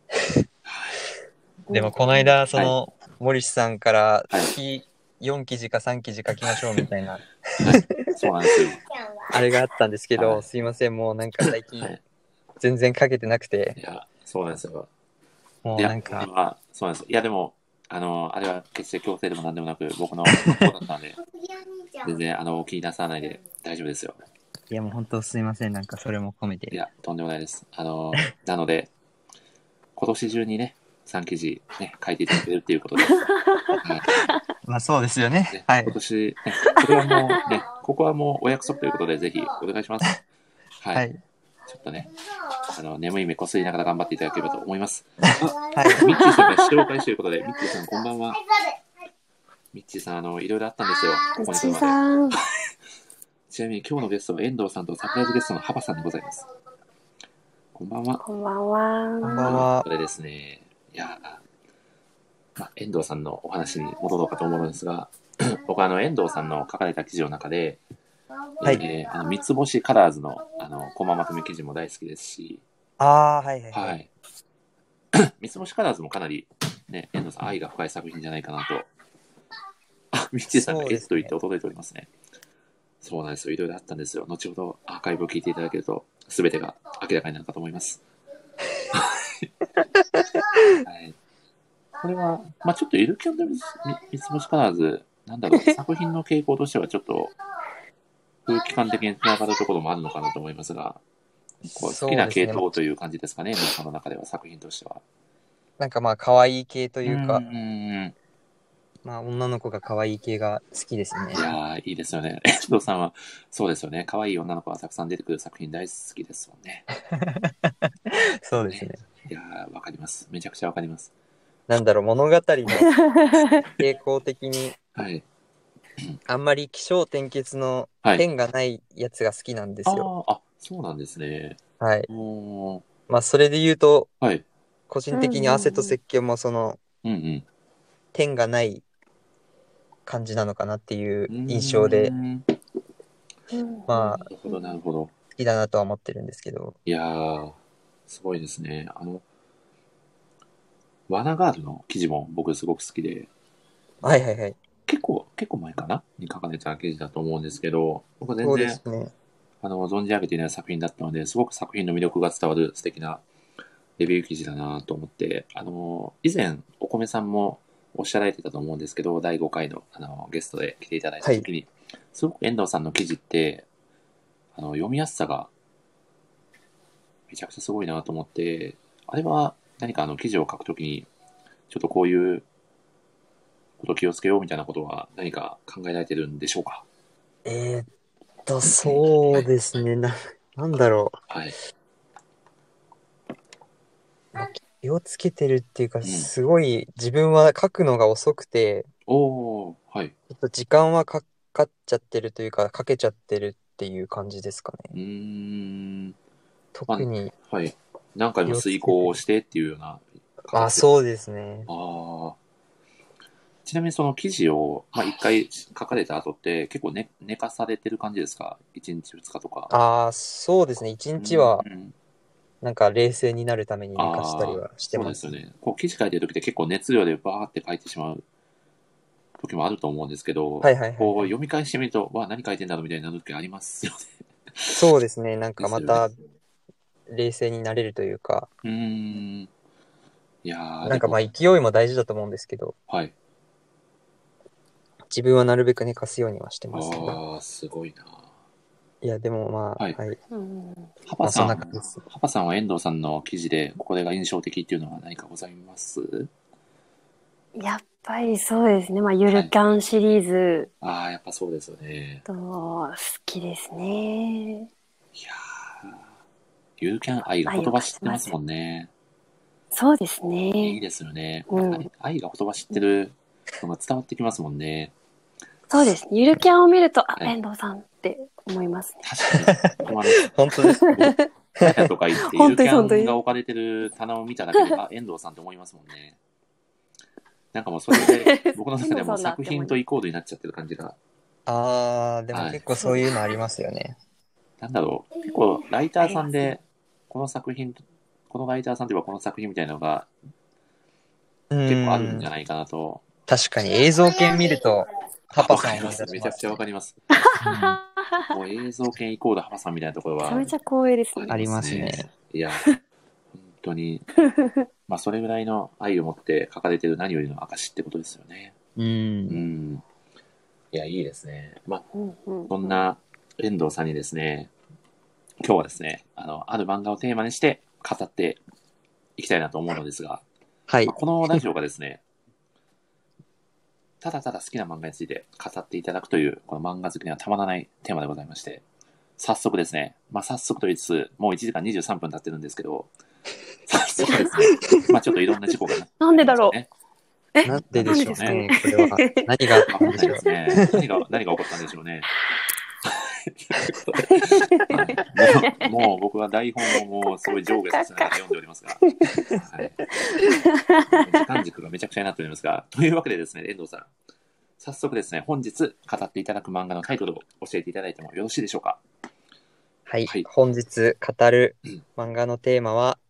Speaker 4: でもこの間、森氏さんから月4記事か3記事書きましょうみたいな。
Speaker 1: そうなんですよ。
Speaker 4: あれがあったんですけど、すいません、もうなんか最近、全然書けてなくて。
Speaker 1: いや、そうなんですよ。
Speaker 4: もうなんか。
Speaker 1: そうなんです。いや、でも、あれは決して強制でもなんでもなく、僕のことだったので、全然、お気になさないで大丈夫ですよ。
Speaker 4: いや、もう本当すいません、なんかそれも込めて。
Speaker 1: いや、とんでもないです。なので、今年中にね、3記事ね、書いていただけるっていうことで。
Speaker 4: まあそうですよね。はい。
Speaker 1: 今年、ね、これはもうね、ここはもうお約束ということで、ぜひお願いします。はい。ちょっとね、眠い目こすりながら頑張っていただければと思います。はい。ミッチーさんが紹介ということで、ミッチーさんこんばんは。ミッチーさん、いろいろあったんですよ。ここに来るまで。ちなみに今日のゲストは遠藤さんとサプライズゲストのハパさんでございます。こんばんは。
Speaker 3: こんばんは。
Speaker 4: こんばんは。
Speaker 1: これですね、いや、遠藤さんのお話に戻ろうかと思うんですが、僕遠藤さんの書かれた記事の中で、はい、三つ星カラーズのコマまとめ記事も大好きですし、
Speaker 4: はいはいはい。
Speaker 1: はい、三つ星カラーズもかなりね、遠藤さん愛が深い作品じゃないかなと。ミッチーさんがと言って驚いておりますね。そうなんですよ。いろいろあったんですよ。後ほどアーカイブを聞いていただけると、すべてが明らかになるかと思います。はい、これは、ちょっとゆるキャンで三つ星カラーズ、なんだろう、作品の傾向としてはちょっと、空気感的につながるところもあるのかなと思いますが、好きな系統という感じですかね、皆さんの中では作品としては。
Speaker 4: なんか可愛い系というか、女の子が可愛い系が好きですね。
Speaker 1: いやいいですよね。遠藤さんは、そうですよね。可愛い女の子がたくさん出てくる作品大好きですもんね。
Speaker 4: そうですね。
Speaker 1: いやわかります。 ます。めちゃくちゃわかります。
Speaker 4: なんだろう、物語の傾向的に、
Speaker 1: はい。
Speaker 4: あんまり起承転結の
Speaker 1: はい。
Speaker 4: 点がないやつが好きなんですよ。
Speaker 1: そうなんですね。
Speaker 4: はい。
Speaker 1: おー。
Speaker 4: まあ、それで言うと、
Speaker 1: はい。
Speaker 4: 個人的に汗と石鹸もその
Speaker 1: うん
Speaker 4: 点がない感じなのかなっていう
Speaker 1: うん。
Speaker 4: 印象で、まあ、
Speaker 1: なるほど、なるほど。
Speaker 4: 好きだなとは思ってるんですけど。
Speaker 1: いやー、すごいですね。ワナガールの記事も僕すごく好きで、
Speaker 4: はいはいはい。
Speaker 1: 結構前かなに書かれた記事だと思うんですけど、僕全
Speaker 4: そうで
Speaker 1: 然、
Speaker 4: すね。
Speaker 1: 存じ上げていない作品だったので、すごく作品の魅力が伝わる素敵なレビュー記事だなと思って、以前、お米さんもおっしゃられてたと思うんですけど、第5回の、ゲストで来ていただいた時に、すごく遠藤さんの記事って、読みやすさがめちゃくちゃすごいなと思って、あれは何か記事を書くときに、ちょっとこういうこと気をつけようみたいなことは何か考えられてるんでしょうか？
Speaker 4: そうですね。なんだろ
Speaker 1: はい。
Speaker 4: う。気をつけてるっていうか、
Speaker 1: うん。
Speaker 4: すごい自分は書くのが遅くて、
Speaker 1: おー、はい。
Speaker 4: ちょっと時間はかかっちゃってるというか、かけちゃってるっていう感じですかね。
Speaker 1: ま
Speaker 4: 特に
Speaker 1: あ、はい。何回も遂行をしてっていうような形で。
Speaker 4: そうですね。
Speaker 1: ちなみにその記事を、一回書かれた後って結構寝かされてる感じですか？1日2日とか。
Speaker 4: そうですね。1日は、なんか冷静になるために寝かしたりはしてます。
Speaker 1: そうですよね。こう記事書いてる時って結構熱量でバーって書いてしまう時もあると思うんですけど、こう読み返してみると、何書いてんだろうみたいになる時ありますよね。
Speaker 4: そうですね。なんかまた冷静になれるというか。
Speaker 1: いやー、
Speaker 4: なんかまあ勢いも大事だと思うんですけど、
Speaker 1: はい。
Speaker 4: 自分はなるべく寝かすようにはしてますね。
Speaker 1: すごいな。
Speaker 4: いや、でもまあ、
Speaker 1: はい。ハパ
Speaker 4: そんな感じです。
Speaker 1: ハパさんは遠藤さんの記事でこれが印象的っていうのは何かございます？
Speaker 3: やっぱりそうですね。ゆるキャンシリーズ。
Speaker 1: やっぱそうですよね。
Speaker 3: 好きですね。
Speaker 1: いやー、ゆるキャン愛が言葉知ってますもんね。
Speaker 3: そうですね。
Speaker 1: いいですよね。愛が言葉知ってるのが伝わってきますもんね。
Speaker 3: そうですね。ゆるキャンを見ると、遠藤さんって思いますね。
Speaker 1: 確かに。
Speaker 4: 本当ですね。
Speaker 1: ガヤとか言って、ゆるキャンが置かれてる棚を見ただけで、遠藤さんって思いますもんね。なんかもうそれで、僕の中でも作品とイコールになっちゃってる感じが。
Speaker 4: でも結構そういうのありますよね。
Speaker 1: なんだろう。結構、ライターさんで、この作品、このライターさんといえばこの作品みたいなのが、結構あるんじゃないかなと。
Speaker 4: 確かに映像系見ると、ハパさん
Speaker 1: わかります。めちゃくちゃわかります。もう映像系イコールハパさんみたいなところは。
Speaker 3: めちゃめちゃ光栄ですね。
Speaker 4: ありますね。
Speaker 1: いや、本当に。それぐらいの愛を持って書かれてる何よりの証ってことですよね。いや、いいですね。そんな遠藤さんにですね、今日はですね、ある漫画をテーマにして語っていきたいなと思うのですが、
Speaker 4: はい。
Speaker 1: このラジオがですね、ただただ好きな漫画について語っていただくという、この漫画好きにはたまらないテーマでございまして、早速ですね、早速と言いつつ、もう1時間23分経ってるんですけど、早速ですね、ちょっといろんな事故が
Speaker 3: なんでだろう。
Speaker 4: なんででしょうね、これは。何があったんでしょう
Speaker 1: ね。何が起こったんでしょうね。もう僕は台本をもうすごい上下させながら読んでおりますが、時間軸がめちゃくちゃになっておりますが、というわけでですね、遠藤さん、早速ですね、本日語っていただく漫画のタイトルを教えていただいてもよろしいでしょうか？
Speaker 4: はい。本日語る漫画のテーマは、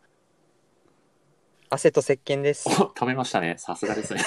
Speaker 4: 汗と石鹸です。
Speaker 1: 食べましたね。さすがですね。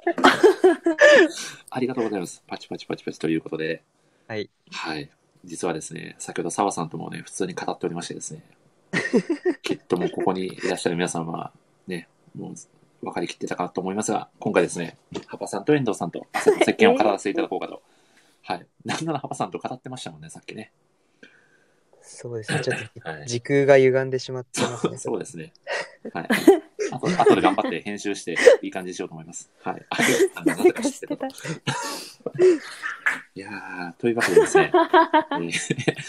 Speaker 1: ありがとうございます。パチパチパチパチということで。
Speaker 4: はい。
Speaker 1: 実はですね、先ほど澤さんともね、普通に語っておりましてですね、きっともうここにいらっしゃる皆さんはね、もう分かりきってたかと思いますが、今回ですね、ハパさんと遠藤さんと汗と石鹸を語らせていただこうかと。なんならハパさんと語ってましたもんね、さっきね。
Speaker 4: そうですね、ちょっと時空が歪んでしまってますね。
Speaker 1: そうですね。後で頑張って編集していい感じにしようと思います。なぜか知ってたと。いやー、というわけでですね、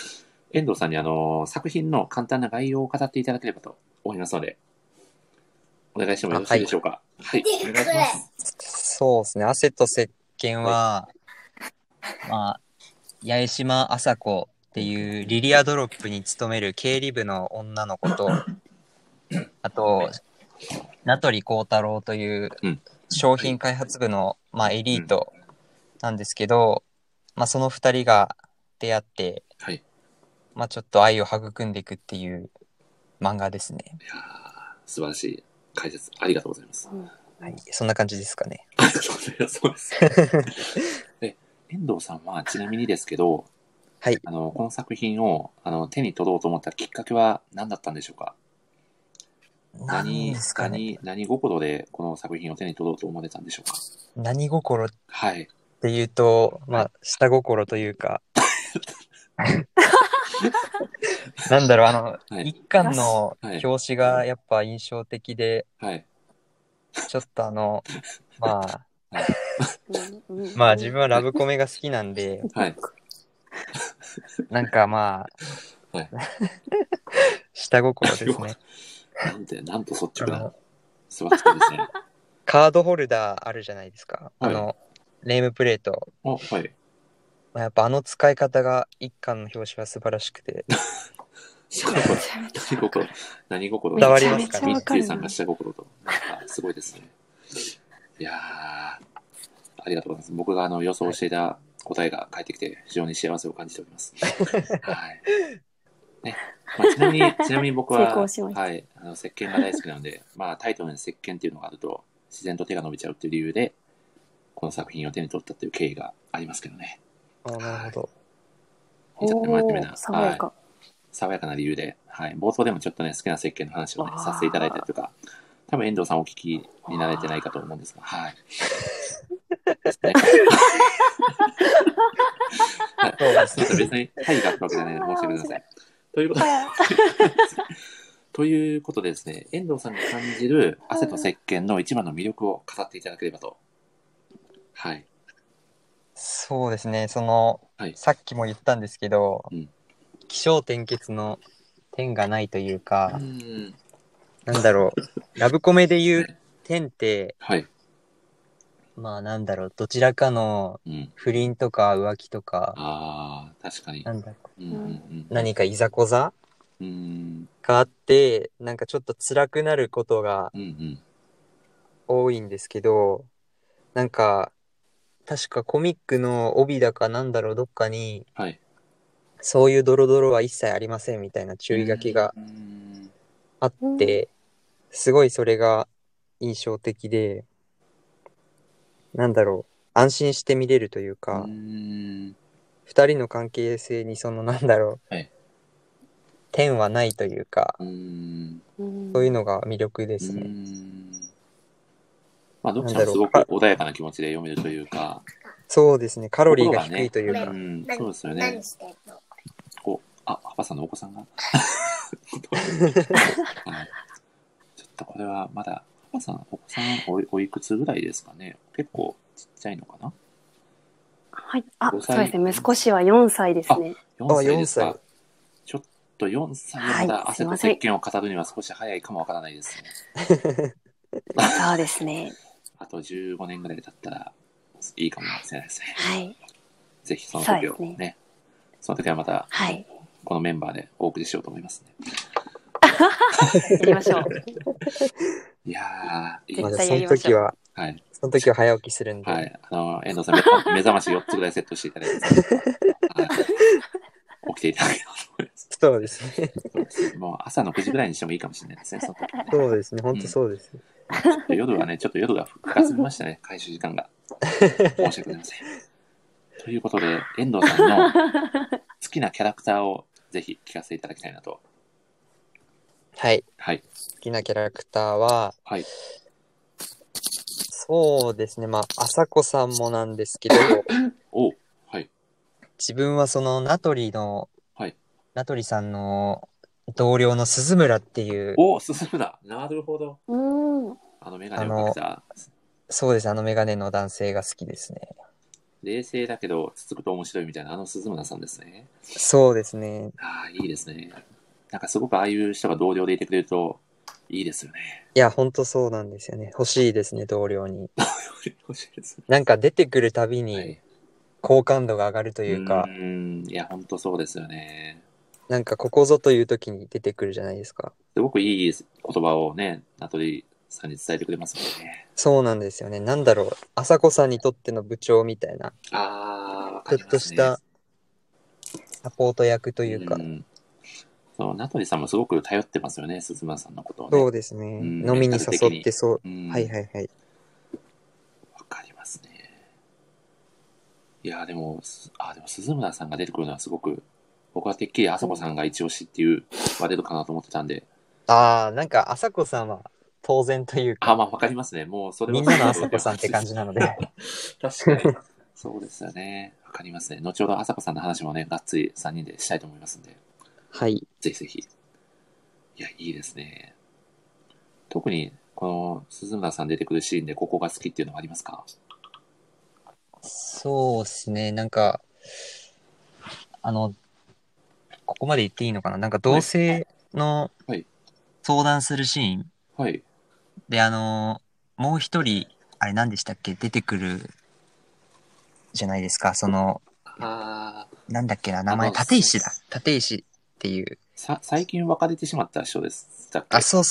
Speaker 1: 遠藤さんに作品の簡単な概要を語っていただければと思いますので、 お願いしてもよろしいでしょうか。はい。お願いします。
Speaker 4: そうですね。汗と石鹸は、まあ、八重島麻子っていうリリアドロップに勤める経理部の女の子と、あと、名取幸太郎という商品開発部の、まあ、エリートなんですけど、まあ、その二人が出会って、
Speaker 1: はい。
Speaker 4: まあ、ちょっと愛を育んでいくっていう漫画ですね。
Speaker 1: いや素晴らしい解説ありがとうございます。
Speaker 4: はい、そんな感じですかね。
Speaker 1: ありがとうございます。そうです。で、遠藤さんはちなみにですけど、
Speaker 4: はい。
Speaker 1: この作品を手に取ろうと思ったきっかけは何だったんでしょうか。
Speaker 4: 何ですかね。
Speaker 1: 何心でこの作品を手に取ろうと思われたんでしょうか。
Speaker 4: 何心っ
Speaker 1: はい。
Speaker 4: ていうと、まあ、下心というか、なんだろう、一巻の表紙がやっぱ印象的で、
Speaker 1: はい。
Speaker 4: ちょっとまあ、まあ自分はラブコメが好きなんで、
Speaker 1: はい。
Speaker 4: なんかまあ、
Speaker 1: はい、
Speaker 4: 下心ですね。
Speaker 1: なんと率直な、素晴らしいですね。
Speaker 4: カードホルダーあるじゃないですか。
Speaker 1: はい、
Speaker 4: ネームプレート。
Speaker 1: はい。
Speaker 4: やっぱ使い方が一巻の表紙は素晴らしくて。
Speaker 1: 何心
Speaker 4: 伝わりますかね。
Speaker 1: ミッチーさんが下心と。なんかすごいですね。いやー、ありがとうございます。僕が予想していた答えが返ってきて、非常に幸せを感じております。はい。ね。まあ、ちなみに僕は、はい、石鹸が大好きなので、まあ、タイトルに石鹸っていうのがあると、自然と手が伸びちゃうっていう理由で、この作品を手に取ったっていう経緯がありますけどね。
Speaker 4: なるほど。
Speaker 1: 非常に真面目な、
Speaker 3: 爽やか。
Speaker 1: 爽やかな理由で、はい、冒頭でもちょっとね、好きな石鹸の話をね、させていただいたりとか、多分遠藤さんお聞きになれてないかと思うんですが、はい。ですね。はい、ちょっと別に、はいがあったわけじゃないので申し訳ございません。ということでですね、遠藤さんが感じる汗と石鹸の一番の魅力を語っていただければと。はい。
Speaker 4: そうですね、
Speaker 1: はい、
Speaker 4: さっきも言ったんですけど、
Speaker 1: うん、
Speaker 4: 起承転結の点がないというか、なんだろう、ラブコメで言う点って、
Speaker 1: はい、
Speaker 4: まあなんだろう、どちらかの不倫とか浮気とか、
Speaker 1: ああ、確かに。
Speaker 4: なんだろう、何かいざこざ
Speaker 1: が
Speaker 4: あって、なんかちょっと辛くなることが多いんですけど、なんか、確かコミックの帯だかなんだろう、どっかに、
Speaker 1: はい、
Speaker 4: そういうドロドロは一切ありませんみたいな注意書きがあって、すごいそれが印象的で、なんだろう、安心して見れるというか、二人の関係性になんだろう、
Speaker 1: はい、
Speaker 4: 点はないというか、そういうのが魅力ですね。
Speaker 1: まあ、読者もすごく穏やかな気持ちで読めるというか、
Speaker 4: そうですね、カロリーが低いというか。
Speaker 1: そうですよね。パパさんのお子さんが。はい、ちょっとこれはまだ、パパさん、お子さんおいくつぐらいですかね。結構ちっちゃいのかな。
Speaker 3: はい。そうですね。息子氏は4歳ですね。
Speaker 1: 4歳ですか。ちょっと4歳でまだ汗と石鹸を語るには少し早いかもわからないですね。
Speaker 3: そうですね。
Speaker 1: あと15年ぐらい経ったらいいかもしれないですね。
Speaker 3: はい。
Speaker 1: ぜひその時をね、その時はまた、このメンバーでお送りしようと思いますね。
Speaker 3: やりましょう。
Speaker 1: いやー、
Speaker 4: まだその時は、はい。その時は早起きするんで。
Speaker 1: はい。遠藤さん、目覚まし4つぐらいセットしていただいて、はい、起きていただければと思います。
Speaker 4: そうですね。
Speaker 1: もう朝の9時ぐらいにしてもいいかもしれないですね、その時、ね。
Speaker 4: そうですね、本当そうです。
Speaker 1: 夜はね、ちょっと夜が深すぎましたね、開始時間が。申し訳ございません。ということで、遠藤さんの好きなキャラクターをぜひ聞かせていただきたいなと。
Speaker 4: はい。
Speaker 1: はい。
Speaker 4: 好きなキャラクターは、
Speaker 1: はい。
Speaker 4: そうですね、まあ、朝子さんもなんですけど、
Speaker 1: はい。
Speaker 4: 自分は名取の、
Speaker 1: はい。
Speaker 4: 名取さんの同僚の鈴村っていう。
Speaker 1: 鈴村。なるほど。メガネをかけた。
Speaker 4: そうです、メガネの男性が好きですね。
Speaker 1: 冷静だけど、つつくと面白いみたいな、鈴村さんですね。
Speaker 4: そうですね。
Speaker 1: いいですね。なんかすごくああいう人が同僚でいてくれると、 いいですよね。
Speaker 4: いや、ほんとそうなんですよね。欲しいですね、同僚に。
Speaker 1: 欲しいですね。
Speaker 4: なんか出てくるたび
Speaker 1: は
Speaker 4: に
Speaker 1: い。
Speaker 4: 好感度が上がるというか、
Speaker 1: いや、ほんとそうですよね。
Speaker 4: なんかここぞという時に出てくるじゃないですか。
Speaker 1: すごくいい言葉をね、名取さんに伝えてくれますもんね。
Speaker 4: そうなんですよね。なんだろう、朝子さんにとっての部長みたいな、
Speaker 1: あー、わ
Speaker 4: ちょっ
Speaker 1: かりますね。
Speaker 4: としたサポート役というか、
Speaker 1: そう、名取さんもすごく頼ってますよね、鈴村さんのことをね。
Speaker 4: そうですね。飲みに誘ってそう。はいはいはい。
Speaker 1: わかりますね。いや、でも鈴村さんが出てくるのはすごく、僕はてっきり朝子さんが一押しっていう話出るかなと思ってたんで。
Speaker 4: なんか朝子さんは当然というか。
Speaker 1: まあわかりますね。もうそれは
Speaker 4: みんなの朝子さんって感じなので。
Speaker 1: 確かに。そうですよね。わかりますね。後ほど朝子さんの話もね、がっつり3人でしたいと思いますんで。
Speaker 4: はい。
Speaker 1: ぜひぜひ。いや、いいですね。特に、この鈴村さん出てくるシーンでここが好きっていうのはありますか？
Speaker 4: そうですね。なんか、ここまで言っていいのかな、なんか同性の相談するシーン、
Speaker 1: はい。
Speaker 4: で、もう一人、あれ何でしたっけ、出てくるじゃないですか。なんだっけな、名前、立石だ。立石っていう。
Speaker 1: 最近別れてしまった人ですだっけ？
Speaker 4: そう。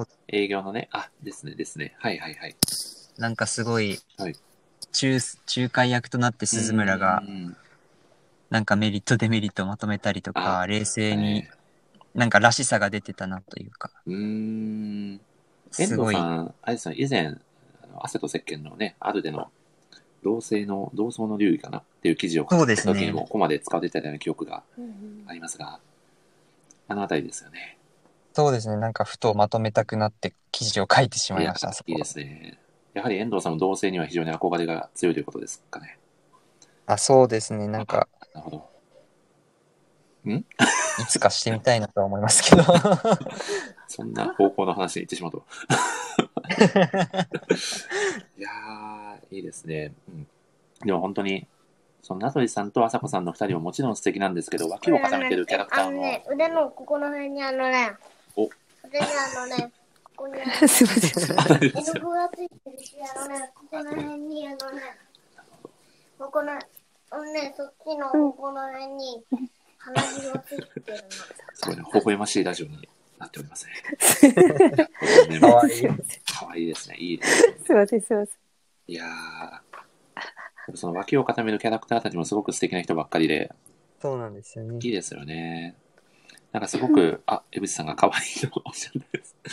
Speaker 1: 営業のね。ですね。はいはいはい。
Speaker 4: なんかすごい、
Speaker 1: はい、
Speaker 4: 仲介役となって鈴村が、なんかメリットデメリットをまとめたりとか、冷静に、なんからしさが出てたなというか。
Speaker 1: 遠藤さん、あれですね、以前、汗と石鹸のね、あるでの同窓の流儀かなっていう記事を書いた時にも、ここまで使われてたような記憶がありますが、あのあたりですよね。
Speaker 4: そうですね、なんかふとまとめたくなって記事を書いてしまいました。
Speaker 1: いいですね。やはり遠藤さんの同性には非常に憧れが強いということですかね。
Speaker 4: そうですね、なんか。
Speaker 1: なるほど。
Speaker 4: いつかしてみたいなとは思いますけど。
Speaker 1: そんな方向の話に行ってしまうと。いやー、いいですね。でも本当に、その名取さんと朝子さんの2人ももちろん素敵なんですけど、脇を固めてるキャラクターの。
Speaker 5: 腕のここの辺に腕にここに
Speaker 3: すいません。
Speaker 5: 絵の具がついてるし、ここの辺にここのそっちのここの辺に鼻血がついてるの。
Speaker 1: すごいね、微笑ましいラジオになっておりますね。
Speaker 4: かわいい。
Speaker 1: かわいいですね。いいですね。
Speaker 3: すいません。
Speaker 1: いやー、その脇を固めるキャラクターたちもすごく素敵な人ばっかりで。
Speaker 4: そうなんですよね。
Speaker 1: いいですよね。なんかすごく、江口さんが可愛いとおっしゃるんです。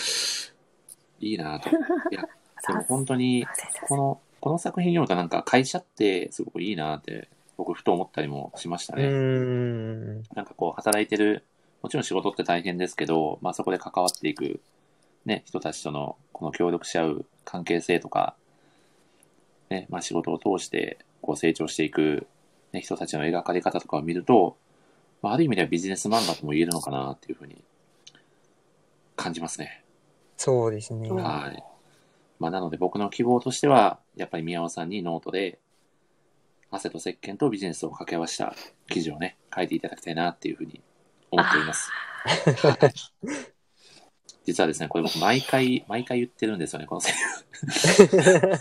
Speaker 1: いいなと。いや、でも本当に、この作品読むとなんか会社ってすごくいいなって僕ふと思ったりもしましたね。なんかこう働いてる、もちろん仕事って大変ですけど、まあそこで関わっていくね、人たちとのこの協力し合う関係性とか、ね、まあ仕事を通してこう成長していく、ね、人たちの描かれ方とかを見ると、まあある意味ではビジネス漫画とも言えるのかなっていうふうに感じますね。
Speaker 4: そうですね。
Speaker 1: はい。まあ、なので僕の希望としては、やっぱり宮尾さんにノートで、汗と石鹸とビジネスを掛け合わせた記事をね、書いていただきたいなっていうふうに思っております。はい、実はですね、これ僕毎回言ってるんですよね、このセリフ。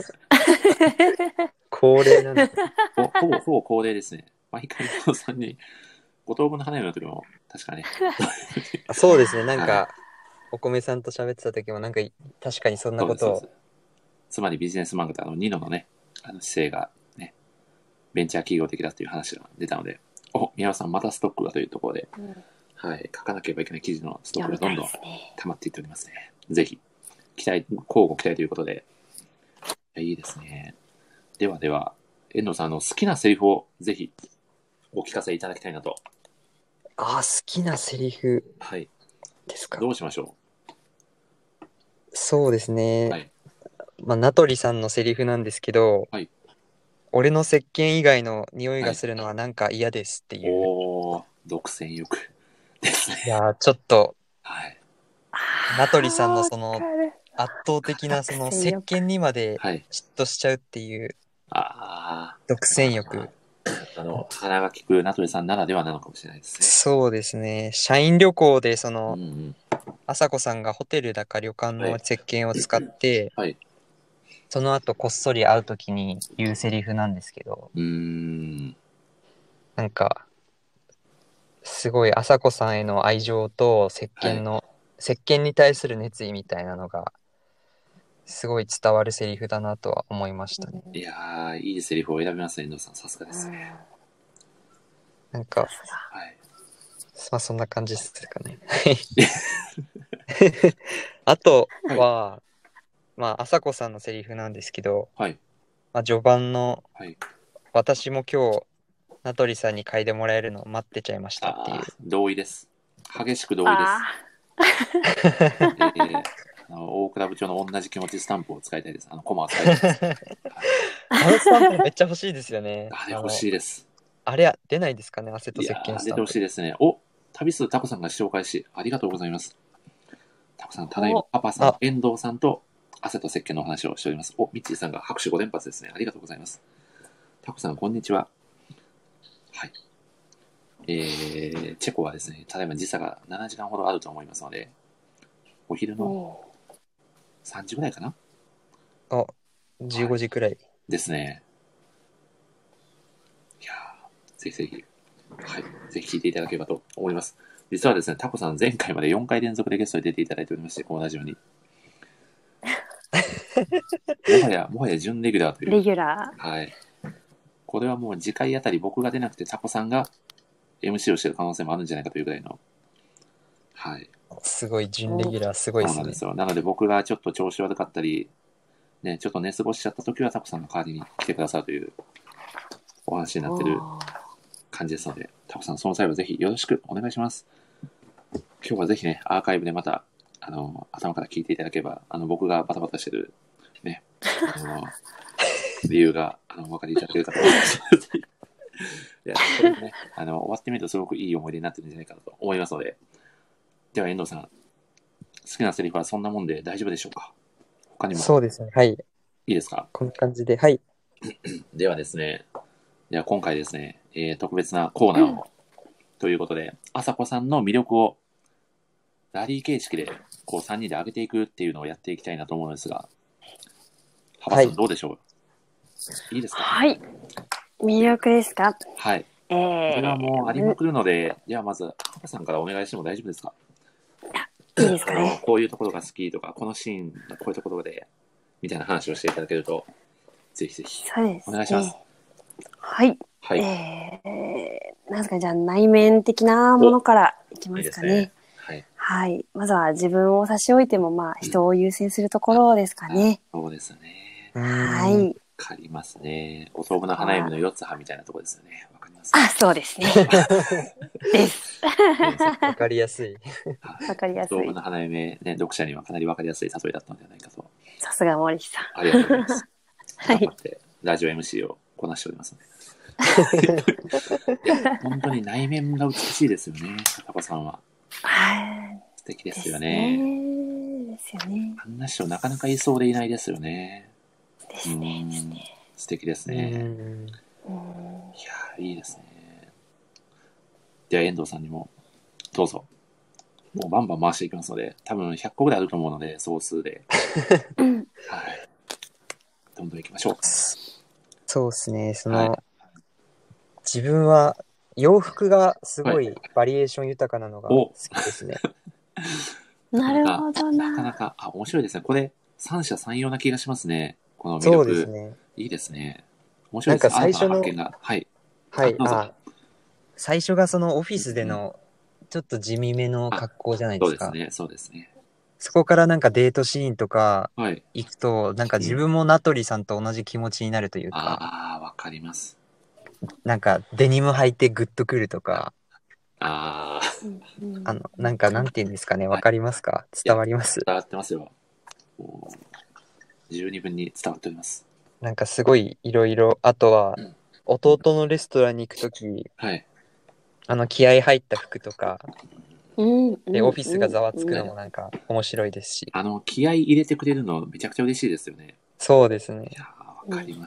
Speaker 4: 恒例なんです
Speaker 1: ほぼ恒例ですね。毎回宮尾さんに、五等分の花嫁の時も確かね。
Speaker 4: そうですね、なんか、はい、お米さんと喋ってた時もなんか確かにそんなことを。
Speaker 1: つまりビジネス漫画ってニノのね、姿勢がね、ベンチャー企業的だっていう話が出たので、宮尾さんまたストックがというところで、はい、書かなければいけない記事のストックがどんどん溜まっていっておりますね。ぜひ、交互期待ということで、いいですね。では、遠藤さん好きなセリフをぜひお聞かせいただきたいなと。
Speaker 4: 好きなセリフ。
Speaker 1: はい。
Speaker 4: ですか。
Speaker 1: どうしましょ
Speaker 4: う。そうですね。
Speaker 1: はい。
Speaker 4: まあ、名取さんのセリフなんですけど、
Speaker 1: はい。
Speaker 4: 俺の石鹸以外の匂いがするのはなんか嫌ですっていう。
Speaker 1: 独占欲ですね。
Speaker 4: いやちょっと、
Speaker 1: はい。
Speaker 4: 名取さんのその圧倒的なその石鹸にまで嫉妬しちゃうっていう、独占欲。
Speaker 1: 鼻が利く名取さんならではなのかもしれないですね。
Speaker 4: そうですね。社員旅行で朝子さんがホテルだか旅館の石鹸を使って、
Speaker 1: はい。
Speaker 4: その後こっそり会うときに言うセリフなんですけど、なんか、すごい朝子さんへの愛情と石鹸に対する熱意みたいなのが、すごい伝わるセリフだなとは思いましたね。
Speaker 1: いやー、いいセリフを選びますね、遠藤さん。さすがですね。
Speaker 4: なんか、
Speaker 1: はい。
Speaker 4: まあそんな感じですかね。あとは、まあ朝子さんのセリフなんですけど、
Speaker 1: はい。
Speaker 4: まあ、序盤の、
Speaker 1: はい。
Speaker 4: 私も今日、名取さんに嗅いでもらえるのを待ってちゃいましたっていう。
Speaker 1: 同意です。激しく同意です。大倉部長の同じ気持ちスタンプを使いたいです。コマを使いたいです。はい、
Speaker 4: あのスタンプめっちゃ欲しいですよね。
Speaker 1: あれ欲しいです。
Speaker 4: あれ出ないですかね、汗と石鹸スタンプ。
Speaker 1: 出てほしいですね。お、旅数タコさんが紹介し、ありがとうございます。タコさん、ただいまパパさん、遠藤さんと汗と石鹸のお話をしております。お、ミッチーさんが拍手5連発ですね。ありがとうございます。タコさん、こんにちは。はい。チェコはですね、ただいま時差が7時間ほどあると思いますので、お昼の3時ぐらいかな。
Speaker 4: 15時くらい。
Speaker 1: ですね。いやー、ぜひぜひ、はい、ぜひ聞いていただければと思います。実はですね、タコさん前回まで4回連続でゲストに出ていただいておりまして、このラジオに。もはや準レギュラーという。
Speaker 3: レギュラ
Speaker 1: ー。はい。これはもう次回あたり僕が出なくてタコさんが MC をしている可能性もあるんじゃないかというぐらいの。はい。
Speaker 4: すごい、準レギュラーすごいですね。
Speaker 1: そうなんですよ。なので僕がちょっと調子悪かったり、ね、ちょっと寝過ごしちゃった時はタコさんの代わりに来てくださるというお話になってる感じですので、タコさんその際はぜひよろしくお願いします。今日はぜひね、アーカイブでまた、頭から聞いていただければ、僕がバタバタしてる、ね、理由が、お分かりいただけるかと思います。いや、これね、終わってみるとすごくいい思い出になってるんじゃないかなと思いますので、では遠藤さん、好きなセリフはそんなもんで大丈夫でしょうか？他にも。
Speaker 4: そうですね、はい。い
Speaker 1: いですか？
Speaker 4: こんな感じで、はい。
Speaker 1: ではですね、今回ですね、特別なコーナーを、ということで、朝子さんの魅力をラリー形式でこう3人で上げていくっていうのをやっていきたいなと思うんですが、幅さんどうでしょう？いいですか？
Speaker 3: はい。魅力ですか？
Speaker 1: はい。これはもうありまくるので、ではまず幅さんからお願いしても大丈夫ですか？
Speaker 3: いいですかね。
Speaker 1: こういうところが好きとか、このシーンこういうところでみたいな話をしていただけると、ぜひぜひお願いします。
Speaker 3: はい。
Speaker 1: はい。
Speaker 3: なんですか、じゃあ内面的なものからいきますかね。
Speaker 1: いいですね。はい。
Speaker 3: はい。まずは自分を差し置いても、まあ、人を優先するところですかね。
Speaker 1: そうですね。
Speaker 3: はい。
Speaker 1: わかりますね。お豆腐の花嫁の四つ葉みたいなところですよね。わかります。
Speaker 3: あ、そうですね。です。
Speaker 4: わかりやすい。
Speaker 3: わかりやすい。
Speaker 1: お豆腐の花嫁、ね、読者にはかなりわかりやすい例えだったのではないかと。
Speaker 3: さすが森さん。
Speaker 1: ありがとうございます。
Speaker 3: はい。
Speaker 1: 頑張ってラジオ MC をこなしておりますので。いや、本当に内面が美しいですよね、タコさんは。
Speaker 3: はい。
Speaker 1: 素敵ですよね。
Speaker 3: ですよね。
Speaker 1: あんな人なかなかいそうでいないですよね。
Speaker 3: ですね。
Speaker 1: 素敵ですね。いやいいですね。では遠藤さんにもどうぞ。もうバンバン回していきますので、多分100個ぐらいあると思うので、総数で。はい。どんどん行きましょう。
Speaker 4: そうですね、自分は洋服がすごいバリエーション豊かなのが好きですね。
Speaker 3: なるほどな。
Speaker 1: なかなか、面白いですね。これ、三者三様な気がしますね。この魅力。
Speaker 4: そうですね。
Speaker 1: いいですね。面白いですね。
Speaker 4: なんか最初の、
Speaker 1: はい。
Speaker 4: はい。最初がそのオフィスでの、ちょっと地味めの格好じゃないですか。
Speaker 1: そうですね。
Speaker 4: そこからなんかデートシーンとか行くと、なんか自分も名取さんと同じ気持ちになるというか。
Speaker 1: わかります。
Speaker 4: なんかデニム履いてグッとくるとか。なんかなんて言うんですかね、わかりますか？伝わります？
Speaker 1: 伝わってますよ。十二分に伝わっております。
Speaker 4: なんかすごいいろいろ、あとは、弟のレストランに行くとき、気合入った服とか、で、オフィスがざわつくのもなんか面白いですし。
Speaker 1: 気合入れてくれるのめちゃくちゃ嬉しいですよね。
Speaker 4: そうですね。
Speaker 1: いやわかります。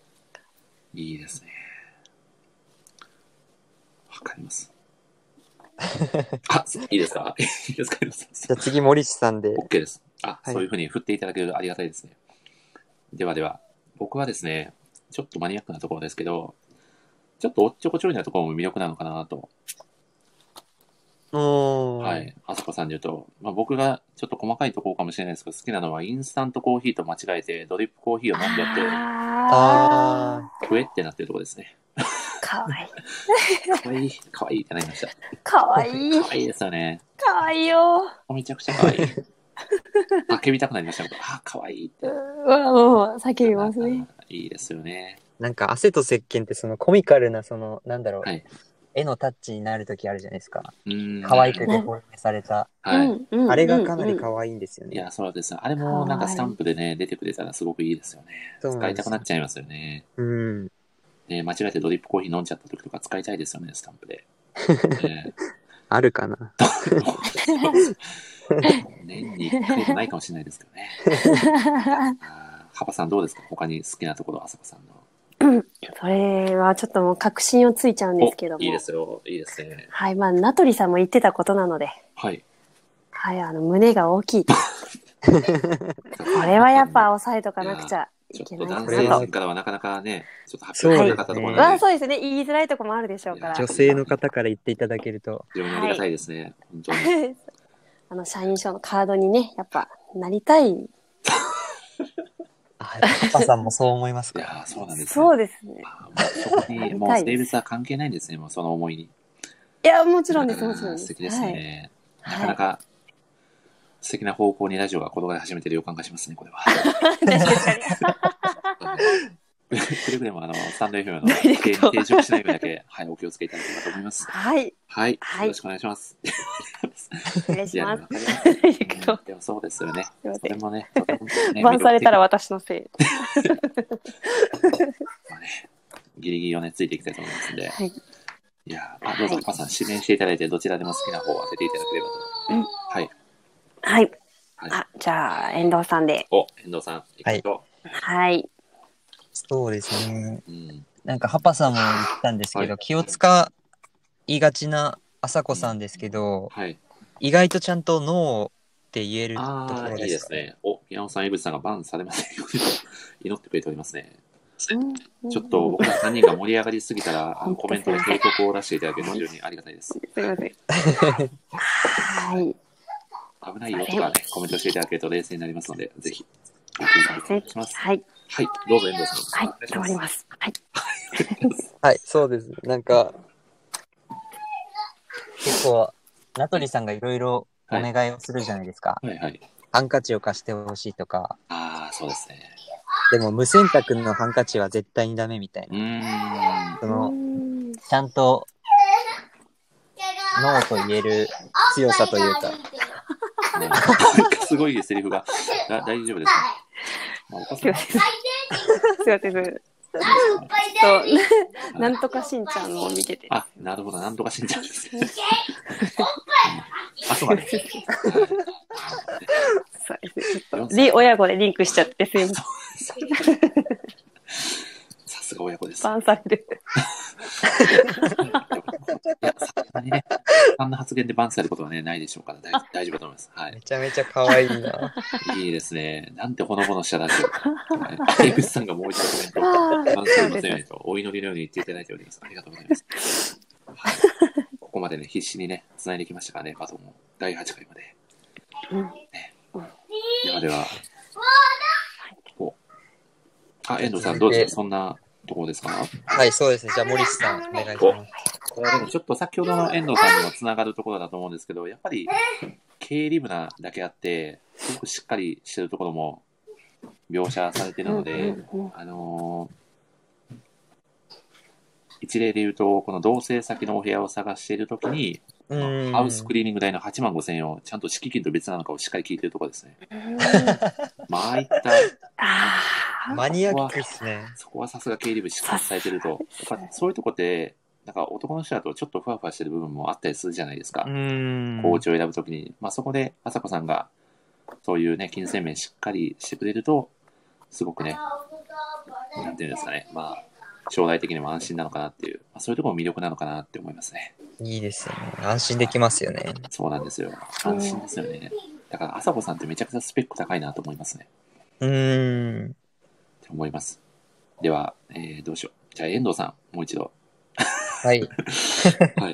Speaker 1: いいですね。わかります。 あ、いいですか？いいですか？
Speaker 4: じゃあ次、森氏さんで。
Speaker 1: OK です。あ、
Speaker 4: はい
Speaker 1: そういうふうに振っていただけるとありがたいですね。ではでは、僕はですね、ちょっとマニアックなところですけど、ちょっとおっちょこちょいなところも魅力なのかなと。は
Speaker 4: はい。
Speaker 1: い。あさこさんで言うと、僕がちょっと細かいところかもしれないですけど、好きなのはインスタントコーヒーと間違えてドリップコーヒーを飲んじゃって、
Speaker 3: あ
Speaker 1: ふえってなってるところですね。
Speaker 3: ー、かわいい。
Speaker 1: かわいい、かわいいってなりました。
Speaker 3: かわいい。
Speaker 1: かわいいですよね。
Speaker 3: かわいいよ。
Speaker 1: めちゃくちゃかわいい。叫びたくなりましたけど、かわいいって。
Speaker 3: うわ、もう、叫びますね。
Speaker 1: いいですよね。
Speaker 4: なんか、汗と石鹸ってそのコミカルな、その、なんだろう、
Speaker 1: はい。
Speaker 4: 絵のタッチになるときあるじゃないですか。
Speaker 1: 可
Speaker 4: 可愛くデフォルメされた。
Speaker 1: はい。
Speaker 4: あれがかなり可愛いんですよね。
Speaker 1: いや、そうです。あれもなんかスタンプでね、出てくれたらすごくいいですよね。使いたくなっちゃいますよね。ね、間違えてドリップコーヒー飲んじゃった時とか使いたいですよね、スタンプで。
Speaker 4: あるかな。
Speaker 1: 年に1回もないかもしれないですけどね。ハパさんどうですか？他に好きなところ、あさこさんの。
Speaker 3: それはちょっともう確信をついちゃうんですけども。
Speaker 1: いいですよ。いいですね。
Speaker 3: はい。まあ、名取さんも言ってたことなので。
Speaker 1: はい。
Speaker 3: はい。胸が大きい。これはやっぱ抑えとかなくちゃいけない
Speaker 1: ちょっと男性陣からはなかなかね、ちょっと発表できなかったところ
Speaker 3: なので。そうですね。言いづらいところもあるでしょうから。
Speaker 4: 女性の方から言っていただけると。
Speaker 1: 非常にありがたいですね。本当に。
Speaker 3: 社員証のカードにね、やっぱ、なりたい。
Speaker 4: パパさんもそう思いますか？
Speaker 1: いや、そうなんです。
Speaker 3: そうですね。
Speaker 1: そこにもう性別は関係ないんですね、もうその思いに。
Speaker 3: いや、もちろんです、もちろんです。
Speaker 1: 素敵ですね。なかなか素敵な方向にラジオが転がり始めてる予感がしますね、これは。くれぐれもスタンド FM の定着しないようにだけ、はい、お気をつけいただければと思います。
Speaker 3: はい。
Speaker 1: はい。よろしくお願いします。
Speaker 3: お願いします。
Speaker 1: でもそうですよね。それもね、
Speaker 3: バンされたら私のせい。
Speaker 1: ギリギリをね、ついていきたいと思いますんで。はい。いや、どうぞ、パパさん、指名していただいて、どちらでも好きな方を当てていただければと。はい。
Speaker 3: はい。じゃあ、遠藤さんで。
Speaker 1: 遠藤さん、いきましょ
Speaker 3: う。はい。
Speaker 4: そうですね。なんか、ハパさんも言ったんですけど、気を使いがちなあさこさんですけど、意外とちゃんとノーって言えるところですか？
Speaker 1: いいですね。宮本さん、江口さんがバンされませんように祈ってくれておりますね。ちょっと僕ら3人が盛り上がりすぎたら、コメントで警告を出していただけると非常にありがたいです。す
Speaker 3: いません。はい。
Speaker 1: 危ないよとかね、コメントしていただけると冷静になりますので、ぜひ、お願いします。はい。はい、どうぞ遠藤さん。
Speaker 3: はい、頑張ります。はい。
Speaker 4: はい、そうです。なんか、結構、名取さんがいろいろお願いをするじゃないですか。
Speaker 1: はいはい。
Speaker 4: ハンカチを貸してほしいとか。
Speaker 1: そうですね。
Speaker 4: でも無洗濯のハンカチは絶対にダメみたいな。ちゃんとノーと言える強さというか。
Speaker 1: すごいセリフが。大丈夫ですか？
Speaker 3: すいません。なんとかしんちゃんを見てて。
Speaker 1: なるほど、なんとかしんちゃんですね。そうですね。
Speaker 3: ちょっと親子でリンクしちゃってすいません。
Speaker 1: さすが親子です。
Speaker 3: バンされる。
Speaker 1: さすがにね、あんな発言でバンされることはね、ないでしょうから大丈夫だと思います。はい。
Speaker 4: めちゃめちゃ可愛いな。
Speaker 1: いいですね。なんてほのぼのしたラジオ。江口さんがもう一度コメントをバンされませんようにと、お祈りのように言っていただいております。ありがとうございます。ここまでね、必死にね、繋いできましたからね、バトンも第8回まで。では、遠藤さんどうですか？そんなところですか？
Speaker 4: はい、そうですね。じゃあ森さんお願いします。
Speaker 1: これはでもちょっと先ほどの遠藤さんにもつながるところだと思うんですけど、やっぱり経理部なだけあってすごくしっかりしてるところも描写されているので、一例で言うとこの同棲先のお部屋を探しているときにハウスクリーニング代の8万5千円をちゃんと敷金と別なのかをしっかり聞いてるところですね。ああいった
Speaker 4: マニアックですね。
Speaker 1: そこはさすが経理部しっかりされてると、やっぱそういうとこってなんか男の人だとちょっとふわふわしてる部分もあったりするじゃないですか。コーチを選ぶときに、そこであさこさんがそういうね金銭面しっかりしてくれるとすごくね、なんていうんですかね、 将来的にも安心なのかなっていう、そういうところも魅力なのかなって思いますね。
Speaker 4: いいですよね。安心できますよね。
Speaker 1: そうなんですよ。安心ですよね。だから、朝子さんってめちゃくちゃスペック高いなと思いますね。って思います。では、どうしよう。じゃあ、遠藤さん、もう一度。
Speaker 4: はい。
Speaker 1: はい。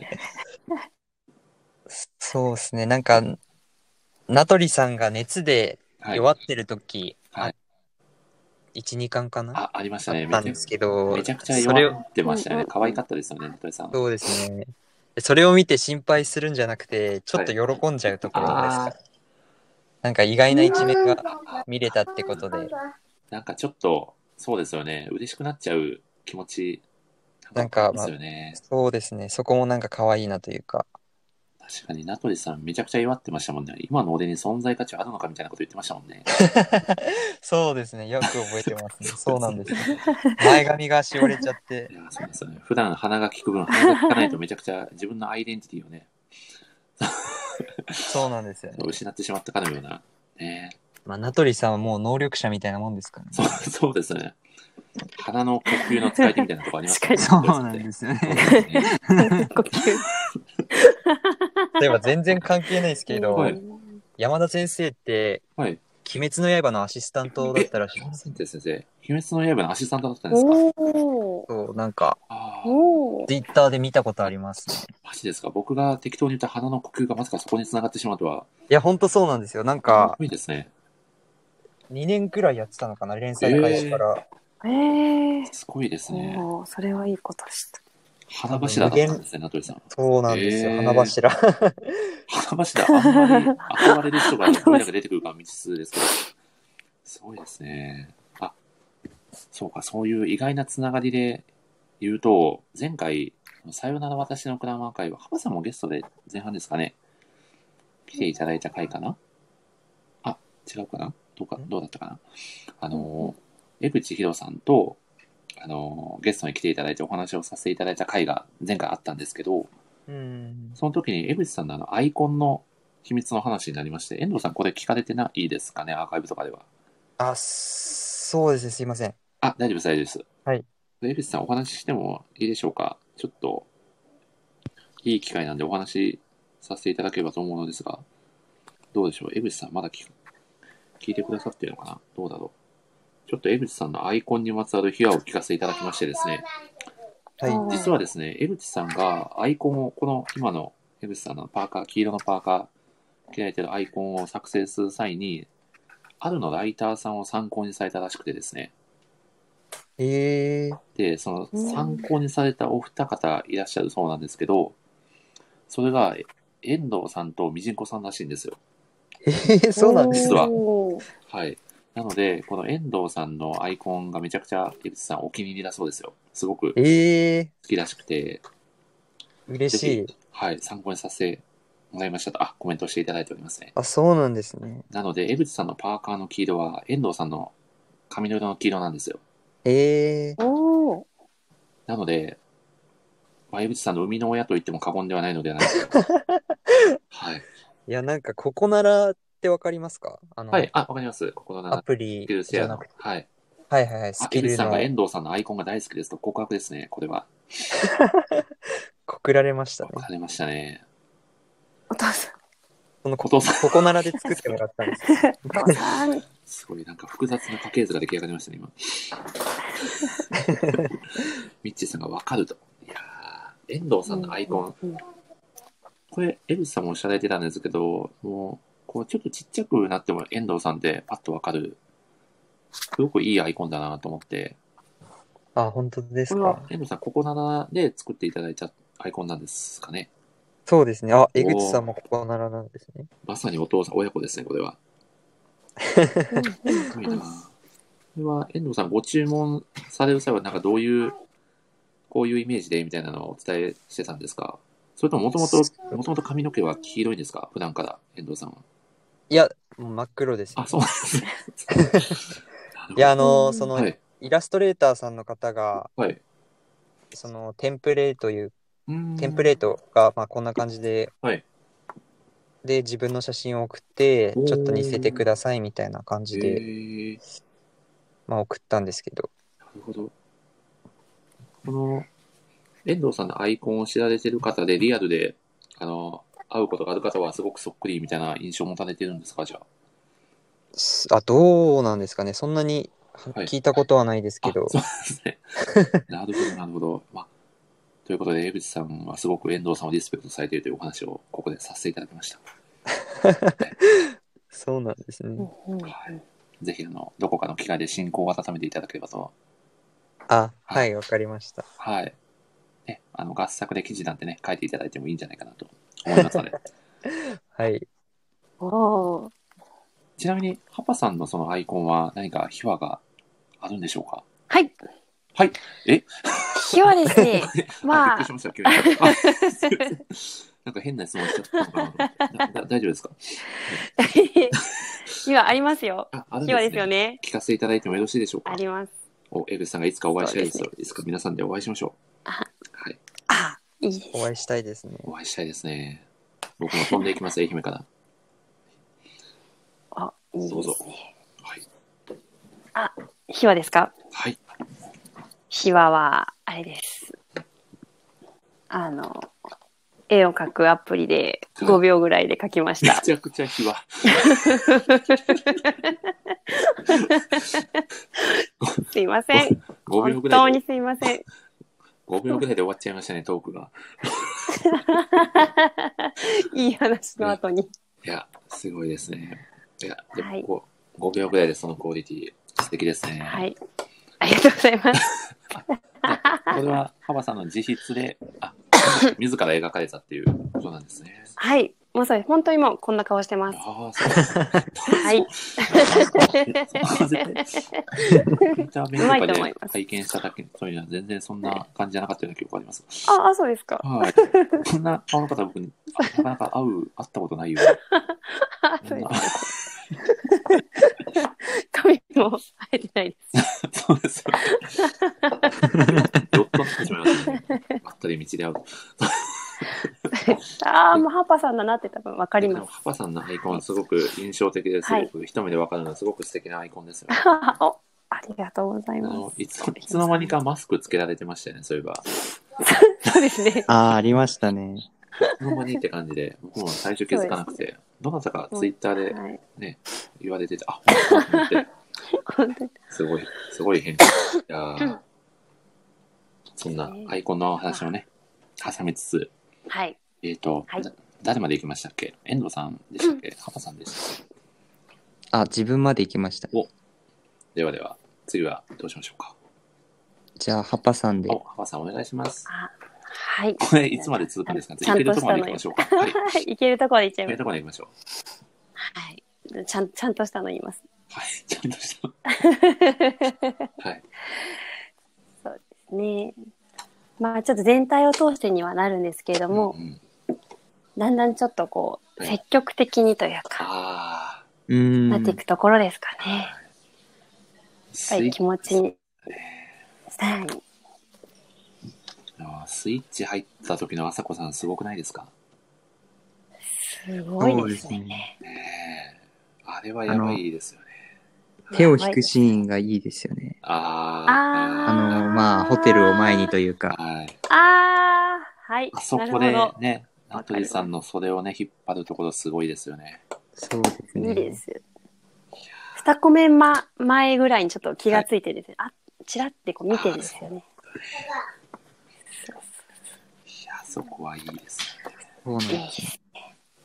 Speaker 4: そうですね。なんか、名取さんが熱で弱ってる時、
Speaker 1: はい。
Speaker 4: 1、2巻かな
Speaker 1: ありましたね。
Speaker 4: あったんですけど、
Speaker 1: めちゃくちゃ弱ってましたよね。可愛かったですよね、名取さん。
Speaker 4: そうですね。それを見て心配するんじゃなくて、ちょっと喜んじゃうところですか。なんか意外な一面が見れたってことで。
Speaker 1: なんかちょっと、そうですよね。嬉しくなっちゃう気持ち、
Speaker 4: なんか、
Speaker 1: ですよね。
Speaker 4: そうですね。そこもなんか可愛いなというか。
Speaker 1: 確かに、名取さんめちゃくちゃ弱ってましたもんね。今の俺に存在価値あるのかみたいなこと言ってましたもんね。
Speaker 4: そうですね。よく覚えてますね。そうなんです、ね。前髪がしおれちゃって。
Speaker 1: いや、そうですよね。普段鼻が利く分、鼻が利かないとめちゃくちゃ自分のアイデンティティをね、
Speaker 4: そうなんですよね。
Speaker 1: 失ってしまったかのような。ね。
Speaker 4: 名取さんはもう能力者みたいなもんですからね。
Speaker 1: そうですね。鼻の呼吸の使い手みたいなとこあります
Speaker 4: ね。そうなんですよね。
Speaker 3: 呼吸。
Speaker 4: 例えば全然関係ないですけど、山田先生って、鬼滅の刃のアシスタントだったらしいです。
Speaker 1: 先生、鬼滅の刃のアシスタントだったんですか？
Speaker 4: そう、なんか、ツイッターで見たことありますね。
Speaker 1: マジですか？僕が適当に言った鼻の呼吸がまさかそこに繋がってしまうとは。
Speaker 4: いや、ほんとそうなんですよ。なんか、
Speaker 1: すごいですね。
Speaker 4: 2年くらいやってたのかな、連載開始から。
Speaker 1: すごいですね。
Speaker 3: それはいいことでした。
Speaker 1: 花柱だったんですね、名取さん。
Speaker 4: そうなんですよ、花柱。
Speaker 1: 花柱、あんまり憧れる人がどれだけ出てくるか未知数ですけど、すごいですね。そうか、そういう意外なつながりで言うと、前回、さよなら私のクラマー会は、ハバさんもゲストで前半ですかね、来ていただいた回かな。違うかな、どうだったかな。江口博さんと、ゲストに来ていただいてお話をさせていただいた回が前回あったんですけど、その時に江口さんのアイコンの秘密の話になりまして、遠藤さんこれ聞かれてないですかね、アーカイブとかでは。
Speaker 4: そうですね、すいません。
Speaker 1: 大丈夫です、大丈夫です。
Speaker 4: はい。
Speaker 1: 江口さんお話ししてもいいでしょうか。ちょっと、いい機会なんでお話しさせていただければと思うのですが、どうでしょう。江口さんまだ聞いてくださってるのかな、どうだろう。ちょっと江口さんのアイコンにまつわる秘話を聞かせていただきましてですね。はい。実はですね、江口さんがアイコンを、この今の江口さんのパーカー、黄色のパーカー、着られてるアイコンを作成する際に、あるのライターさんを参考にされたらしくてですね。で、その参考にされたお二方いらっしゃるそうなんですけど、それが遠藤さんとみじんこさんらしいんですよ。
Speaker 4: そうなんです
Speaker 1: 実は。はい。なので、この遠藤さんのアイコンがめちゃくちゃ江口さんお気に入りだそうですよ。すごく好きらしくて。
Speaker 4: 嬉しい。
Speaker 1: はい、参考にさせてもらいましたと、コメントしていただいておりますね。
Speaker 4: そうなんですね。
Speaker 1: なので、江口さんのパーカーの黄色は遠藤さんの髪の色の黄色なんですよ。なので、江口さんの生みの親と言っても過言ではないのではないかと。はい。
Speaker 4: いや、なんか、ここならってわかりますか？
Speaker 1: はい、わかります。ここなら。
Speaker 4: アプリじゃなくて。
Speaker 1: はい。
Speaker 4: はいはいはい。スキルの。
Speaker 1: 江口さんが遠藤さんのアイコンが大好きですと告白ですね、これは。
Speaker 4: 告られましたね。
Speaker 1: 告られましたね。
Speaker 3: お父さん。
Speaker 4: このここならで作ってもらったんです。
Speaker 3: お父さん。
Speaker 1: すごいなんか複雑な家系図が出来上がりましたね、今。ミッチーさんがわかると。いやー、遠藤さんのアイコン。これ、江口さんもおっしゃられてたんですけど、もう、こうちょっとちっちゃくなっても遠藤さんってパッとわかる。すごくいいアイコンだなと思って。
Speaker 4: 本当ですか。
Speaker 1: 遠藤さん、ここならで作っていただいたアイコンなんですかね。
Speaker 4: そうですね。江口さんもここならなんですね。
Speaker 1: まさにお父さん、親子ですね、これは。すごいな。これは、遠藤さん、ご注文される際は、なんかどういう、こういうイメージでみたいなのをお伝えしてたんですか？それとももともと髪の毛は黄色いんですか？普段から、遠藤さんは。
Speaker 4: いや、もう真っ黒です、
Speaker 1: そうなんですね。
Speaker 4: いや、その、イラストレーターさんの方が、そのテンプレートがこんな感じで、で自分の写真を送ってちょっと似せてくださいみたいな感じで、送ったんですけど。
Speaker 1: なるほど。 この、遠藤さんのアイコンを知られてる方で、リアルで、会うことがある方はすごくそっくりみたいな印象を持たれてるんですか、じゃ
Speaker 4: どうなんですかね。そんなに
Speaker 1: はい
Speaker 4: 聞いたことはないです
Speaker 1: あ。
Speaker 4: けど。
Speaker 1: そうですね。なるほど、なるほど。まあ、ということで、江口さんはすごく遠藤さんをリスペクトされているというお話をここでさせていただきました。
Speaker 4: そうなんですね。
Speaker 1: ぜひ、どこかの機会で進行を温めていただければと。
Speaker 4: はい、わかりました。
Speaker 1: はい。ね、合作で記事なんてね、書いていただいてもいいんじゃないかなと思いますので。
Speaker 4: はい。
Speaker 3: おー。
Speaker 1: ちなみに、ハパさんのそのアイコンは何か秘話があるんでしょうか？
Speaker 3: はい。
Speaker 1: はい。
Speaker 3: 秘話ですね。
Speaker 1: びっくりしました、急に。なんか変な質問しちゃったのかなと思って。大丈夫ですか？
Speaker 3: 秘話ありますよ。
Speaker 1: あるん
Speaker 3: 秘話ですよね。
Speaker 1: 聞かせていただいてもよろしいでしょうか？
Speaker 3: あります。
Speaker 1: 江口さんがいつかお会いしたいですよ。
Speaker 3: そうです
Speaker 1: いつか皆さんでお会いしましょう。
Speaker 3: あ
Speaker 1: はい。
Speaker 3: いいです。
Speaker 4: お会いしたいですね。
Speaker 1: お会いしたいですね。僕も飛んでいきます、愛媛から。
Speaker 3: いいですね。
Speaker 1: どうぞ。はい。
Speaker 3: 秘話ですか？
Speaker 1: はい。
Speaker 3: 秘話は、あれです。絵を描くアプリで5秒ぐらいで描きまし
Speaker 1: め
Speaker 3: た。
Speaker 1: ちゃくちゃ秘話。
Speaker 3: すいません。
Speaker 1: 5秒
Speaker 3: 本
Speaker 1: ぐらいで。
Speaker 3: 当にすいません。
Speaker 1: 5秒ぐらいで終わっちゃいましたね、トークが。
Speaker 3: いい話の後に。
Speaker 1: いや、すごいですね。いや、で
Speaker 3: はい
Speaker 1: も5秒ぐらいでそのクオリティ、素敵ですね。
Speaker 3: はい。ありがとうございます。
Speaker 1: これは、幅さんの自筆で、自ら描かれたっていうことなんですね。
Speaker 3: はい。もうそうです。本当にもうこんな顔してます。
Speaker 1: ああ、そうですね。
Speaker 3: はい。
Speaker 1: インターネ
Speaker 3: うまい
Speaker 1: ットとかで
Speaker 3: と思います
Speaker 1: 拝見しただけそういうのは全然そんな感じじゃなかったような記憶があります。
Speaker 3: そうですか。
Speaker 1: はい。こんな顔の方僕、なかなか会ったことないよ。
Speaker 3: そうです髪も生えてないです。
Speaker 1: そうですよね。どっとなってしまいますね。ばったり道で会う。
Speaker 3: もうハッパさんだなって多分わかります。
Speaker 1: ハパさんのアイコンはすごく印象的ですごく、一目でわかるのはすごく素敵なアイコンですよね。
Speaker 3: ありがとうございます。
Speaker 1: いつの間にかマスクつけられてましたよね、そういえば。
Speaker 3: そうですね。
Speaker 4: ありましたね。
Speaker 1: いつの間にって感じで、僕も最初気づかなくて、どなたかツイッターでね、言われてて、本当と思って、
Speaker 3: 本当に
Speaker 1: すごい変化。いやそんなアイコンの話をね、挟みつつ、
Speaker 3: はい。
Speaker 1: 誰まで行きましたっけ？遠藤さんでしたっけ？ハパさんでしたっけ？
Speaker 4: 自分まで行きました。
Speaker 1: ではでは、次はどうしましょうか？
Speaker 4: じゃあ、ハパさんで。
Speaker 1: ハパさんお願いします。
Speaker 3: はい。
Speaker 1: これいつまで続くんですか？行けるところまで行きましょうか。はい。
Speaker 3: 行けるところまで行っちゃいます。
Speaker 1: 行けるところまで行きましょう。
Speaker 3: はい。ちゃんとしたの言います。
Speaker 1: はい。ちゃんとした。はい。
Speaker 3: そうですね。まあちょっと全体を通してにはなるんですけれども、だんだんちょっとこう、積極的にというか、なっていくところですかね。やっぱり気持ちに。はい。
Speaker 1: スイッチ入った時の朝子さんすごくないですか？
Speaker 3: すごいですね。
Speaker 1: あれはやばいですよね。
Speaker 4: 手を引くシーンがいいですよね。ホテルを前にというか。
Speaker 3: はい。
Speaker 1: あそこでね、名取さんの袖をね、引っ張るところすごいですよね。
Speaker 4: そうですね。
Speaker 3: いいです。2コメ前ぐらいにちょっと気がついてですね、チラってこう見てるんですよね。
Speaker 1: いや、そこはいいですね。
Speaker 4: そうなんですね。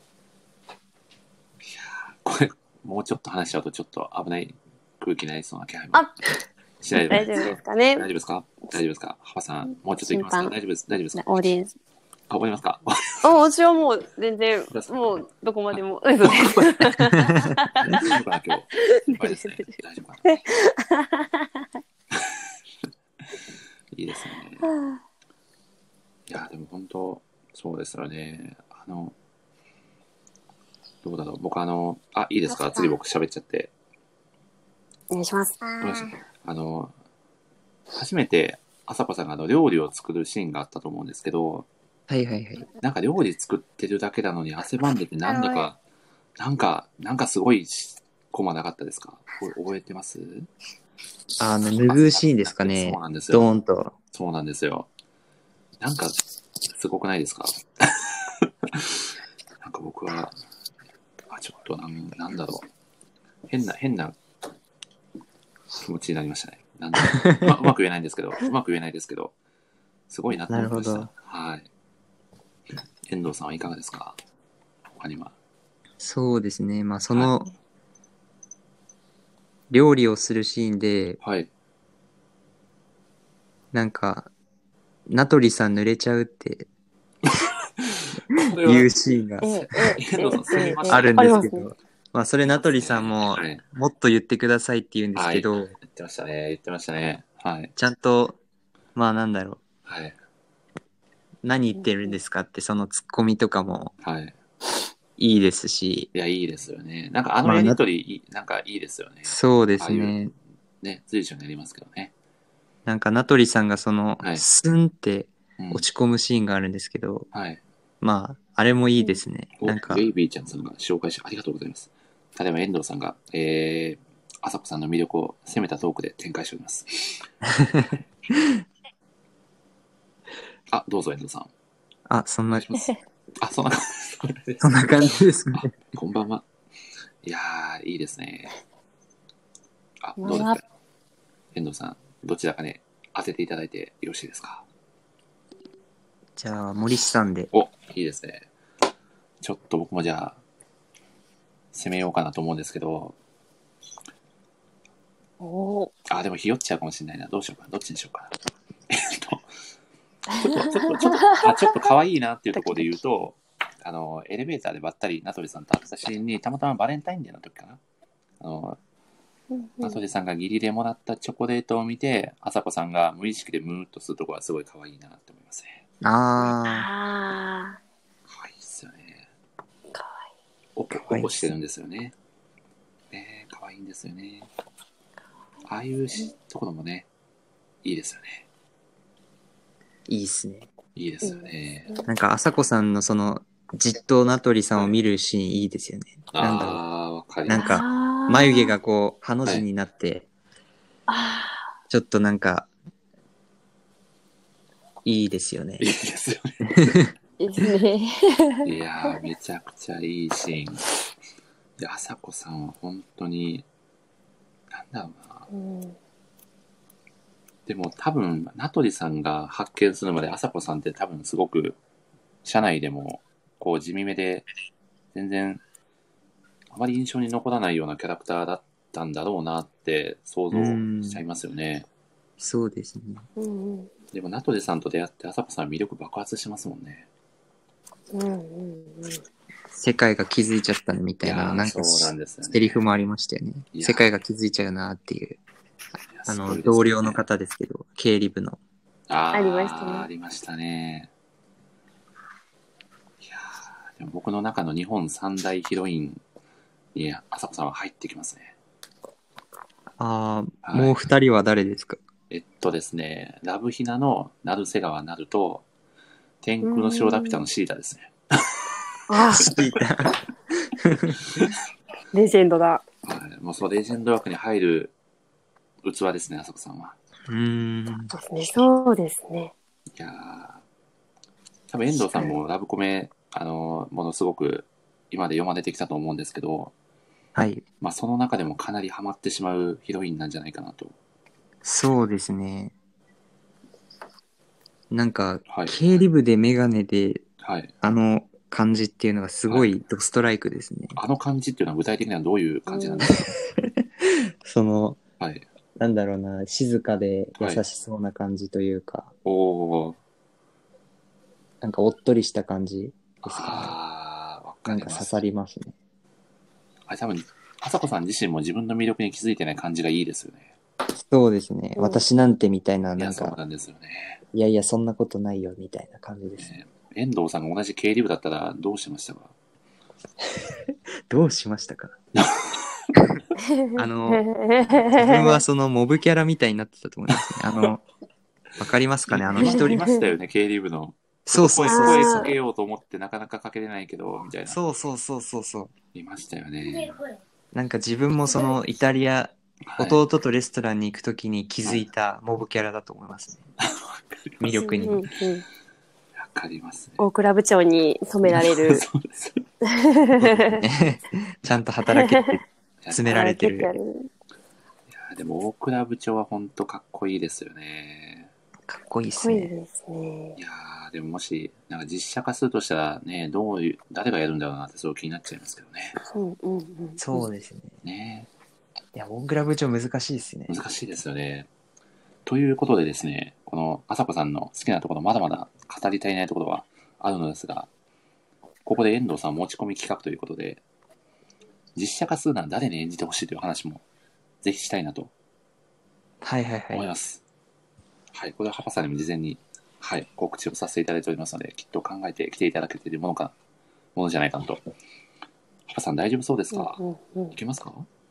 Speaker 1: いや、これ、もうちょっと話しちゃうとちょっと危ない空気になりそうな気配もしない
Speaker 3: 大丈夫ですかね。
Speaker 1: 大丈夫ですか？大丈夫ですか？ハパさん、もうちょっといきますか？大丈夫ですか？
Speaker 3: オーディエンス。
Speaker 1: 終わりますか？
Speaker 3: 私はもう全然、もうどこまでも。大丈夫かな
Speaker 1: 今日。やばいですね。大丈夫かな。いいですね。いや、でも本当、そうですよね。どうだろう。僕いいですか？次僕喋っちゃって。
Speaker 3: お願いします。
Speaker 1: 初めて、朝子さんが料理を作るシーンがあったと思うんですけど、
Speaker 4: はいはいはい。
Speaker 1: なんか料理作ってるだけなのに汗ばんでてなんかすごいコマなかったですか？覚えてます？
Speaker 4: 拭うシーンですかね。
Speaker 1: そうなんですよ。
Speaker 4: ドーンと。
Speaker 1: そうなんですよ。なんか、すごくないですか？なんか僕は、ちょっとなんだろう。変な気持ちになりましたね。なんだろう。うまく言えないんですけど、すごいなと思いました。
Speaker 4: なるほど。
Speaker 1: はい。遠藤さんはいかがですか？他には。
Speaker 4: そうですね。まあ、その、料理をするシーンで、
Speaker 1: はい。
Speaker 4: なんか、名取さん濡れちゃうって
Speaker 1: これは
Speaker 4: いうシーンが
Speaker 3: 遠
Speaker 1: 藤さんすみません
Speaker 4: あるんですけ
Speaker 3: あり
Speaker 4: ど、まあ、それ名取さんも
Speaker 1: はい、
Speaker 4: もっと言ってくださいって言うんですけど、
Speaker 1: 言ってましたね。はい。
Speaker 4: ちゃんと、まあなんだろう、
Speaker 1: はい。
Speaker 4: 何言ってるんですかってそのツッコミとかも
Speaker 1: はい。
Speaker 4: いいですし、
Speaker 1: いや、いいですよね。なんか
Speaker 4: まあ
Speaker 1: やりとり、なんかいいですよね。
Speaker 4: そうです
Speaker 1: ああい
Speaker 4: ね。
Speaker 1: ね、随所にありますけどね。
Speaker 4: なんか名取さんがその、
Speaker 1: はい
Speaker 4: スンって
Speaker 1: うん
Speaker 4: 落ち込むシーンがあるんですけど、
Speaker 1: はい。
Speaker 4: まあ、あれもいいですね。
Speaker 1: お、
Speaker 4: なんか
Speaker 1: ベ、イビーちゃんさんが紹介してありがとうございます。例えば遠藤さんが、朝子さんの魅力を攻めたトークで展開しております。どうぞ遠藤さん。
Speaker 4: あ、そんな、
Speaker 1: そんな感じ。
Speaker 4: そんな感じですね。
Speaker 1: こんばんは。いやー、いいですね。どうですか遠藤さん、どちらかね、当てていただいてよろしいですか？
Speaker 4: じゃあ、森氏さんで。
Speaker 1: お、いいですね。ちょっと僕もじゃあ、攻めようかなと思うんですけど、でもひよっちゃうかもしれないな。どうしようかな。どっちにしようかな。ちょっと可愛いなっていうところで言うと、エレベーターでばったり名取さんと会ったシーンに、たまたまバレンタインデーの時かな。名取さんが義理でもらったチョコレートを見て、朝子さんが無意識でムーッとするところはすごい可愛いなって思いますね。
Speaker 4: あ
Speaker 1: 可愛いっすよね。
Speaker 3: かわ
Speaker 1: おこしてるんですよね。可愛いんですよね。ああいうところもね、いいですよね。
Speaker 4: いいっすね。
Speaker 1: いいですよね。
Speaker 4: なんか、朝子さんのその、じっと名取さんを見るシーンいいですよね。なんだろ
Speaker 1: わか
Speaker 4: う。
Speaker 1: ります。
Speaker 4: なんか、眉毛がこう、ハの字になって、ちょっとなんか、いいですよね。
Speaker 1: いいですよね。
Speaker 3: いいですね。
Speaker 1: いやー、めちゃくちゃいいシーン。で、朝子さんは本当に、なんだろうな。でも多分、名取さんが発見するまで朝子さんって多分すごく、社内でも、こう地味めで、全然、あまり印象に残らないようなキャラクターだったんだろうなって想像しちゃいますよね。
Speaker 4: そうですね。
Speaker 1: でも名取さんと出会って朝子さんは魅力爆発しますもんね。
Speaker 4: 世界が気づいちゃったみたいな、なんか、
Speaker 1: そうなんですよね。
Speaker 4: セリフもありましたよね。世界が気づいちゃうなっていう。同僚の方ですけど、経理部の。
Speaker 3: ありましたね。
Speaker 1: ありましたね。いやでも僕の中の日本三大ヒロインに朝子さんは入ってきますね。
Speaker 4: もう二人は誰ですか？
Speaker 1: ですね、ラブヒナの成瀬川なると、天空の城ラピュタのシータですね。
Speaker 4: シータ。
Speaker 3: レジェンドだ。
Speaker 1: もうそのレジェンド枠に入る器ですね、朝子さんは。
Speaker 3: そうですね。
Speaker 1: いや多分遠藤さんもラブコメ、ものすごく今で読まれてきたと思うんですけど、
Speaker 4: はい。
Speaker 1: まあその中でもかなりハマってしまうヒロインなんじゃないかなと。
Speaker 4: そうですね。なんか、経理部でメガネで、感じっていうのがすごいドストライクですね。
Speaker 1: あの感じっていうのは具体的にはどういう感じなんですか？
Speaker 4: その、なんだろうな、静かで優しそうな感じというか、なんかおっとりした感じですかね。なんか刺さりますね。
Speaker 1: 多分、朝子さん自身も自分の魅力に気づいてない感じがいいですよね。
Speaker 4: そうですね。私なんてみたいな、なんか、
Speaker 1: そうなんですよね。
Speaker 4: いやいや、そんなことないよ、みたいな感じですね。
Speaker 1: 遠藤さんが同じ経理部だったらどうしましたか？
Speaker 4: どうしましたか？自分はそのモブキャラみたいになってたと思いますね。わかりますかね？
Speaker 1: 一人いましたよね、経理部の。
Speaker 4: そうそうそう。
Speaker 1: 声かけようと思ってなかなかかけれないけど、みたいな。
Speaker 4: そうそうそうそうそう。
Speaker 1: いましたよね。
Speaker 4: なんか自分もそのイタリア
Speaker 1: はい、
Speaker 4: 弟とレストランに行くときに気づいたモブキャラだと思いますね。魅力に。
Speaker 3: わ
Speaker 1: かりますね。
Speaker 3: 大倉部長に染められる。
Speaker 1: そうです。
Speaker 4: ちゃんと働けて、詰められてる。
Speaker 1: いやでも大倉部長は本当かっこいいですよね。
Speaker 4: かっこいいです
Speaker 3: かっこいい
Speaker 4: ね。
Speaker 3: ですね。
Speaker 1: いやでももし、なんか実写化するとしたらね、誰がやるんだろうなってすごい気になっちゃいますけどね。
Speaker 4: そうですね。
Speaker 1: ね。
Speaker 4: いや、大倉部長難しいですね。
Speaker 1: 難しいですよね。ということでですね、このあさこさんの好きなところ、まだまだ語り足りないところはあるのですが、ここで遠藤さん持ち込み企画ということで、実写化するなら誰に演じてほしいという話もぜひしたいなと
Speaker 4: はいはいはい。
Speaker 1: 思います。はい、これはハパさんにも事前に、はい、告知をさせていただいておりますので、きっと考えてきていただけているものじゃないかなと。ハパさん大丈夫そうですか？いけますか？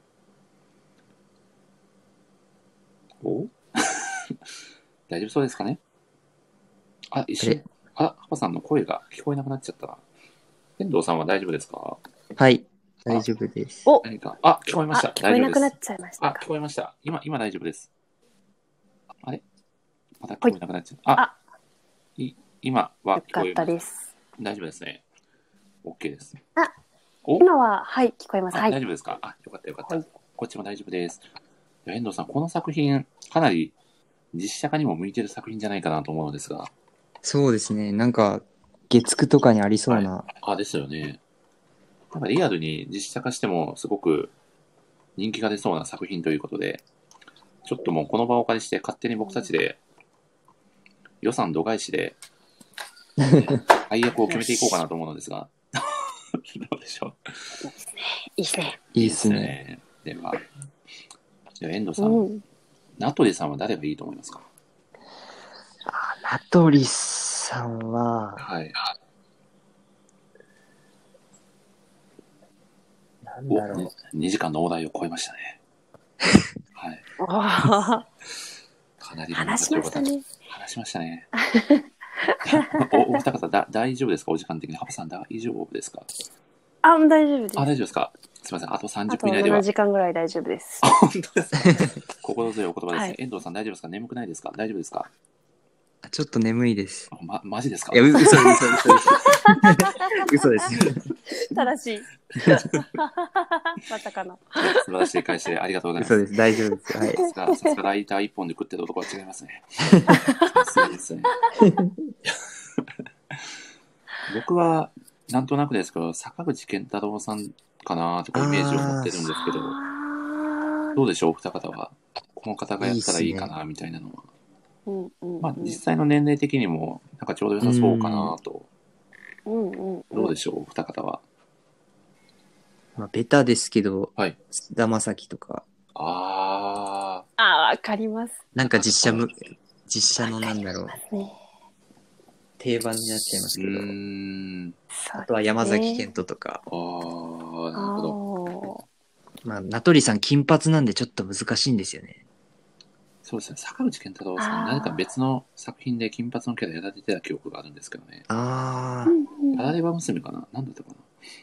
Speaker 1: お大丈夫そうですかね？あ、一瞬。ハパさんの声が聞こえなくなっちゃったな。遠藤さんは大丈夫ですか？
Speaker 4: はい。大丈夫です。
Speaker 1: 何か、聞こえました。
Speaker 3: 聞こえなくなっちゃいました。
Speaker 1: 聞こえました。今大丈夫です。あれまた聞こえなくなっちゃった。今は聞こえました。よかったです。大丈夫ですね。OK です。
Speaker 3: 今は、はい、聞こえます。
Speaker 1: 大丈夫ですか？よかったよかった。こっちも大丈夫です。遠藤さん、この作品、かなり実写化にも向いてる作品じゃないかなと思うのですが。
Speaker 4: そうですね。なんか、月9とかにありそうな。
Speaker 1: ですよね。なんかリアルに実写化してもすごく人気が出そうな作品ということで、ちょっともうこの場をお借りして勝手に僕たちで予算度外視で、配役を決めていこうかなと思うのですが、どうでしょう。
Speaker 3: いいですね。
Speaker 4: いいですね。
Speaker 1: では、遠藤さん、名取さんは誰がいいと思いますか？
Speaker 4: 名取さんは、
Speaker 1: はい。
Speaker 4: なんだろう。
Speaker 1: 2時間のお題を超えましたね。はい。かなり
Speaker 3: 話しましたね。
Speaker 1: 話しましたね。お二方大丈夫ですか？お時間的に。ハパさん大丈夫ですか？
Speaker 3: 大丈夫です。
Speaker 1: 大丈夫ですか？すみません。あと30分以内では。
Speaker 3: あと7時間ぐらい大丈夫です。
Speaker 1: 本当ですか？心強いお言葉ですね。遠藤さん大丈夫ですか？眠くないですか？大丈夫ですか？
Speaker 4: ちょっと眠いです。
Speaker 1: マジですか？
Speaker 4: いや、嘘です。嘘です。
Speaker 3: 正しい。まさかの。
Speaker 1: 素晴らしい返しでありがとうございます。
Speaker 4: 嘘です。大丈夫です。はい。
Speaker 1: さすがライター一本で食ってる男は違いますね。さすがですね。僕は、なんとなくですけど、坂口健太郎さんかなとかイメージを持ってるんですけど、どうでしょう、お二方は。この方がやったらいいかな、みたいなのは。実際の年齢的にも、なんかちょうど良さそうかなと。どうでしょう、お二方は。
Speaker 4: ベタですけど、
Speaker 1: 菅
Speaker 4: 田将暉とか。
Speaker 3: わかります。
Speaker 4: なんか実写のなんだろう。定番になっちゃいますけど。あとは山崎賢人とか。
Speaker 1: なるほ
Speaker 4: ど。名取さん金髪なんでちょっと難しいんですよね。
Speaker 1: そうですね。坂口健太郎さん、何か別の作品で金髪のキャラやられてた記憶があるんですけどね。
Speaker 4: タ
Speaker 1: ラレバ娘かな？何だったか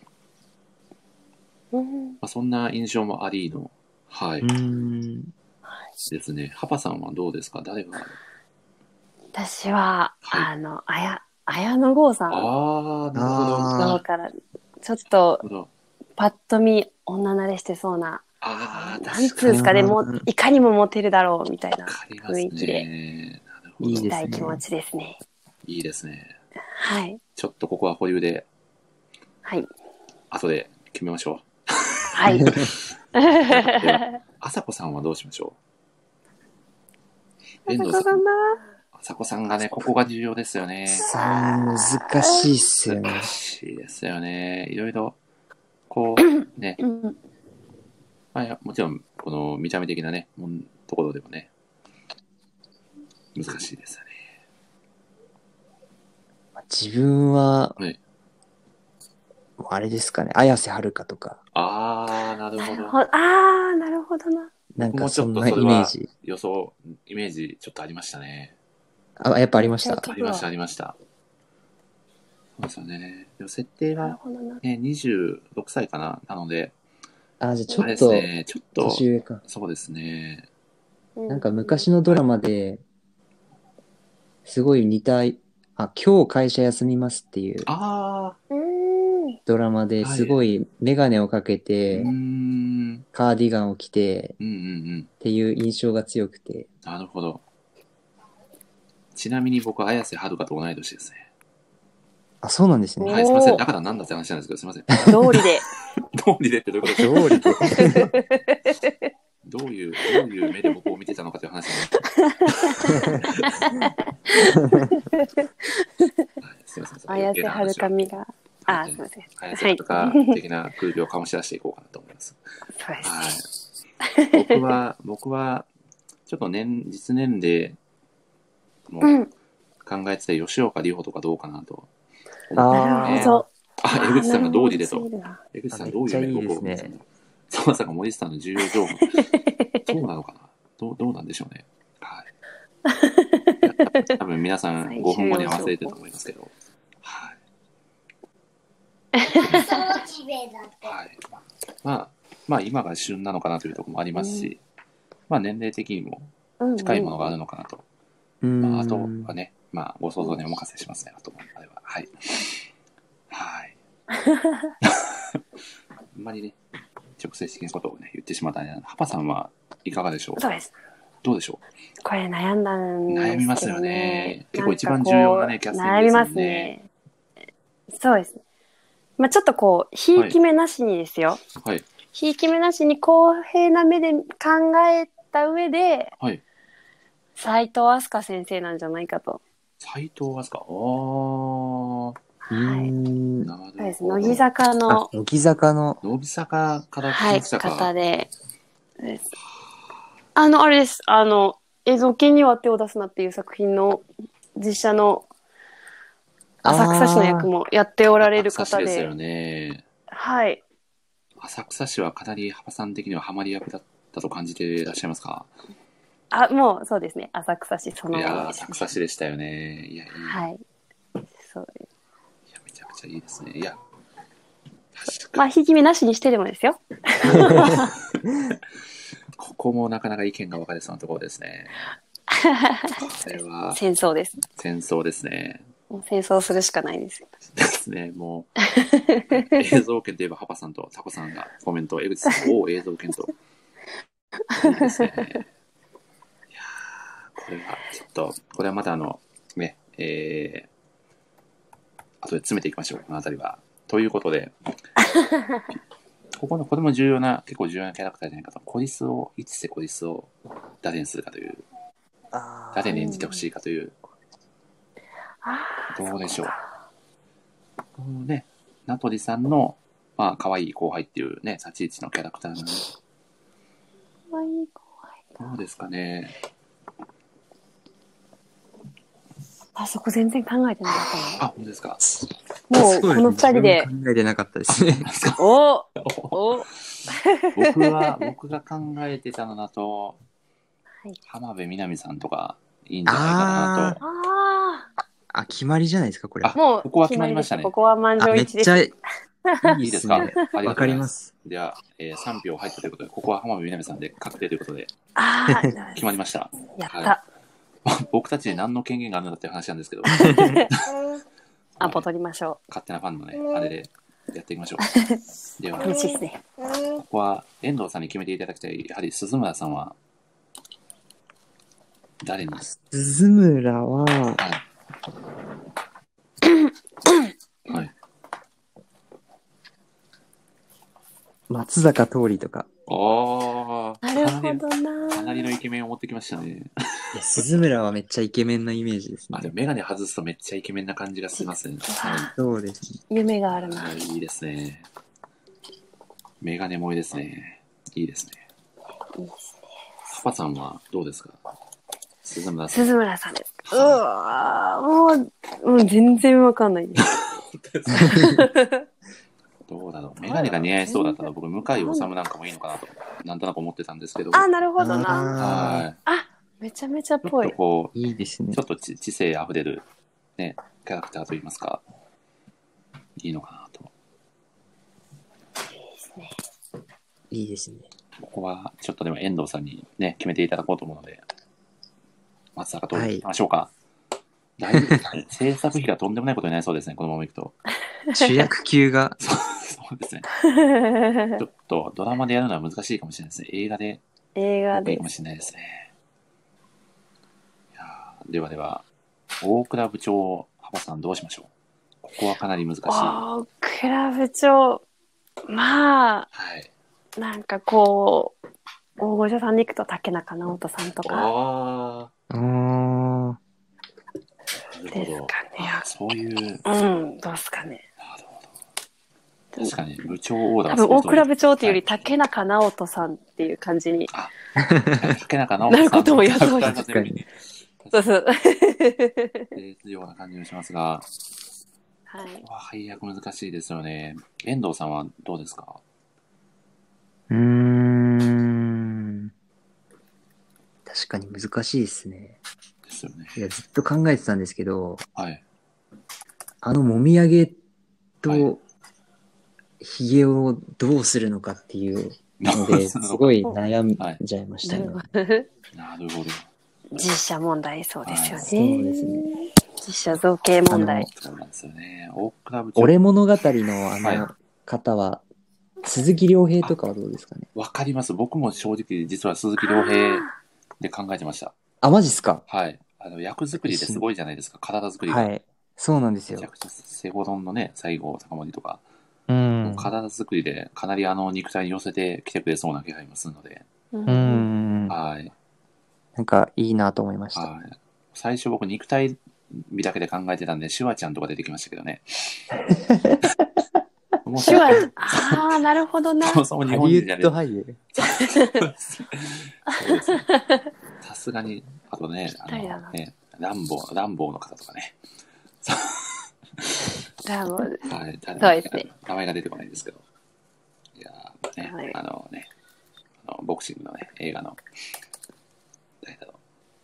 Speaker 1: な？そんな印象もありの、はい。ですね。ハパさんはどうですか？誰が？
Speaker 3: 私は、綾野剛さん。
Speaker 1: なるほ
Speaker 3: ど。から、ちょっと、パッと見、女慣れしてそうな。なんつうんですかね、いかにもモテるだろう、みたいな雰囲気で、行きたい気持ちですね。
Speaker 1: いいですね。
Speaker 3: はい。
Speaker 1: ちょっとここは保留で、
Speaker 3: はい。
Speaker 1: 後で決めましょう。
Speaker 3: はい。
Speaker 1: あさこさんはどうしましょ
Speaker 3: う？
Speaker 1: あさこさんがね、ここが重要ですよね。
Speaker 4: 難しいっすよね。
Speaker 1: 難しいですよね。いろいろ、こう、ね。もちろん、この見た目的なね、ところでもね、難しいですよね。
Speaker 4: 自分は、あれですかね、綾瀬はるかとか。
Speaker 1: なるほど。
Speaker 3: なるほどな。
Speaker 4: なんかそんなイメージ。
Speaker 1: イメージちょっとありましたね。
Speaker 4: やっぱありました。
Speaker 1: ありました。そうですよね。でも設定は、ね、26歳かな。なので、
Speaker 6: あ、じゃあちょ
Speaker 1: あれです
Speaker 6: っと
Speaker 1: ね、ちょっと、
Speaker 6: 年上か。
Speaker 1: そうですね。
Speaker 6: なんか昔のドラマで、すごい似た、あ、今日会社休みますっていう
Speaker 1: あ
Speaker 6: ドラマですごいメガネをかけ
Speaker 1: ー、
Speaker 6: て、カーディガンを着てっていう印象が強くて。
Speaker 1: なるほど。ちなみに僕は綾瀬はるかと同い年ですね。
Speaker 6: あ、そうなんですね。
Speaker 1: はい、すみません。だからなんだって話なんですけど、すみません。
Speaker 3: 道理で。
Speaker 1: 道理でってどういうことですか？
Speaker 6: 道理で。
Speaker 1: どういう目で僕を見てたのかという話なんです。すみません。
Speaker 3: 綾瀬はるかみが。あ、すみません。
Speaker 1: 綾瀬はるか的な空気を醸し出していこうかなと思います。
Speaker 3: そうです。
Speaker 1: はい。僕は、ちょっと実年齢も考えてた吉岡里帆とかどうかなと。
Speaker 6: あ
Speaker 3: なるほど。
Speaker 1: あ、江口さんが道理でと。
Speaker 3: なるほど
Speaker 1: 江口さんどういう目で僕を見てたの？まさか森下さんの重要情報。そうなのかな？どうなんでしょうね。はい。多分皆さん5分後には忘れてると思いますけど。はい。はい。まあ今が旬なのかなというところもありますし、まあ年齢的にも近いものがあるのかなと。まああとはね、まあご想像にお任せしますね。あとあれは。はい。はい。あんまりね、直接的なことをね、言ってしまったね。ハパさんはいかがでしょう？
Speaker 3: そうです。
Speaker 1: どうでしょう？
Speaker 3: これ悩んだんですけどね。
Speaker 1: 悩みますよね。結構一番重要なね、キャスティングですよね。
Speaker 3: 悩みますね。そうです。まあちょっとこう、ひいき目なしにですよ。
Speaker 1: はい。
Speaker 3: ひいき目なしに公平な目で考えた上で、
Speaker 1: はい。
Speaker 3: 斉藤飛鳥先生なんじゃないかと。
Speaker 1: 斉藤飛鳥。
Speaker 3: はい。
Speaker 1: なるほど。
Speaker 3: そうです。乃木坂の。
Speaker 6: 乃木坂の。
Speaker 1: 乃木坂から
Speaker 3: はい、
Speaker 1: 来ましたか。
Speaker 3: 方で。あれです。映像系には手を出すなっていう作品の実写の浅草市の役もやっておられる方で。
Speaker 1: 浅草市ですよね。
Speaker 3: はい。
Speaker 1: 浅草市はかなりハパさん的にはハマり役だったと感じていらっしゃいますか？
Speaker 3: あ、もうそうですね。浅草市そのものです、ね。
Speaker 1: いや、浅草市でしたよね。いや、いい。
Speaker 3: はい。そうです。
Speaker 1: いや、めちゃくちゃいいですね。いや。
Speaker 3: まあ、ひいき目なしにしてでもですよ。
Speaker 1: ここもなかなか意見が分かれそうなところですね。これは
Speaker 3: 戦争です。
Speaker 1: 戦争ですね。
Speaker 3: もう戦争するしかないですよ。
Speaker 1: ですね。もう映像権といえばハパさんとタコさんがコメント、江口さんを映像権と。いいですね。いやこれはちょっとこれはまたね後で詰めていきましょう、このあたりは。ということで。これも結構重要なキャラクターじゃないかと。いつしてコリスを誰にするかという。誰に演じてほしいかという。どうでしょう。ね、名取さんの、まあ、可愛い後輩っていうね、立ち位置のキャラクターなので。
Speaker 3: 可愛い後輩。
Speaker 1: どうですかね。
Speaker 3: あそこ全然考えてなかったの。
Speaker 1: あ、本当ですか。
Speaker 3: もう、この二人で。
Speaker 6: 考えてなかったですね。
Speaker 1: 僕が考えてたのだと、はい、浜辺美波さんとかいいんじゃないかなと。
Speaker 6: あ、決まりじゃないですか、これ。
Speaker 3: もう、
Speaker 1: ここは決まりましたね。
Speaker 3: ここは満場一致です。
Speaker 6: めっちゃいいですね。わかります。
Speaker 1: では、3票入ったということで、ここは浜辺美波さんで確定ということで、決まりました。
Speaker 3: やった。
Speaker 1: 僕たちに何の権限があるんだっていう話なんですけど。
Speaker 3: アポ取りましょ
Speaker 1: う。勝手なファンのね、あれでやっていきましょう。では、
Speaker 3: 楽しいですね。
Speaker 1: ここは遠藤さんに決めていただきたい。やはり鈴村さんは誰に？
Speaker 6: 鈴村は、
Speaker 1: はい。
Speaker 6: 松坂桃李とか。
Speaker 3: なるほどな。
Speaker 1: かなりのイケメンを持ってきましたね。
Speaker 6: 鈴村はめっちゃイケメンなイメージですね。
Speaker 1: でもメガネ外すとめっちゃイケメンな感じがしますね。
Speaker 6: そうですね。
Speaker 3: 夢があるな。
Speaker 1: いいですね。メガネ萌えですね。いいですね。
Speaker 3: いいですね。
Speaker 1: ハパさんはどうですか？鈴村さん。
Speaker 3: 鈴村さんですか。もう全然わかんないです。
Speaker 1: どうだろう。メガネが似合いそうだったら僕、向井治なんかもいいのかなと、なんとなく思ってたんですけど。
Speaker 3: なるほどな。
Speaker 1: はい。
Speaker 3: めちゃめちゃっぽい。
Speaker 1: ちょっとこ
Speaker 6: う、いいですね。
Speaker 1: ちょっと知性あふれる、ね、キャラクターといいますか、いいのかなと。
Speaker 3: いいですね。
Speaker 6: いいですね。
Speaker 1: ここはちょっとでも遠藤さんにね、決めていただこうと思うので、松坂桃李行きましょうか。だいぶ制作費がとんでもないことになりそうですね、このままいくと。
Speaker 6: 主役級が。
Speaker 1: そうですね。ちょっとドラマでやるのは難しいかもしれないですね。映画で
Speaker 3: 映画で
Speaker 1: いいかもしれないですね。いやではでは、大倉部長、幅さんどうしましょう。ここはかなり難しい。
Speaker 3: 大倉部長、まあ、
Speaker 1: はい。
Speaker 3: なんかこう、大御所さんで行くと竹中直人さんとか
Speaker 1: あ
Speaker 6: うーん。
Speaker 1: あ、なるほど。
Speaker 3: ですかね。
Speaker 1: そういう。
Speaker 3: どうですかね。
Speaker 1: なるほど。確かに部長オーダー
Speaker 3: 多分大倉部長っていうより
Speaker 1: はい
Speaker 3: 竹中直人さんっていう感じに
Speaker 1: あ、竹中直人さん
Speaker 3: なることも予想して
Speaker 6: 確かに。
Speaker 3: そうそう。
Speaker 1: ですような感じがしますが、
Speaker 3: はい。
Speaker 1: 配役難しいですよね。遠藤さんはどうですか。
Speaker 6: 確かに難しいですね。
Speaker 1: ですよね。
Speaker 6: いや、ずっと考えてたんですけど、
Speaker 1: はい。
Speaker 6: もみあげ
Speaker 1: は
Speaker 6: とひげをどうするのかっていうので、すごい悩んじゃいましたね。
Speaker 1: なるほど。
Speaker 3: 実写問題そうですよね。
Speaker 6: そうですね。
Speaker 3: 実写造形問題。
Speaker 1: そうなんですよね。大倉部長。
Speaker 6: 俺物語の方は、鈴木亮平とかはどうですかね。
Speaker 1: わかります。僕も正直、実は鈴木亮平で考えてました。
Speaker 6: あ、マジっすか。
Speaker 1: はい。役作りですごいじゃないですか。体作りが。
Speaker 6: はい。そうなんですよ。
Speaker 1: めちゃくちゃ、セゴドンのね、西郷隆盛とか、
Speaker 6: も
Speaker 1: う体作りでかなり肉体に寄せてきてくれそうな気配もするので。はい。
Speaker 6: なんかいいなと思いました。
Speaker 1: はい。最初僕肉体美だけで考えてたんで、シュワちゃんとか出てきましたけどね。
Speaker 3: シュワ、なるほどな。
Speaker 1: そもそも日本人じゃね
Speaker 6: 俳優。
Speaker 1: さすがに、あとね、ランボーの方とかね。
Speaker 3: ランボー。
Speaker 1: はい、
Speaker 3: そうですね。
Speaker 1: 名前が出てこないんですけど。いやね、ボクシングのね、映画の、誰だろ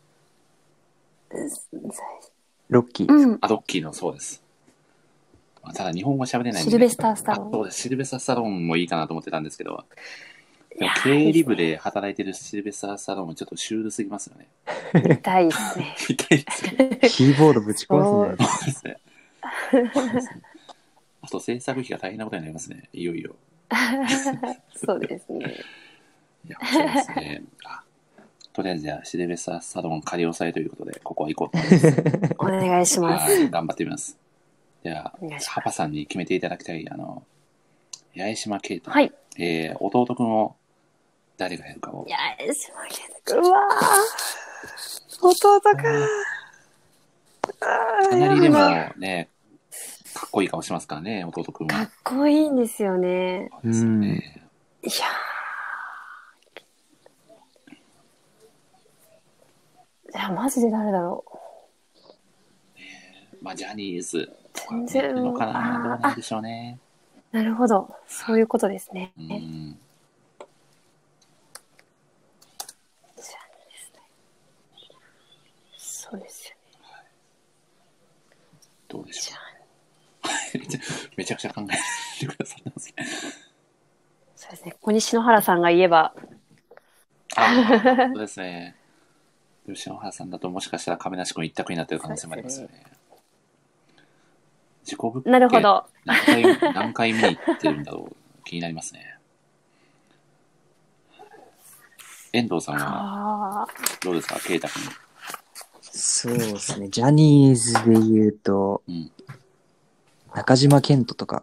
Speaker 6: ロッキー。
Speaker 1: ロッキーのそうです。ただ日本語喋れないんで、
Speaker 3: シルベスター・スタローン。
Speaker 1: そうです。シルベスター・スタローンもいいかなと思ってたんですけど、でも経理部で働いてるシルベスター・スタローンもちょっとシュールすぎますよね。
Speaker 3: 見たいですね。
Speaker 1: 見たいですね。
Speaker 6: キーボードぶち壊すね。
Speaker 1: そうですね。あと制作費が大変なことになりますね。いよいよ。
Speaker 3: そうですね。
Speaker 1: いや、そうですね。とりあえずじゃあシルベスター・スタローン仮押さえということで、ここは行こうと思います。
Speaker 3: お願いします。
Speaker 1: はい、頑張ってみます。では、パパさんに決めていただきたい、八重島慶太。
Speaker 3: はい。
Speaker 1: 弟くんを誰がやるかを。
Speaker 3: 八重島慶太。うわー。弟か。
Speaker 1: かなりでもね、かっこいい顔しますからね、弟くんは。
Speaker 3: かっこいいんですよね。
Speaker 1: そうですね。
Speaker 3: いやー。いや、マジで誰だろう。
Speaker 1: まあ、ジャニーズ。
Speaker 3: 全然。
Speaker 1: どうなんでしょうね。
Speaker 3: なるほど。そういうことですね。そうですよね。
Speaker 1: どうでしょう。めちゃくちゃ考えてくださってますね。
Speaker 3: そうですね。ここに篠原さんが言えば。
Speaker 1: そうですね。篠原さんだともしかしたら亀梨君一択になってる可能性もありますよね。自己物件。
Speaker 3: なるほど。
Speaker 1: 何回見に行ってるんだろう。気になりますね。遠藤さんはどうですか、圭太君。
Speaker 6: そうですね。ジャニーズで言うと、中島健人とか。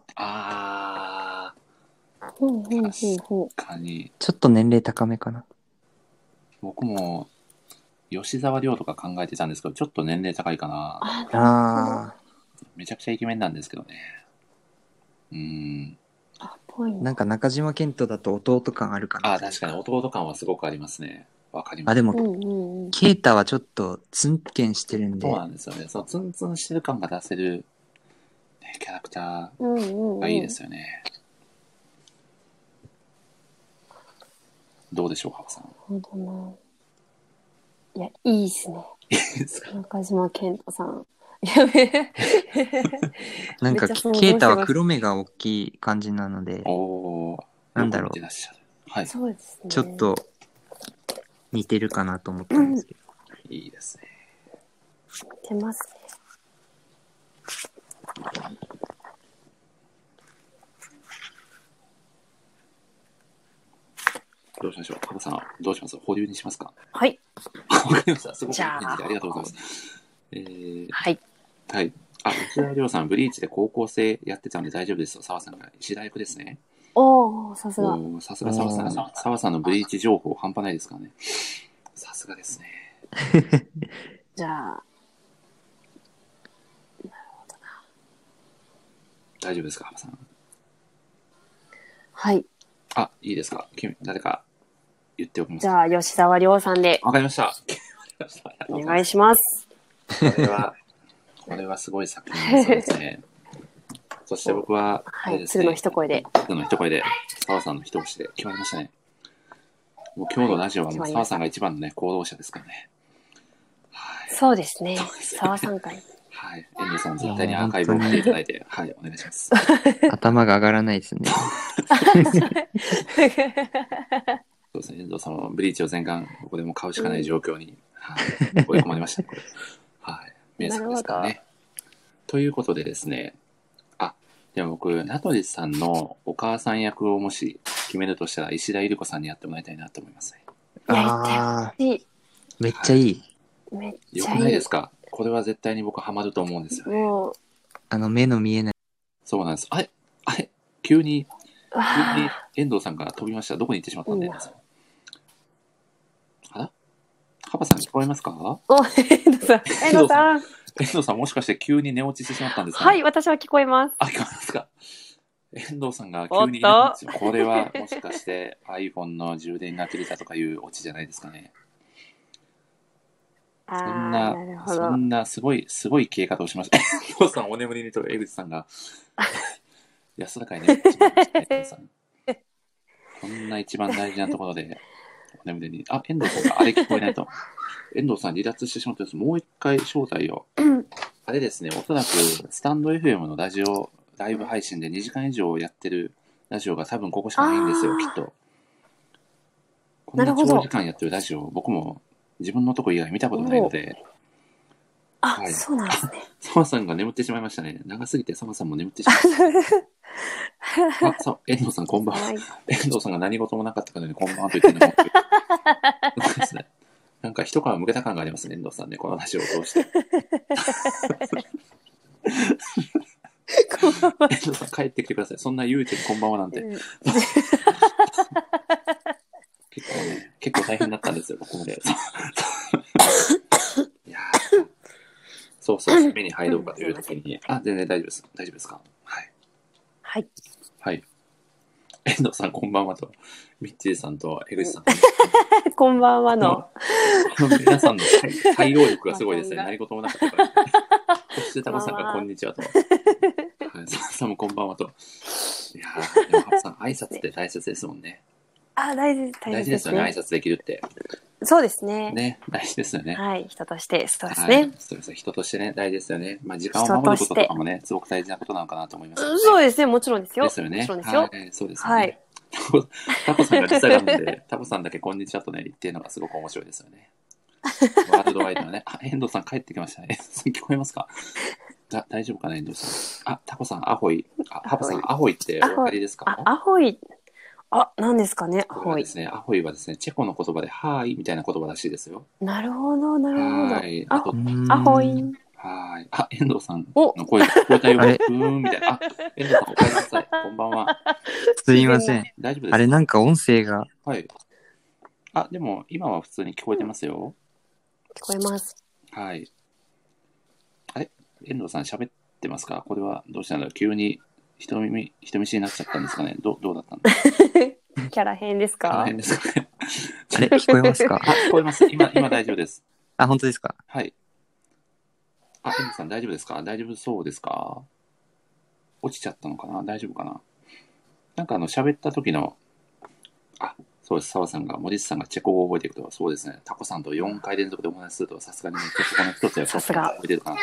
Speaker 1: 確かに。
Speaker 6: ちょっと年齢高めかな。
Speaker 1: 僕も吉沢亮とか考えてたんですけど、ちょっと年齢高いかな。めちゃくちゃイケメンなんですけどね。
Speaker 6: なんか中島健人だと弟感あるかな。
Speaker 1: 確かに弟感はすごくありますね。わかります。
Speaker 6: でも、ケイタはちょっとツンケンしてるんで。
Speaker 1: そうなんですよね。ツンツンしてる感が出せる、キャラクターがいいですよね。どうでしょう、幅さん。
Speaker 3: いや、いいですね。中島健人さん。
Speaker 6: なんか、ケイタは黒目が大きい感じなので、なんだろう。
Speaker 1: はい。
Speaker 3: そうですね。
Speaker 6: ちょっと似てるかなと思ったんですけど。
Speaker 1: いいですね。
Speaker 3: 似てますね。
Speaker 1: どうしましょう。カバさん、どうします？保留にしますか？
Speaker 3: はい。
Speaker 1: わかりました。すごくいい
Speaker 3: じゃあ
Speaker 1: 返事でありがとうございます。
Speaker 3: はい。
Speaker 1: はい。あ、内田亮さん、ブリーチで高校生やってたんで大丈夫ですよ。澤さんが石田役ですね。
Speaker 3: おー、さすが。
Speaker 1: おー、さすが澤さん。澤さんのブリーチ情報半端ないですからね。さすがですね。
Speaker 3: じゃあ、
Speaker 1: 大丈夫ですか、浜さん。
Speaker 3: はい。
Speaker 1: あ、いいですか。誰か言っておきます。
Speaker 3: じゃあ、吉沢亮さんで。
Speaker 1: わかりました。
Speaker 3: お願いします。
Speaker 1: これはすごい作品ですね。そして僕は、
Speaker 3: はい、鶴の一声で。
Speaker 1: 鶴の一声で、澤さんの一押しで決まりましたね。もう今日のラジオはもう澤さんが一番のね、行動者ですからね。
Speaker 3: はい、そうですね。澤さん会。
Speaker 1: はい。遠藤さん絶対にアーカイブを見ていただいて、はい、お願いします。
Speaker 6: 頭が上がらないですね。
Speaker 1: そうですね、遠藤さんはブリーチを全巻、ここでも買うしかない状況に、はい、追い込まれましたね、これ。はい。名作ですからね。ということでですね、でも僕、名取さんのお母さん役をもし決めるとしたら、石田ゆり子さんにやってもらいたいなと思いますね。
Speaker 6: ああ、めっちゃいい。
Speaker 3: めっちゃいい。
Speaker 1: よくないですか？これは絶対に僕ハマると思うんですよね。
Speaker 3: もう
Speaker 6: 目の見えない。
Speaker 1: そうなんです。あれ急に遠藤さんが飛びました。どこに行ってしまったんだよ。あら？カバさん聞こえますか？
Speaker 3: 遠藤さん。
Speaker 1: 遠藤さんもしかして急に寝落ちしてしまったんですか？
Speaker 3: はい、私は聞こえます。
Speaker 1: あ、聞こえますか？遠藤さんが急にいなくなっちゃう。これはもしかして iPhone の充電が切れたとかいうオチじゃないですかね。そんなすごい消え方をしました。遠藤さんお眠りにと江口さんが安らかに眠ってしまいましたね。遠藤さん。こんな一番大事なところでお眠りに。あ、遠藤さんがあれ聞こえないと。遠藤さん離脱してしまったんです。もう一回招待を。あれですね、おそらくスタンド FM のライブ配信で2時間以上やってるラジオが多分ここしかないんですよ、きっと。こんな長時間やってるラジオ、僕も自分のとこ以外見たことないので。
Speaker 3: はい、そうなんですね。
Speaker 1: 澤さんが眠ってしまいましたね。長すぎて澤さんも眠ってしまいました。あ、そう、遠藤さんこんばんは。遠藤さんが何事もなかったからね、こんばんはと言ってるのもですね。なんか一皮むけた感がありますね、遠藤さんね、このラジオを通して。遠藤さん帰ってきてください。そんなゆうちにこんばんはなんて。結構大変だったんですよ、ここまで。いやそう、目に入ろうかというときに、全然大丈夫です。大丈夫ですか？はい。
Speaker 3: はい。
Speaker 1: はい。遠藤さん、こんばんはと、ミッチーさんと江口さん。
Speaker 3: こんばんはの。
Speaker 1: 皆さんの対応力がすごいですね。何事もなかったから。そして、タコさんがこんにちはと。はい、さんもこんばんはと。いやー、でも、ハプさん、挨拶って大切ですもんね。
Speaker 3: 大事
Speaker 1: ですよね、挨拶できるって。
Speaker 3: そうですね。
Speaker 1: ね、大事ですよね。
Speaker 3: はい、人として、そうですね。
Speaker 1: そうです。人としてね、大事ですよね。まあ、時間を守ることとかもね、すごく大事なことなのかなと思います。
Speaker 3: そうですね、もちろんですよ。
Speaker 1: ですよね。
Speaker 3: もちろんですよ。
Speaker 1: はい、そうですよね。はい。タコさんが時差があるんで、タコさんだけこんにちはとね、言ってるのがすごく面白いですよね。ワールドワイドなね。遠藤さん帰ってきましたね。聞こえますか？大丈夫かな、遠藤さん。タコさん、アホイ。タコさん、アホイってお分かりですか？
Speaker 3: アホイ。何ですかね、アホイ。
Speaker 1: ですね、アホイはですね、チェコの言葉で、はーいみたいな言葉らしいですよ。
Speaker 3: なるほど、なるほど。
Speaker 1: はい。
Speaker 3: アホイ。
Speaker 1: はい。遠藤さんの声が聞こえたよ。みたいな。遠藤さん、お帰りなさい。こんばんは。
Speaker 6: すいません。
Speaker 1: 大丈夫ですか？
Speaker 6: あれ、なんか音声が。
Speaker 1: はい。でも、今は普通に聞こえてますよ。
Speaker 3: 聞こえます。
Speaker 1: はい。遠藤さん喋ってますか？これはどうしたんだろう？急に人見知りになっちゃったんですかね？どうだったんですか？
Speaker 3: キャラ変ですか？
Speaker 1: キャラ変ですかね。
Speaker 6: あれ、聞こえますか？
Speaker 1: 聞こえます。今大丈夫です。
Speaker 6: 本当ですか？
Speaker 1: はい。遠藤さん大丈夫ですか？大丈夫そうですか？落ちちゃったのかな？大丈夫かな？なんか喋った時の、そうです。澤さんが、森内さんがチェコ語を覚えていくと、そうですね。タコさんと4回連続でお話しすると、さすがにね、この一つや
Speaker 3: さすが
Speaker 1: 覚えてるかなと。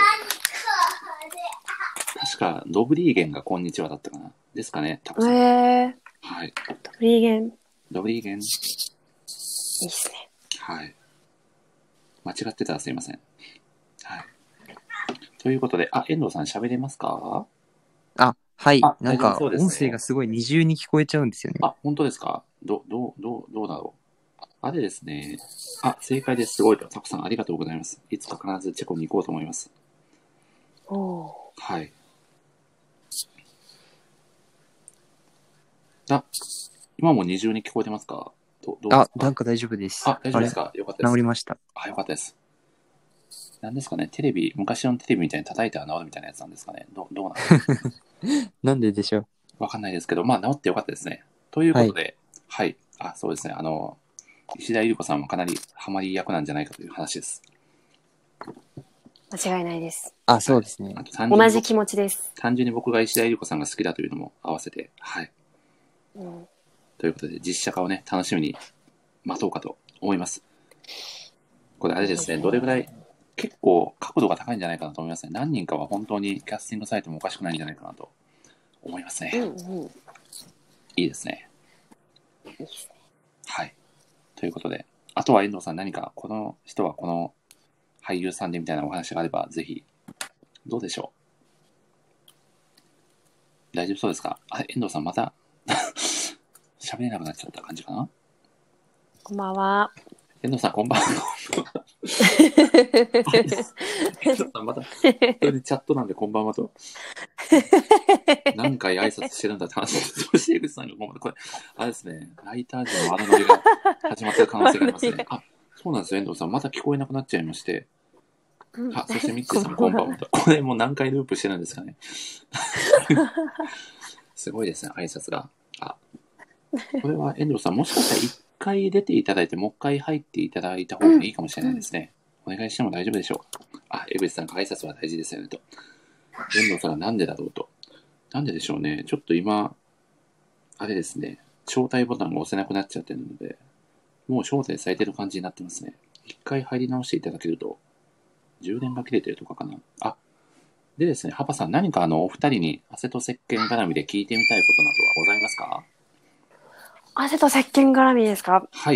Speaker 1: 確か、ドブリーゲンがこんにちはだったかな。ですかね、タコさん。はい。
Speaker 3: ドブリーゲン。
Speaker 1: ドブリーゲン。
Speaker 3: いいっすね。
Speaker 1: はい。間違ってたらすいません。はい。ということで、遠藤さん喋れますか？
Speaker 6: あ、はい。
Speaker 1: あ
Speaker 6: なんか、
Speaker 1: 大丈夫そうですね
Speaker 6: 音声がすごい二重に聞こえちゃうんですよね。
Speaker 1: 本当ですか？どうだろう。あれですね。正解です。すごいと。タコさんありがとうございます。いつか必ずチェコに行こうと思います。
Speaker 3: おー。
Speaker 1: はい。今も二重に聞こえてますか？どうですか？
Speaker 6: なんか大丈夫です。
Speaker 1: 大丈夫ですか？よかったです。
Speaker 6: 治りました。
Speaker 1: よかったです。なんですかね、昔のテレビみたいに叩いては治るみたいなやつなんですかね。どうなんですか？
Speaker 6: なんででしょう。
Speaker 1: わかんないですけど、治ってよかったですね。ということで、はい。そうですね。石田ゆり子さんもかなりハマり役なんじゃないかという話です。
Speaker 3: 間違いないです。
Speaker 6: そうですね。
Speaker 3: 同じ気持ちです。
Speaker 1: 単純に僕が石田ゆり子さんが好きだというのも合わせて、はい。ということで、実写化をね、楽しみに待とうかと思います。これあれですね、どれぐらい、結構角度が高いんじゃないかなと思いますね。何人かは本当にキャスティングされてもおかしくないんじゃないかなと思いますね。いいですね。
Speaker 3: いいですね。
Speaker 1: はい。ということで、あとは遠藤さん何かこの人はこの俳優さんでみたいなお話があればぜひ、どうでしょう？大丈夫そうですか？遠藤さんまた喋れなくなっちゃった感じかな？
Speaker 3: こんばんは。
Speaker 1: 遠藤さんこんばんは。遠藤さんまた、それでチャットなんでこんばんはと。何回挨拶してるんだって話です。そして江口さんがこれ、あれですね、ライター陣の悪ノリが始まってる可能性がありますね。そうなんですよ、遠藤さん。また聞こえなくなっちゃいまして。そしてミッチーさんこんばんはと。これもう何回ループしてるんですかね。すごいですね、挨拶が。これは遠藤さん、もしかしたら一回出ていただいて、もう一回入っていただいた方がいいかもしれないですね。お願いしても大丈夫でしょうか？江口さんが挨拶は大事ですよねと。遠藤さんはなんでだろうと。なんででしょうね。ちょっと今、あれですね、招待ボタンが押せなくなっちゃってるので、もう招待されてる感じになってますね。一回入り直していただけると、充電が切れてるとかかな。でですね、ハパさん、何かお二人に汗と石鹸絡みで聞いてみたいことなどはございますか？
Speaker 3: 汗と石鹸絡みですか？
Speaker 1: はい。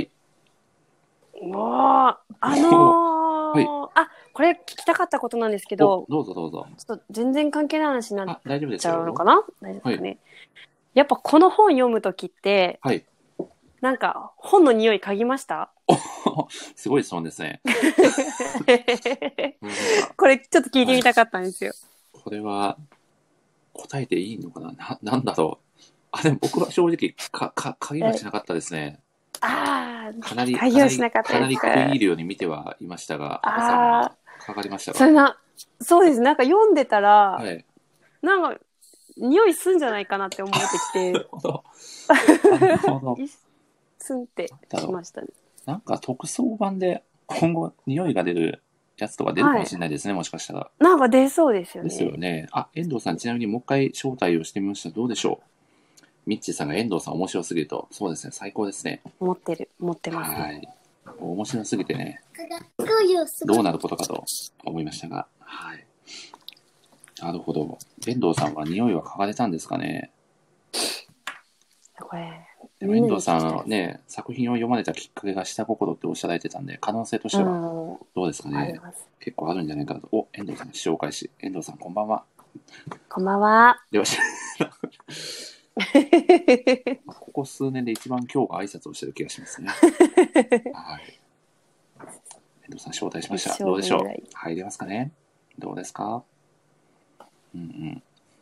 Speaker 3: これ聞きたかったことなんですけど、
Speaker 1: どうぞどうぞ。
Speaker 3: ちょっと全然関係ない話になっ
Speaker 1: 大丈夫です
Speaker 3: ちゃうのかな？大丈夫ですかね。やっぱこの本読むときって、なんか本の匂い嗅ぎました？
Speaker 1: すごい質問ですね。
Speaker 3: これちょっと聞いてみたかったんですよ。
Speaker 1: これは答えていいのかな？なんだろう。でも僕は正直嗅ぎはしなかったですね。かなり食い入るように見てはいましたが、かかりましたか？
Speaker 3: そうです。なんか読んでたら、なんか匂いすんじゃないかなって思ってきて、なるほど。スンってしましたね。
Speaker 1: なんか特装版で今後匂いが出るやつとか出るかもしれないですね、もしかしたら。
Speaker 3: なんか出そうですよね。
Speaker 1: ですよね。遠藤さん、ちなみにもう一回招待をしてみました。どうでしょう？ミッチーさんが遠藤さん面白すぎると、そうですね、最高ですね。
Speaker 3: 持ってますね。
Speaker 1: はい。面白すぎてね、どうなることかと思いましたが、はい。なるほど。遠藤さんは匂いは嗅がれたんですかね？
Speaker 3: これ。
Speaker 1: でも遠藤さんはね、作品を読まれたきっかけが下心っておっしゃられてたんで、可能性としてはどうですかね？結構あるんじゃないかなと。遠藤さん紹介し、遠藤さんこんばんは。
Speaker 3: こんばんは。
Speaker 1: よし。ここ数年で一番今日が挨拶をしてる気がしますね。はい。遠藤さん招待しました。どうでしょう？入れますかね？どうですか？遠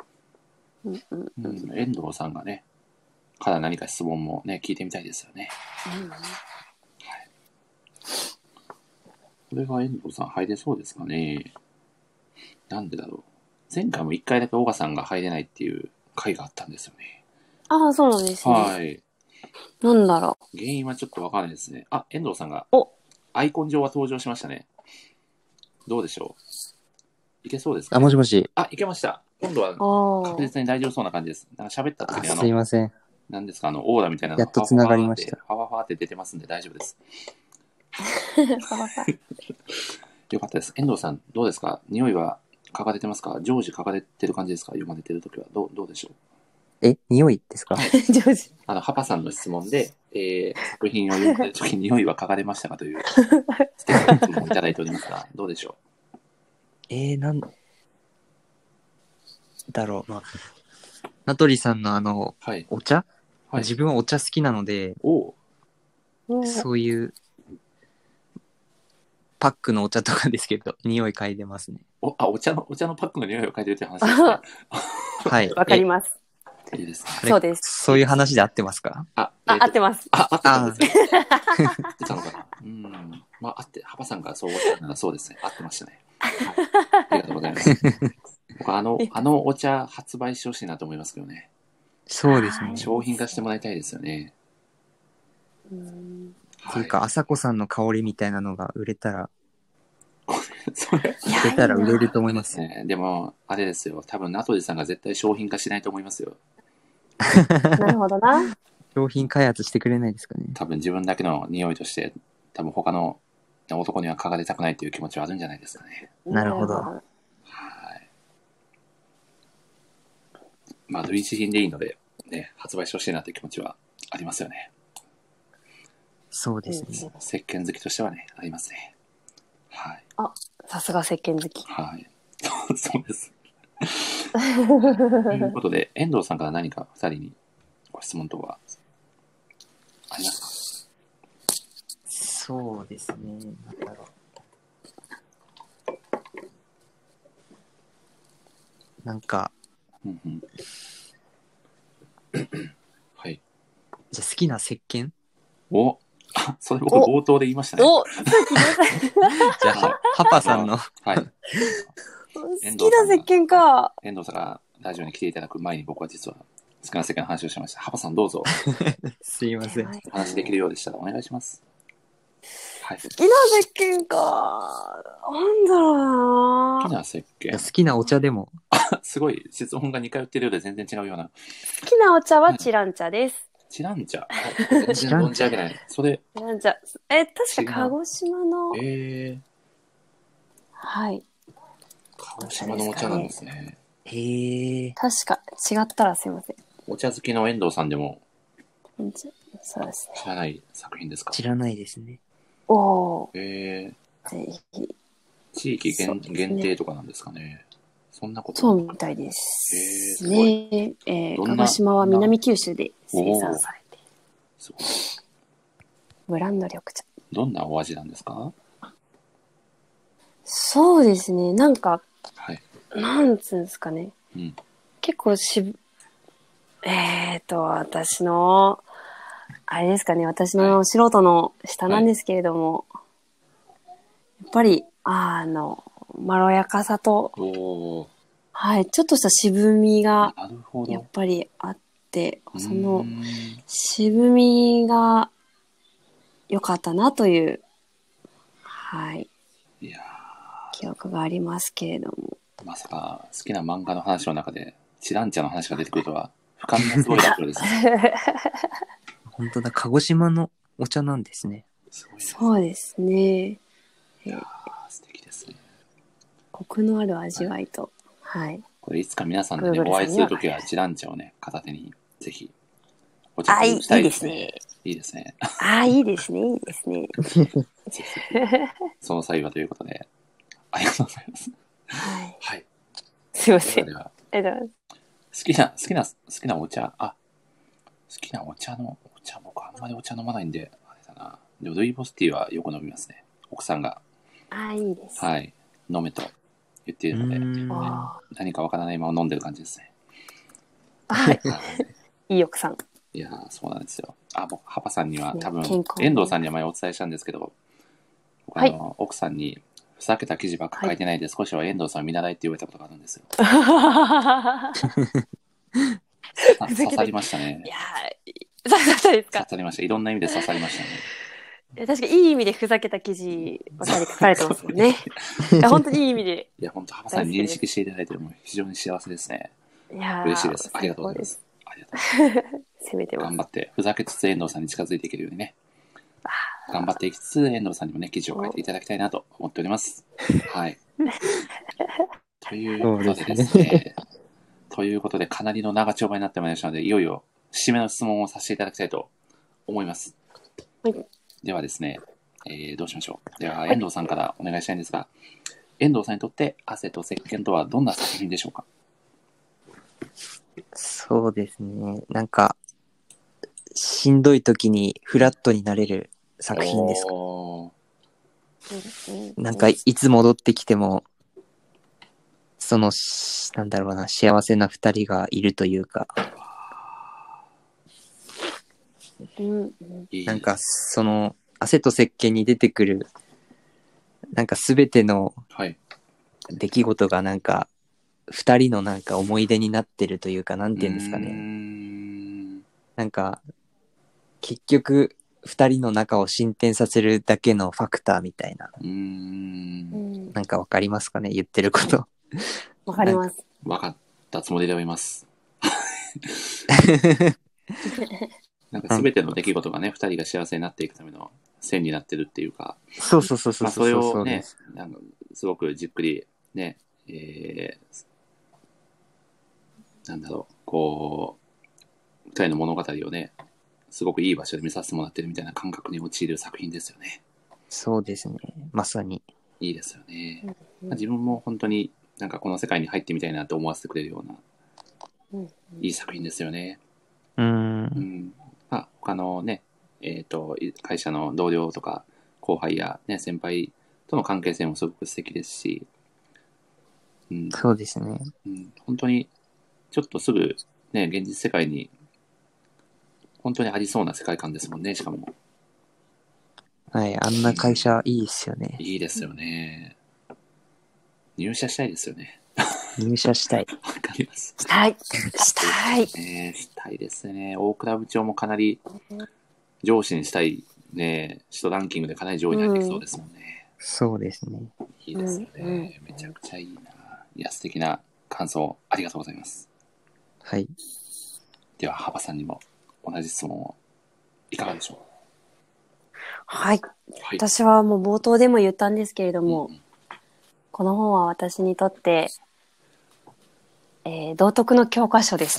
Speaker 1: 藤さんがね、から何か質問もね、聞いてみたいですよね。はい。これが遠藤さん入れそうですかね？なんでだろう。前回も1回だけ小賀さんが入れないっていう回があったんですよね。
Speaker 3: そうなんですね。
Speaker 1: はい。
Speaker 3: なんだろ
Speaker 1: う。原因はちょっとわからないですね。遠藤さんがアイコン上は登場しましたね。どうでしょう？いけそうですか？
Speaker 6: もしもし。
Speaker 1: いけました。今度は確実に大丈夫そうな感じです。なんか喋った時に
Speaker 6: すいません。
Speaker 1: 何ですか、オーラみたいなの
Speaker 6: やっと繋がりました。
Speaker 1: ファファって出てますんで大丈夫です。よかったです。遠藤さん、どうですか？匂いは嗅がれてますか？常時嗅がれてる感じですか？読まれてるときはどうでしょう？
Speaker 6: 匂いですか？
Speaker 3: 上手。
Speaker 1: ハパさんの質問で、作品を読んでるときに匂いは嗅がれましたかという素敵な質問をいただいておりますが、どうでしょ
Speaker 6: なんだろう。まあ、名取さんの
Speaker 1: う。はい。
Speaker 6: お茶、
Speaker 1: はい。
Speaker 6: 自分はお茶好きなので、
Speaker 1: おう
Speaker 6: そういうパックのお茶とかですけど、匂い嗅いでますね。
Speaker 1: お茶のパックの匂いを嗅いでるって話ですね。
Speaker 6: はい。
Speaker 3: わかります。
Speaker 1: いいですね。
Speaker 3: そうです。
Speaker 6: そういう話で合ってますか？
Speaker 3: 合ってます。
Speaker 1: 合ってたんですね。合ってたのかな。まあ、ハパさんがそうおっしゃるならそうですね。合ってましたね。はい、ありがとうございます。僕あのお茶発売してほしいなと思いますけどね。
Speaker 6: そうですね。
Speaker 1: 商品化してもらいたいですよね。
Speaker 6: っていうか、あさこさんの香りみたいなのが売れたら、
Speaker 1: それ
Speaker 6: 売れたら売れると思います
Speaker 1: ね。でも、あれですよ。多分、名取さんが絶対商品化しないと思いますよ。
Speaker 3: なるほどな。
Speaker 6: 商品開発してくれないですかね。
Speaker 1: 多分、自分だけの匂いとして、多分他の男には嗅がれたくないという気持ちはあるんじゃないですかね。
Speaker 6: なるほど。
Speaker 1: はい。まあ、類似品でいいので、ね、発売してほしいなという気持ちはありますよね。
Speaker 6: そうですね。
Speaker 1: 石鹸好きとしてはね、ありますね。はい。
Speaker 3: さすが石鹸好き。
Speaker 1: はい。そうです。ということで、遠藤さんから何か2人にご質問とかありますか？
Speaker 6: そうですね。なんだろう。なんか、
Speaker 1: はい。
Speaker 6: じゃあ好きな石鹸？
Speaker 1: それ僕冒頭で言いましたね。
Speaker 6: じゃあ、ハパさんの。
Speaker 1: はい。
Speaker 3: 好きな石鹸か。
Speaker 1: 遠藤さんがラジオに来ていただく前に僕は実は好きな石鹸の話をしました。ハパさんどうぞ。
Speaker 6: すいません。
Speaker 1: お話できるようでしたらお願いします。はい。
Speaker 3: 好きな石鹸か。なんだろうな。
Speaker 1: 好きな石鹸。
Speaker 6: 好きなお茶でも。
Speaker 1: すごい質問が2回言ってるようで全然違うような。
Speaker 3: 好きなお茶はチラン茶です。
Speaker 1: チラン茶。全然存じ上げない。それ。
Speaker 3: チラン茶。確か鹿児島の。はい。
Speaker 1: 鹿児島のお茶なんですね。
Speaker 3: 確か、違ったらすいません。
Speaker 1: お茶好きの遠藤さんでも、
Speaker 3: そうですね。
Speaker 1: 知らない作品ですか？
Speaker 6: 知らないですね。
Speaker 3: ぜひ。
Speaker 1: 地域限定とかなんですかね。そんなこと
Speaker 3: そうみたいですね。鹿児島は南九州で生産されている。
Speaker 1: すごい。
Speaker 3: ブランド緑茶。
Speaker 1: どんなお味なんですか？
Speaker 3: そうですね。なんか、
Speaker 1: はい。
Speaker 3: なんつうんですかね。結構私の、あれですかね。私の素人の下なんですけれども、やっぱり、まろやかさと、はい、ちょっとした渋みが、やっぱりあって、その、渋みが良かったなという、はい、記憶がありますけれども。
Speaker 1: まさか、好きな漫画の話の中で、チラン茶の話が出てくるとは、深みがすごいところですね。
Speaker 6: 本当だ、鹿児島のお茶なんですね。
Speaker 3: そうですね。
Speaker 1: 素敵ですね。
Speaker 3: コクのある味わいと、はい。
Speaker 1: これいつか皆さんでね、お会いするときは、チラン茶をね、片手に、ぜひ、お茶をしたいですね。いいですね。
Speaker 3: いいですね、いいですね。
Speaker 1: その際はということで、ありがとうございます。はい。
Speaker 3: すいません。
Speaker 1: 好きなお茶、好きなお茶、僕あんまりお茶飲まないんで、あれだな。でもルイボスティーはよく飲みますね。奥さんが。
Speaker 3: いいです。
Speaker 1: はい。飲めと言っているので、何かわからないまま飲んでる感じですね。
Speaker 3: はい。いい奥さん。
Speaker 1: いやー、そうなんですよ。僕、ハパさんには多分、遠藤さんには前お伝えしたんですけど、奥さんに、ふざけた記事ばっか書いてないで、少しは遠藤さんを見習いって言われたことがあるんですよ。刺さりましたね。
Speaker 3: いやー、刺さったですか？
Speaker 1: 刺さりました。いろんな意味で刺さりましたね。
Speaker 3: 確かにいい意味でふざけた記事ばかり書かれてますもんね。本当にいい意味で。
Speaker 1: いや、本当、ハパさんに認識していただいても非常に幸せですね。
Speaker 3: いや
Speaker 1: 嬉しいです。ありがとうございます。ありがとうございます。
Speaker 3: 攻めてます。
Speaker 1: 頑張って、ふざけつつ遠藤さんに近づいていけるようにね。頑張っていきつつ、遠藤さんにもね、記事を書いていただきたいなと思っております。はい。ということでですね。 ということで、かなりの長丁場になってまいりましたので、いよいよ締めの質問をさせていただきたいと思います。
Speaker 3: はい。
Speaker 1: ではですね、どうしましょう。では、遠藤さんからお願いしたいんですが、遠藤さんにとって汗と石鹸とはどんな作品でしょうか？
Speaker 6: そうですね。なんか、しんどい時にフラットになれる作品ですか。
Speaker 1: おー
Speaker 6: なんか、いつ戻ってきても、なんだろうな、幸せな二人がいるというか、
Speaker 1: いい
Speaker 6: なんか、汗と石鹸に出てくる、なんかすべての
Speaker 1: はい。
Speaker 6: 出来事がなんか、二人のなんか思い出になってるというか、なんていうんですかね。なんか、結局、二人の仲を進展させるだけのファクターみたいな。なんかわかりますかね、言ってること。
Speaker 3: わかります。
Speaker 1: わかったつもりではいます。なんか全ての出来事がね、二人が幸せになっていくための線になってるっていうか、
Speaker 6: そうそうそうそう
Speaker 1: まあ、それをね
Speaker 6: そうです。、
Speaker 1: すごくじっくりね、なんだろう、こう、二人の物語をね、すごくいい場所で見させてもらってるみたいな感覚に陥る作品ですよね。
Speaker 6: そうですね。まさに。
Speaker 1: いいですよね。自分も本当になんかこの世界に入ってみたいなと思わせてくれるような、いい作品ですよね。まあ、他のね、会社の同僚とか後輩や、ね、先輩との関係性もすごく素敵ですし、
Speaker 6: そうですね。
Speaker 1: 本当にちょっとすぐね、現実世界に本当にありそうな世界観ですもんね、しかも。
Speaker 6: はい、あんな会社いいですよね。
Speaker 1: いいですよね。入社したいですよね。
Speaker 6: 入社したい。
Speaker 1: わかります。
Speaker 3: したい。したい。
Speaker 1: したいですね。大倉部長もかなり上司にしたいね、人ランキングでかなり上位に入ってきそうですもんね。
Speaker 6: そうですね。
Speaker 1: いいですよね。めちゃくちゃいいな。いや、素敵な感想ありがとうございます。
Speaker 6: はい。
Speaker 1: では、幅さんにも同じ質問をいかがでしょうか？
Speaker 3: はい。
Speaker 1: はい。
Speaker 3: 私はもう冒頭でも言ったんですけれども、この本は私にとって、道徳の教科書です。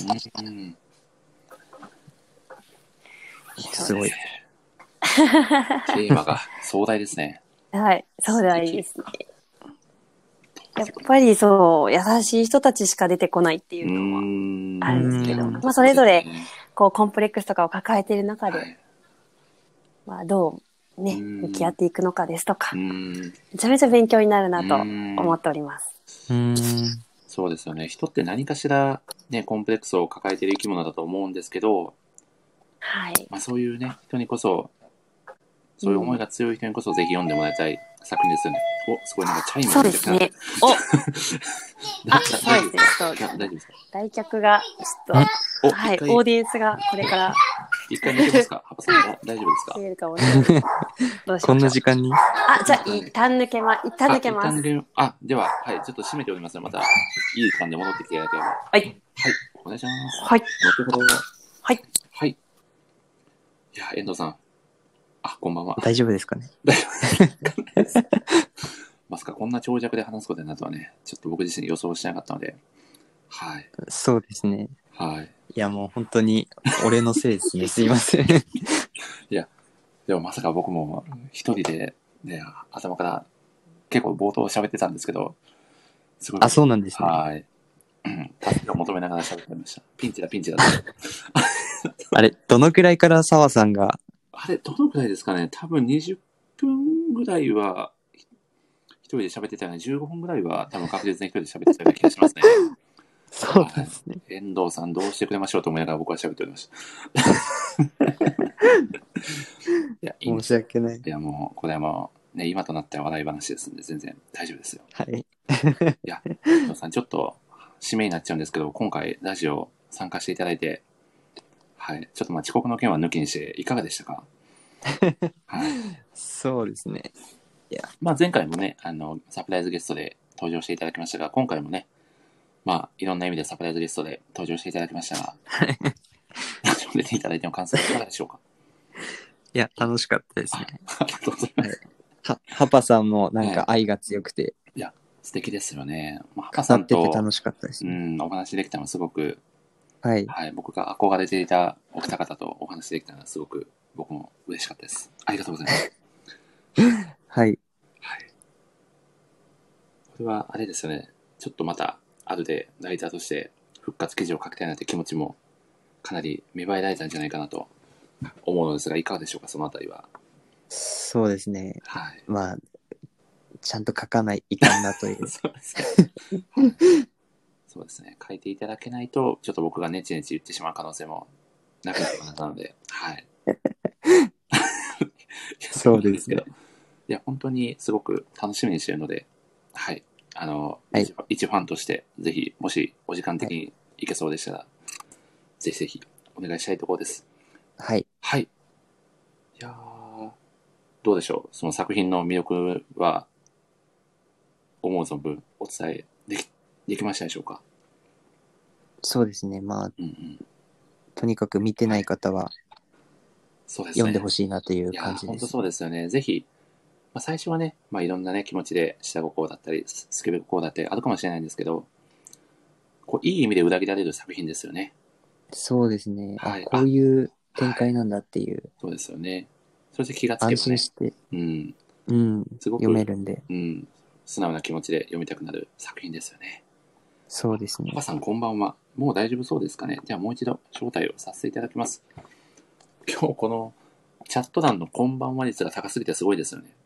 Speaker 6: すごい。
Speaker 1: テーマが壮大ですね。
Speaker 3: はい、壮大ですね。やっぱりそう、優しい人たちしか出てこないっていうのはあるんですけど、まあそれぞれこうコンプレックスとかを抱えている中で、まあどうね、向き合っていくのかですとか、めちゃめちゃ勉強になるなと思っております。
Speaker 1: そうですよね。人って何かしらね、コンプレックスを抱えている生き物だと思うんですけど、
Speaker 3: はい。
Speaker 1: まあそういうね、人にこそ、そういう思いが強い人にこそぜひ読んでもらいたい作品ですよね。お、すごいなんかチャイム
Speaker 3: そうですね。おあ、そうですね。
Speaker 1: 大丈夫ですか？
Speaker 3: 来客が、ちょっと、はい、オーディエンスがこれから。
Speaker 1: 一回抜けますか？ハパさん、大丈夫ですか？
Speaker 3: 見えるかもしれない。どうしましょう。
Speaker 6: こんな時間に。
Speaker 3: あ、じゃあ、一旦抜けます。
Speaker 1: では、はい、ちょっと閉めておりますので、また、いい時間で戻ってきていただければ。
Speaker 3: はい。
Speaker 1: はい、お願いします。
Speaker 3: はい。
Speaker 1: 後ほど。
Speaker 3: はい。
Speaker 1: はい。いや、遠藤さん。あ、こんばんは。
Speaker 6: 大丈夫ですかね。
Speaker 1: 大丈夫です。まさかこんな長尺で話すことになるとはね、ちょっと僕自身予想してなかったので。はい。
Speaker 6: そうですね。
Speaker 1: はい。
Speaker 6: いや、もう本当に、俺のせいですね。すいません。
Speaker 1: いや、でもまさか僕も一人で、ね、頭から結構冒頭喋ってたんですけど、すごい。
Speaker 6: あ、そうなんですね。
Speaker 1: はい。助けを求めながら喋ってました。ピンチだ。
Speaker 6: あれ、どのくらいから澤さんが。
Speaker 1: あれ、どのくらいですかね。多分20分ぐらいは、一人で喋ってたよね。15分ぐらいは多分確実に一人で喋ってたような気がしますね。
Speaker 6: そうですね。
Speaker 1: 遠藤さんどうしてくれましょうと思いながら僕は喋っておりました。いや、
Speaker 6: 申し訳ない。
Speaker 1: いや、もう、これはもう、ね、今となっては笑い話ですんで、全然大丈夫ですよ。
Speaker 6: はい。
Speaker 1: いや、遠藤さん、ちょっと、締めになっちゃうんですけど、今回、ラジオ参加していただいて、はい。ちょっとまあ遅刻の件は抜きにして、いかがでしたか？はい。
Speaker 6: そうですね。いや。
Speaker 1: まあ前回もね、サプライズゲストで登場していただきましたが、今回もね、まあいろんな意味でサプライズゲストで登場していただきましたが、出ていただいての感想はいかがでしょうか？
Speaker 6: いや、楽しかったですね。
Speaker 1: ありがとうございます。
Speaker 6: ハパさんもなんか愛が強くて、
Speaker 1: いや、 素敵ですよね。まあ、ハパさ
Speaker 6: 語って
Speaker 1: んと、
Speaker 6: て楽しかったです
Speaker 1: う
Speaker 6: ね。
Speaker 1: ん、お話できたのはすごく、
Speaker 6: はい。
Speaker 1: はい、僕が憧れていたお二方とお話できたのはすごく僕も嬉しかったです。ありがとうございます。
Speaker 6: はい。
Speaker 1: はい。これはあれですよね。ちょっとまた、後でライターとして復活記事を書きたいなって気持ちもかなり芽生えられたんじゃないかなと思うのですが、いかがでしょうか、そのあたりは。
Speaker 6: そうですね。
Speaker 1: はい。
Speaker 6: まあ、ちゃんと書かないかんなという。
Speaker 1: そうですね。はいそうですね。書いていただけないと、ちょっと僕がネチネチ言ってしまう可能性もなくなるはずなので、はい。
Speaker 6: そうですね。
Speaker 1: いや、本当にすごく楽しみにしているので、はい。
Speaker 6: はい
Speaker 1: 一ファンとして、ぜひ、もしお時間的に行けそうでしたら、ぜひぜひお願いしたいところです。
Speaker 6: はい。
Speaker 1: はい。いやー、どうでしょう。その作品の魅力は、思う存分お伝えできましたでしょうか。
Speaker 6: そうですね。まあ、
Speaker 1: うんうん。
Speaker 6: とにかく見てない方は
Speaker 1: そうですね。
Speaker 6: 読んでほしいなという
Speaker 1: いや
Speaker 6: 感じです。
Speaker 1: 本当そうですよね。ぜひ、まあ、最初はね、まあ、いろんなね、気持ちで下心だったり、スケベ心だったりあるかもしれないんですけど、こういい意味で裏切られる作品ですよね。
Speaker 6: そうですね。
Speaker 1: はい
Speaker 6: こういう展開なんだっていう。
Speaker 1: そうですよね。そして気がつけばね、
Speaker 6: 安心して、
Speaker 1: うん、すごく
Speaker 6: 読めるんで。
Speaker 1: うん、素直な気持ちで読みたくなる作品ですよね。
Speaker 6: そうですね
Speaker 1: パパ。さんこんばんは。もう大丈夫そうですかね。じゃあもう一度招待をさせていただきます。今日このチャット欄のこんばんは率が高すぎてすごいですよね。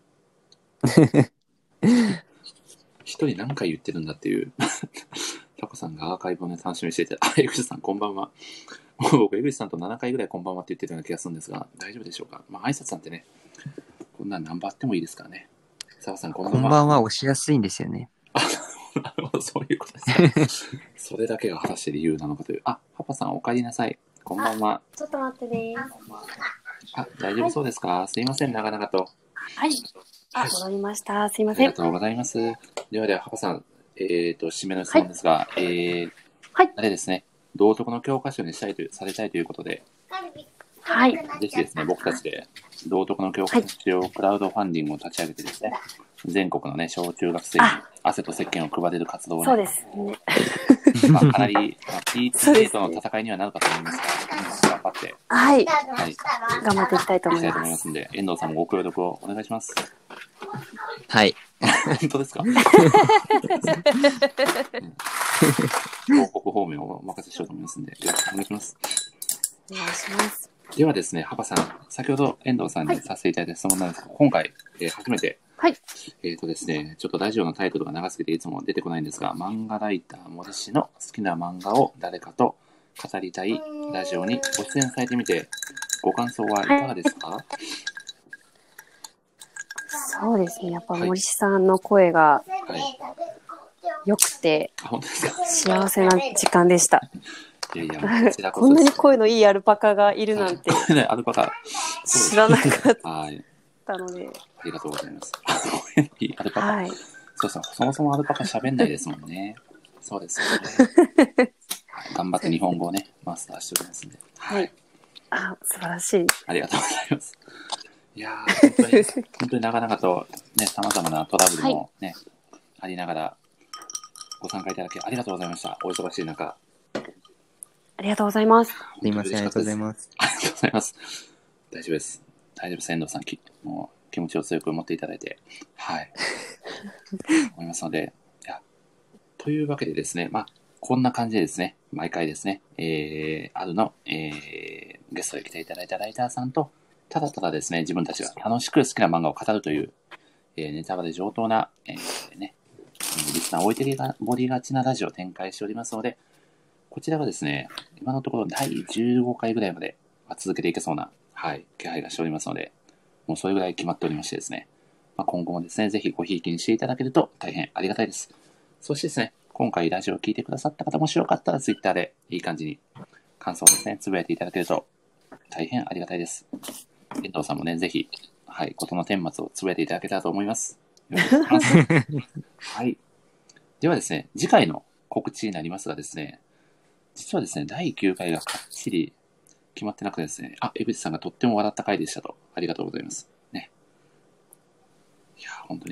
Speaker 1: 一人何回言ってるんだっていう。タコさんがアーカイブをね、楽しみにしていて、江口さんこんばんは。もう僕、江口さんと7回ぐらいこんばんはって言ってるような気がするんですが、大丈夫でしょうか。まあ、挨拶なんてね、こんなん何番あってもいいですからね。澤さんこんばんは。
Speaker 6: こんばんは押しやすいんですよね。
Speaker 1: なるほど、そういうことですか。それだけが果たして理由なのかという。あ、パパさんお帰りなさい。こんばんは。
Speaker 3: ちょっと待ってね。
Speaker 1: あ、大丈夫そうですか。すいません、長々と。
Speaker 3: はい。あ、戻りました。すいません。
Speaker 1: ありがとうございます。ではでは、パパさん、締めの質問ですが、
Speaker 3: はい
Speaker 1: あれですね、道徳の教科書にされたいということで、
Speaker 3: はい。
Speaker 1: ぜひですね、僕たちで道徳の教科書をクラウドファンディングを立ち上げてですね、全国のね、小中学生に汗と石鹸を配れる活動をね、
Speaker 3: そうですね。
Speaker 1: まあ、かなり、PTA との戦いにはなるかと思いますが、頑張って、
Speaker 3: はい。
Speaker 1: はい、
Speaker 3: 頑張っていきたいと
Speaker 1: いきたいと
Speaker 3: 思いま。
Speaker 1: 思いますすんで、遠藤さんもご協力をお願いします。
Speaker 6: はい。
Speaker 1: 本当ですか広告方面をお任せしようと思いますんで、よろしくお願いします。
Speaker 3: お願いします。
Speaker 1: ではですね、ハパさん、先ほど遠藤さんにさせていただいた質問なんですが、今回、初めて、
Speaker 3: はい。
Speaker 1: ですね、ちょっとラジオのタイトルが長すぎていつも出てこないんですが、漫画ライター森氏の好きな漫画を誰かと語りたいラジオにご出演されてみて、ご感想はいかがですか？
Speaker 3: そうですね。やっぱ森さんの声が
Speaker 1: はい。
Speaker 3: 良くて
Speaker 1: あ、本当ですか？
Speaker 3: 幸せな時間でした。
Speaker 1: いやいや、こちらこ
Speaker 3: こんな
Speaker 1: そです
Speaker 3: に声のいいアルパカがいるなんて
Speaker 1: はいアルパカ。
Speaker 3: 知らなかっ
Speaker 1: はい。
Speaker 3: たので。
Speaker 1: ありがとうございます。アルパカ。
Speaker 3: はい。
Speaker 1: そうそう、そもそもアルパカ喋んないですもんね。そうですよね。はい頑張って日本語をね、マスターしておりますんで。
Speaker 3: はい。あ、素晴らしい。
Speaker 1: ありがとうございます。いやー、本当に長々とね、様々なトラブルもね、ありながらご参加いただきありがとうございました。お忙しい中。
Speaker 3: ありがとうございます。
Speaker 6: すいません、ありがとうございます。
Speaker 1: ありがとうございます。大丈夫です。大丈夫です。遠藤さん、もう気持ちを強く持っていただいて、はい。思いますので、いや、というわけでですね、まあ、こんな感じでですね、毎回ですね、ゲストで来ていただいたライターさんと、ただただですね、自分たちが楽しく好きな漫画を語るという、ネタバレ上等な、リスナーを置いてぼりがちなラジオを展開しておりますので、こちらがですね、今のところ第15回ぐらいまで続けていけそうな、はい、気配がしておりますので、もうそれぐらい決まっておりましてですね、まあ、今後もですね、ぜひごひいきにしていただけると大変ありがたいです。そしてですね、今回ラジオを聞いてくださった方もしよかったら Twitter でいい感じに感想をですね、つぶやいていただけると大変ありがたいです。遠藤さんもね、ぜひ、はい、事の顛末をつぶやいていただけたらと思います。よろしくお願いします。はい。ではですね、次回の告知になりますがですね、実はですね、第9回がかっちり決まってなくてですね、江口さんがとっても笑った回でしたと。ありがとうございます。ね。いや、本当にね、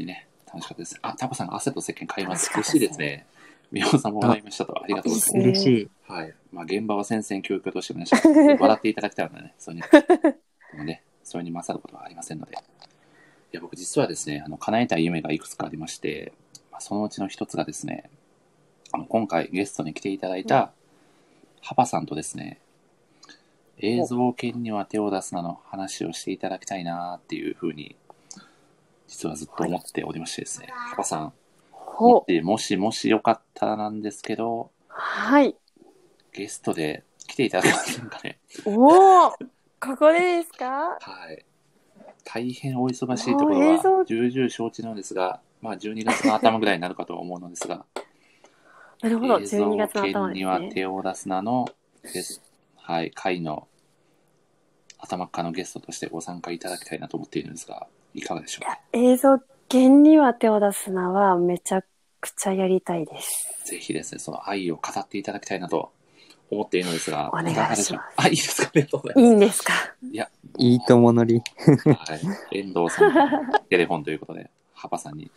Speaker 1: 楽しかったです。あ、タコさんが汗と石鹸買います。嬉
Speaker 3: 楽しかったですね
Speaker 1: しいですね。宮尾さんも笑いましたと。ありがとうございます。
Speaker 6: 嬉しい。
Speaker 1: はい。まあ、現場は戦々恐々としてもね、笑っていただきたいのでね、それに、でもね、それに勝ることはありませんので。いや、僕実はですね、叶えたい夢がいくつかありまして、まあ、そのうちの一つがですね、今回ゲストに来ていただいた、ハパさんとですね、映像犬には手を出すなの話をしていただきたいなっていうふうに、実はずっと思っておりましてですね、ハパさん、もしよかったらなんですけど、
Speaker 3: はい。
Speaker 1: ゲストで来ていただけませんかね。
Speaker 3: おお、ここでですか？
Speaker 1: はい。大変お忙しいところは重々承知なのですが、まあ12月の頭ぐらいになるかと思うのですが、
Speaker 3: なるほど、
Speaker 1: 映像
Speaker 3: 12月の頭
Speaker 1: 犬には
Speaker 3: ですね。
Speaker 1: 手を出すなのです。はい、会の頭っかのゲストとしてご参加いただきたいなと思っているんですが、いかがでしょうか。
Speaker 3: 映像犬には手を出すのはめちゃくちゃやりたいです。
Speaker 1: ぜひですね、その愛を語っていただきたいなと思っているのですが、
Speaker 3: お願いします。
Speaker 1: あ、いいですかね。
Speaker 3: いいんですか？
Speaker 1: いや、
Speaker 6: いいとものり。
Speaker 1: はい。遠藤さんのテレフォンということで、ハパさんに、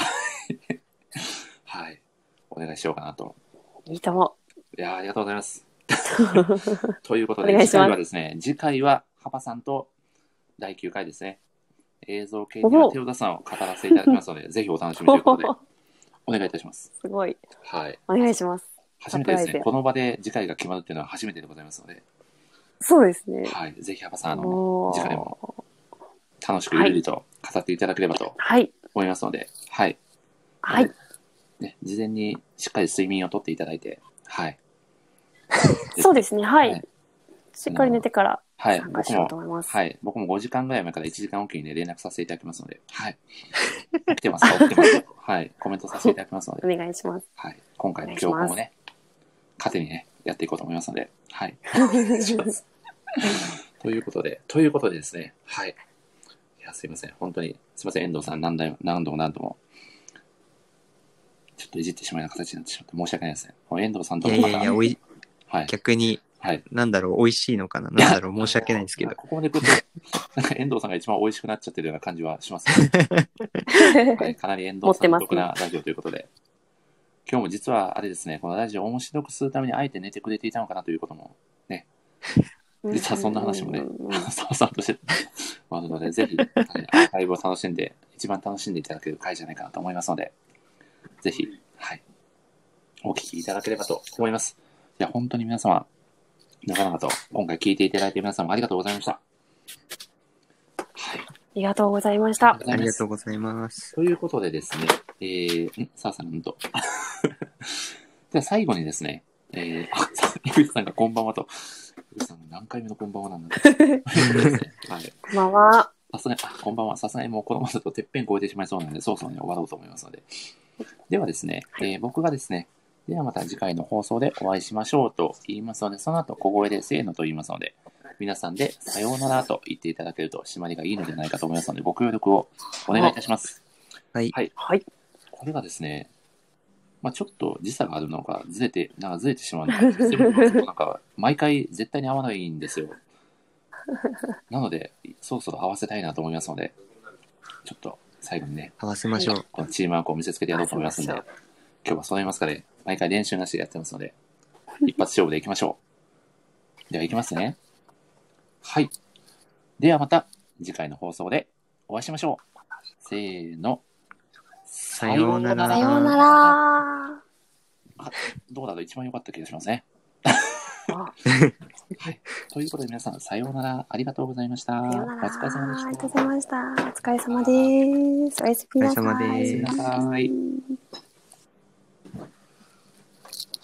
Speaker 1: はい、お願いしようかなと。
Speaker 3: いいとも。
Speaker 1: いや、ありがとうございます。ということで、
Speaker 3: お願いします。
Speaker 1: 次回はですね、次回はハパさんと第9回ですね、映像系には手を出すのを語らせていただきますので、ぜひお楽しみということで、お願いいたします。
Speaker 3: すごい。
Speaker 1: はい。
Speaker 3: お願いします。
Speaker 1: 初めてですね、この場で次回が決まるっていうのは初めてでございますので、
Speaker 3: そうですね。
Speaker 1: はい。ぜひハパさん、次回も楽しくゆるりと語っていただければと思いますので、はい。
Speaker 3: はい。
Speaker 1: ね、事前にしっかり睡眠をとっていただいて、はい。
Speaker 3: そうですね、はい。しっかり寝てから参加しようと思います。
Speaker 1: はい。僕も5時間ぐらい前から1時間おきにね、連絡させていただきますので、はい。起きてますか起きてますかはい。コメントさせていただきますので。
Speaker 3: お願いします。
Speaker 1: はい。今回の教本をね、糧にね、やっていこうと思いますので、はい。お願いします。ということでですね、はい。いや、すいません。本当に、すいません。遠藤さん、何度も、ちょっといじってしまうような形になってしまって申し訳ないですね。遠藤さんともまた。
Speaker 6: いや、はい、逆に、はい、なんだろう、美味しいのかな、なんだろう、申し訳ないんですけど。
Speaker 1: ここまで来ると、なんか遠藤さんが一番美味しくなっちゃってるような感じはしますね。はい、かなり遠藤さんの得なラジオということで、今日も実はあれですね、このラジオを面白くするためにあえて寝てくれていたのかなということもね、実はそんな話もね、そうさんとしてあるので、ぜひ、アーカイブを楽しんで、一番楽しんでいただける回じゃないかなと思いますので、ぜひ、はい、お聞きいただければと思います。いや、本当に皆様、長々と今回聞いていただいて皆様ありがとうございました。はい。あ
Speaker 3: りがとうございました。
Speaker 6: ありがとうございます。
Speaker 1: ということでですね、さあさんと。では最後にですね、井口さんがこんばんはと。井口さん何回目のこんばんはなんだろう。はい。
Speaker 3: こんばんは。
Speaker 1: こんばんは。さすがにもうこのままだとてっぺん超えてしまいそうなので、そろそろね、終わろうと思いますので。ではですね、僕がですね、ではまた次回の放送でお会いしましょうと言いますので、その後小声でせーのと言いますので、皆さんでさようならと言っていただけると締まりがいいのではないかと思いますので、ご協力をお願いいたします。
Speaker 6: はい。
Speaker 1: はい。はい。これがですね、まあちょっと時差があるのか、ずれてしまうのか、なんか毎回絶対に合わないんですよ。なので、そろそろ合わせたいなと思いますので、ちょっと最後にね、
Speaker 6: 合わせましょう。
Speaker 1: このチームワークを見せつけてやろうと思いますので、今日は揃いますかね。毎回練習なしでやってますので、一発勝負でいきましょう。では行きますね。はい。ではまた次回の放送でお会いしましょう。せーの。
Speaker 6: さようなら。
Speaker 3: さようなら。
Speaker 1: どうだろう、一番良かった気がしますね。はい。ということで皆さん、さようなら。ありがとうございました。お疲れ様でした。
Speaker 3: ありがとうございました。お疲れ様です。おやすみなさい。
Speaker 1: おやすみなさい。